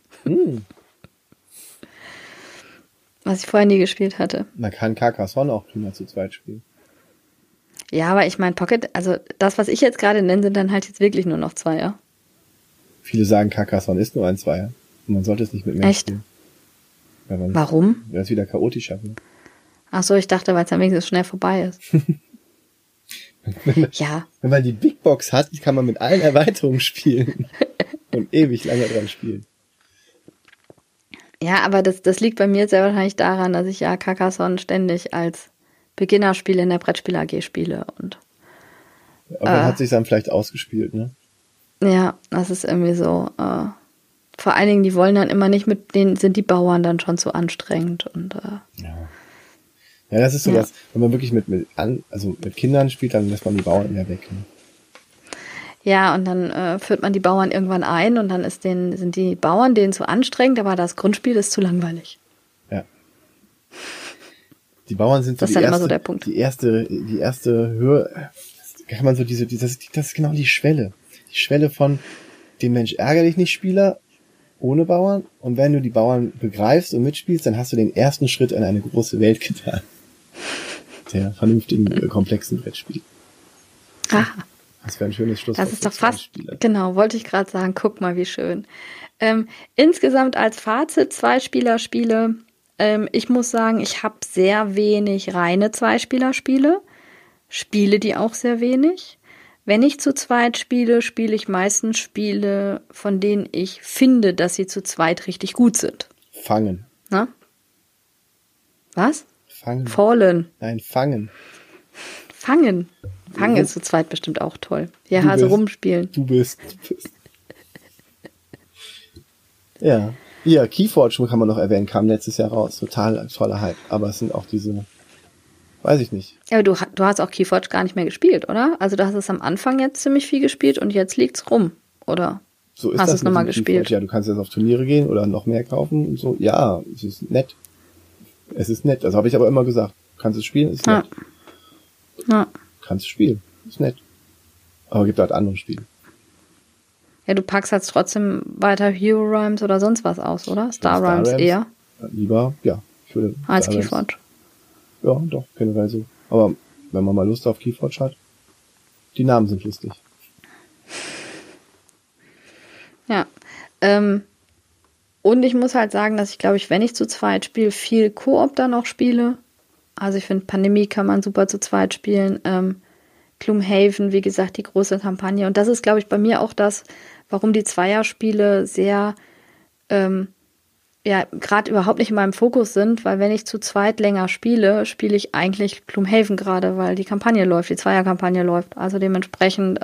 Speaker 1: Was ich vorher nie gespielt hatte.
Speaker 2: Man kann Carcassonne auch prima zu zweit spielen.
Speaker 1: Ja, aber ich meine Pocket, also das, was ich jetzt gerade nenne, sind dann halt jetzt wirklich nur noch Zweier.
Speaker 2: Viele sagen, Carcassonne ist nur ein Zweier. Und man sollte es nicht mit mehr spielen.
Speaker 1: Warum?
Speaker 2: Weil es wieder chaotischer wird.
Speaker 1: Ach so, ich dachte, weil es dann wenigstens schnell vorbei ist.
Speaker 2: Wenn man die Big Box hat, kann man mit allen Erweiterungen spielen. Und ewig lange dran spielen.
Speaker 1: Ja, aber das liegt bei mir sehr wahrscheinlich daran, dass ich ja Carcassonne ständig als Beginnerspiele in der Brettspiel AG spiele. Und,
Speaker 2: aber man hat sich dann vielleicht ausgespielt, ne? Ja,
Speaker 1: das ist irgendwie so. Vor allen Dingen, die wollen dann immer nicht, mit denen sind die Bauern dann schon zu anstrengend. Und,
Speaker 2: ja, das ist so, dass, wenn man wirklich mit Kindern spielt, dann lässt man die Bauern immer weg. Ne?
Speaker 1: Ja, und dann führt man die Bauern irgendwann ein und dann sind die Bauern denen zu anstrengend, aber das Grundspiel ist zu langweilig.
Speaker 2: Ja. Die Bauern sind so
Speaker 1: das ist dann immer so der Punkt.
Speaker 2: Die erste Höhe, kann man so das ist genau die Schwelle. Die Schwelle von dem Mensch ärger dich nicht Spieler ohne Bauern, und wenn du die Bauern begreifst und mitspielst, dann hast du den ersten Schritt in eine große Welt getan. Der vernünftigen, komplexen Brettspiel.
Speaker 1: Aha.
Speaker 2: Das wäre ein schönes Schlusswort.
Speaker 1: Das ist doch fast, genau, wollte ich gerade sagen, guck mal, wie schön. Insgesamt als Fazit, Zweispielerspiele, ich muss sagen, ich habe sehr wenig reine Zweispielerspiele, spiele die auch sehr wenig. Wenn ich zu zweit spiele, spiele ich meistens Spiele, von denen ich finde, dass sie zu zweit richtig gut sind.
Speaker 2: Fangen.
Speaker 1: Na? Was?
Speaker 2: Fangen.
Speaker 1: Fallen.
Speaker 2: Nein, fangen.
Speaker 1: Fangen. Fangen ist zu zweit bestimmt auch toll. Ja, Hase rumspielen.
Speaker 2: Du bist. Ja. Ja, Keyforge kann man noch erwähnen, kam letztes Jahr raus. Total toller Hype. Aber es sind auch diese, weiß ich nicht.
Speaker 1: Ja, aber du hast auch Keyforge gar nicht mehr gespielt, oder? Also du hast es am Anfang jetzt ziemlich viel gespielt und jetzt liegt's rum, oder?
Speaker 2: So ist
Speaker 1: hast
Speaker 2: das
Speaker 1: es nochmal gespielt?
Speaker 2: Ja, du kannst jetzt auf Turniere gehen oder noch mehr kaufen und so. Ja, es ist nett. Es ist nett. Das habe ich aber immer gesagt. Kannst du spielen, ist nett.
Speaker 1: Ja.
Speaker 2: Kannst du spielen, ist nett. Aber gibt halt andere Spiele.
Speaker 1: Ja, du packst jetzt trotzdem weiter Hero Rhymes oder sonst was aus, oder? Star Rhymes eher?
Speaker 2: Lieber, ja. Ich würde
Speaker 1: als Keyforge.
Speaker 2: Ja, doch, generell so. Aber wenn man mal Lust auf Keyforge hat, die Namen sind lustig.
Speaker 1: Ja. Und ich muss halt sagen, dass ich, glaube ich, wenn ich zu zweit spiele, viel Koop dann auch spiele. Also ich finde, Pandemie kann man super zu zweit spielen. Gloomhaven, wie gesagt, die große Kampagne. Und das ist, glaube ich, bei mir auch das, warum die Zweierspiele sehr, gerade überhaupt nicht in meinem Fokus sind, weil wenn ich zu zweit länger spiele, spiele ich eigentlich Gloomhaven gerade, weil die Kampagne läuft, die Zweierkampagne läuft. Also dementsprechend,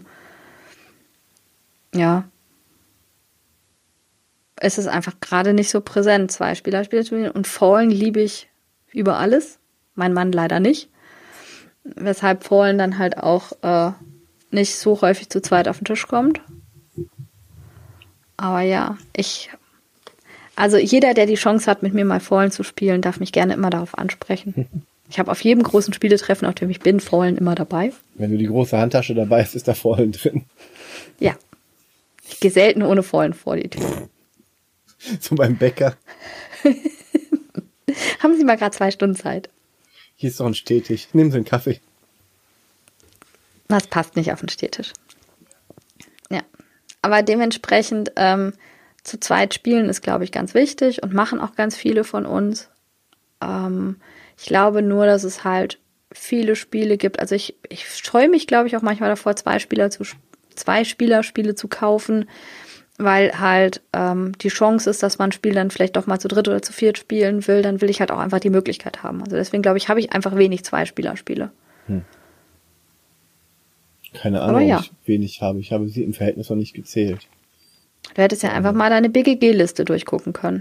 Speaker 1: ist es einfach gerade nicht so präsent, Zwei-Spieler-Spiele zu spielen. Und Fallen liebe ich über alles. Mein Mann leider nicht. Weshalb Fallen dann halt auch nicht so häufig zu zweit auf den Tisch kommt. Aber ja, Also jeder, der die Chance hat, mit mir mal Fallen zu spielen, darf mich gerne immer darauf ansprechen. Ich habe auf jedem großen Spieletreffen, auf dem ich bin, Fallen immer dabei.
Speaker 2: Wenn du die große Handtasche dabei hast, ist da Fallen drin.
Speaker 1: Ja. Ich gehe selten ohne Fallen vor die Tür.
Speaker 2: So beim Bäcker.
Speaker 1: Haben Sie mal gerade 2 Stunden Zeit?
Speaker 2: Hier ist doch ein Stehtisch. Nehmen Sie einen Kaffee.
Speaker 1: Das passt nicht auf den Stehtisch. Ja. Aber dementsprechend zu zweit spielen ist, glaube ich, ganz wichtig und machen auch ganz viele von uns. Ich glaube nur, dass es halt viele Spiele gibt. Also ich scheue mich, glaube ich, auch manchmal davor, Zwei-Spieler-Spiele zu kaufen, weil halt die Chance ist, dass man ein Spiel dann vielleicht doch mal zu dritt oder zu viert spielen will. Dann will ich halt auch einfach die Möglichkeit haben. Also deswegen, glaube ich, habe ich einfach wenig Zwei-Spieler-Spiele.
Speaker 2: Keine Ahnung,
Speaker 1: Aber ja.
Speaker 2: ob ich wenig habe. Ich habe sie im Verhältnis noch nicht gezählt.
Speaker 1: Du hättest ja einfach mal deine BGG-Liste durchgucken können.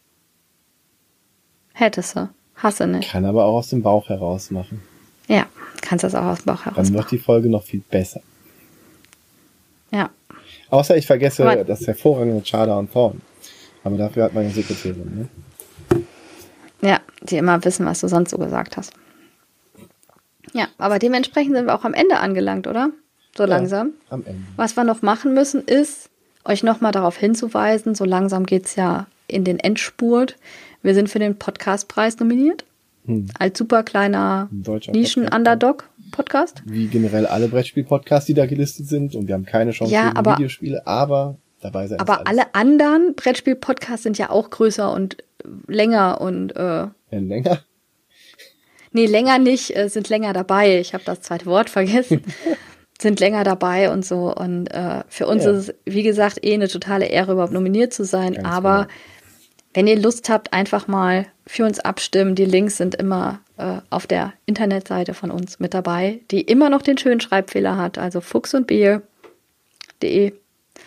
Speaker 1: Hättest du. Hasse nicht.
Speaker 2: Kann aber auch aus dem Bauch heraus machen.
Speaker 1: Ja, kannst das auch aus dem Bauch heraus
Speaker 2: Dann wird die Folge noch viel besser.
Speaker 1: Ja.
Speaker 2: Außer ich vergesse
Speaker 1: Aber
Speaker 2: das hervorragende Chada und Thorn. Aber dafür hat man eine Sekretärin, ne?
Speaker 1: ja, die immer wissen, was du sonst so gesagt hast. Ja, aber dementsprechend sind wir auch am Ende angelangt, oder? So langsam.
Speaker 2: Am Ende.
Speaker 1: Was wir noch machen müssen, ist, euch nochmal darauf hinzuweisen, so langsam geht's ja in den Endspurt. Wir sind für den Podcastpreis nominiert. Als super kleiner Nischen-Underdog-Podcast.
Speaker 2: Wie generell alle Brettspiel-Podcasts, die da gelistet sind. Und wir haben keine Chance gegen Videospiele, aber dabei sein.
Speaker 1: Aber alle anderen Brettspiel-Podcasts sind ja auch größer und länger und
Speaker 2: länger?
Speaker 1: Nee, länger nicht, sind länger dabei. Ich habe das zweite Wort vergessen. Sind länger dabei und so. Und für uns ist es, wie gesagt, eine totale Ehre, überhaupt nominiert zu sein.
Speaker 2: Ganz
Speaker 1: aber
Speaker 2: genau.
Speaker 1: Wenn ihr Lust habt, einfach mal für uns abstimmen. Die Links sind immer auf der Internetseite von uns mit dabei, die immer noch den schönen Schreibfehler hat, also fuchsundbier.de.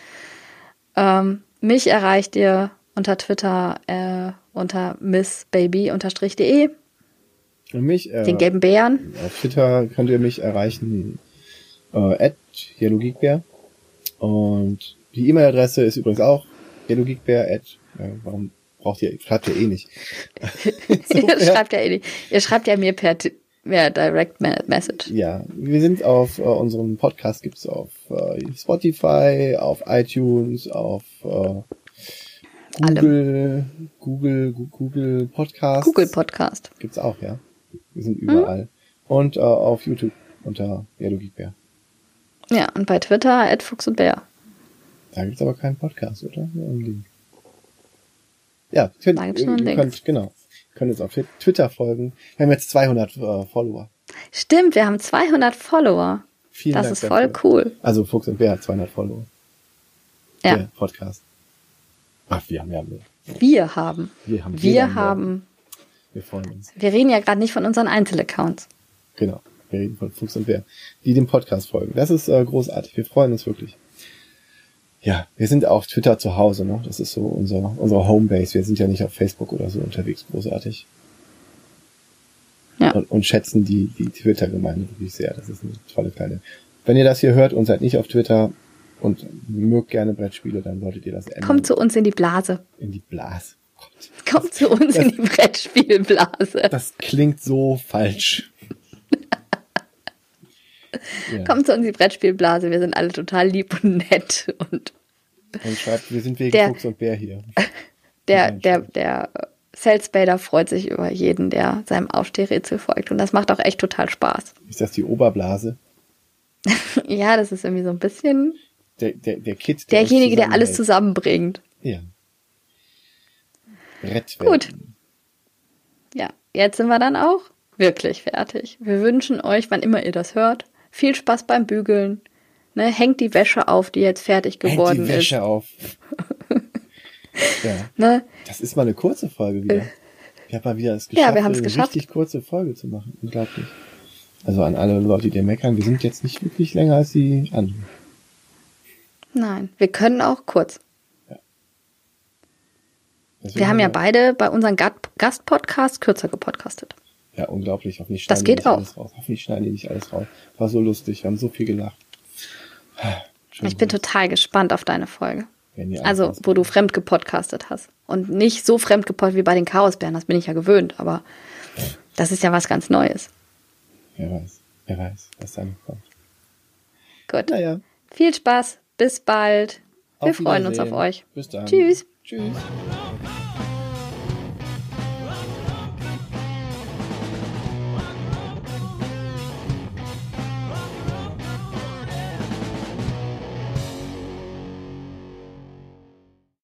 Speaker 1: Mich erreicht ihr unter Twitter unter missbaby_de.
Speaker 2: Und mich,
Speaker 1: den gelben Bären.
Speaker 2: Auf Twitter könnt ihr mich erreichen, @yellowgeekbär. Und die E-Mail-Adresse ist übrigens auch yellowgeekbär. Warum braucht ihr, schreibt ihr eh nicht.
Speaker 1: Ihr schreibt ja eh nicht. Ihr schreibt ja mir per Direct Message.
Speaker 2: Ja, wir sind auf unserem Podcast, gibt's auf Spotify, auf iTunes, auf Google Podcast.
Speaker 1: Google Podcast.
Speaker 2: Gibt's auch, ja. Wir sind überall. Und auf YouTube unter Yellowgeekbär.
Speaker 1: Ja, und bei Twitter @fuchsundbär.
Speaker 2: Da gibt's aber keinen Podcast, oder? Einen Link. Ja, ihr könnt uns auf Twitter folgen. Wir haben jetzt 200 Follower.
Speaker 1: Stimmt, wir haben 200 Follower.
Speaker 2: Vielen Dank
Speaker 1: ist voll cool.
Speaker 2: Also Fuchs und Bär hat 200 Follower.
Speaker 1: Ja.
Speaker 2: Der Podcast. Ach, wir haben ja mehr.
Speaker 1: Wir haben.
Speaker 2: Wir freuen uns.
Speaker 1: Wir reden ja gerade nicht von unseren Einzelaccounts.
Speaker 2: Genau. Wir reden von Fuchs und Bär, die dem Podcast folgen. Das ist großartig. Wir freuen uns wirklich. Ja, wir sind auf Twitter zu Hause, ne? Das ist so unsere Homebase. Wir sind ja nicht auf Facebook oder so unterwegs, großartig.
Speaker 1: Ja.
Speaker 2: Und schätzen die Twitter-Gemeinde wirklich sehr. Das ist eine tolle kleine. Wenn ihr das hier hört und seid nicht auf Twitter und mögt gerne Brettspiele, dann solltet ihr das ändern.
Speaker 1: Kommt zu uns in die Blase.
Speaker 2: In die Blase. Gott.
Speaker 1: Kommt zu uns in die Brettspielblase.
Speaker 2: Das klingt so falsch.
Speaker 1: Ja. Kommt zu uns in die Brettspielblase. Wir sind alle total lieb und nett. Und
Speaker 2: schreibt, wir sind wegen Fuchs und Bär hier.
Speaker 1: Der Salesbader freut sich über jeden, der seinem Aufstehrätsel folgt. Und das macht auch echt total Spaß.
Speaker 2: Ist das die Oberblase?
Speaker 1: Ja, das ist irgendwie so ein bisschen
Speaker 2: der Kid.
Speaker 1: Derjenige, der alles zusammenbringt.
Speaker 2: Ja.
Speaker 1: Gut. Ja, jetzt sind wir dann auch wirklich fertig. Wir wünschen euch, wann immer ihr das hört, viel Spaß beim Bügeln. Ne, hängt die Wäsche auf, die jetzt fertig geworden ist.
Speaker 2: Hängt die Wäsche auf. Ja.
Speaker 1: Ne?
Speaker 2: Das ist mal eine kurze Folge wieder. Ich habe mal wieder es geschafft,
Speaker 1: wir haben es
Speaker 2: eine
Speaker 1: geschafft.
Speaker 2: richtig kurze Folge zu machen. Unglaublich. Also an alle Leute, die meckern, wir sind jetzt nicht wirklich länger als die anderen.
Speaker 1: Nein, wir können auch kurz.
Speaker 2: Ja.
Speaker 1: Wir haben ja beide bei unseren Gastpodcasts kürzer gepodcastet.
Speaker 2: Ja, unglaublich. Hoffentlich
Speaker 1: das geht auch.
Speaker 2: Hoffentlich schneiden die nicht alles raus. War so lustig, wir haben so viel gelacht.
Speaker 1: Ich bin total gespannt auf deine Folge. Also, wo du fremd gepodcastet hast. Und nicht so fremd gepodcastet wie bei den Chaosbären, das bin ich ja gewöhnt, aber das ist ja was ganz Neues.
Speaker 2: Wer weiß, was da noch kommt.
Speaker 1: Gut.
Speaker 2: Naja.
Speaker 1: Viel Spaß, bis bald. Wir
Speaker 2: Auf
Speaker 1: freuen uns
Speaker 2: Wiedersehen.
Speaker 1: auf euch.
Speaker 2: Bis dann.
Speaker 1: Tschüss.
Speaker 2: Tschüss.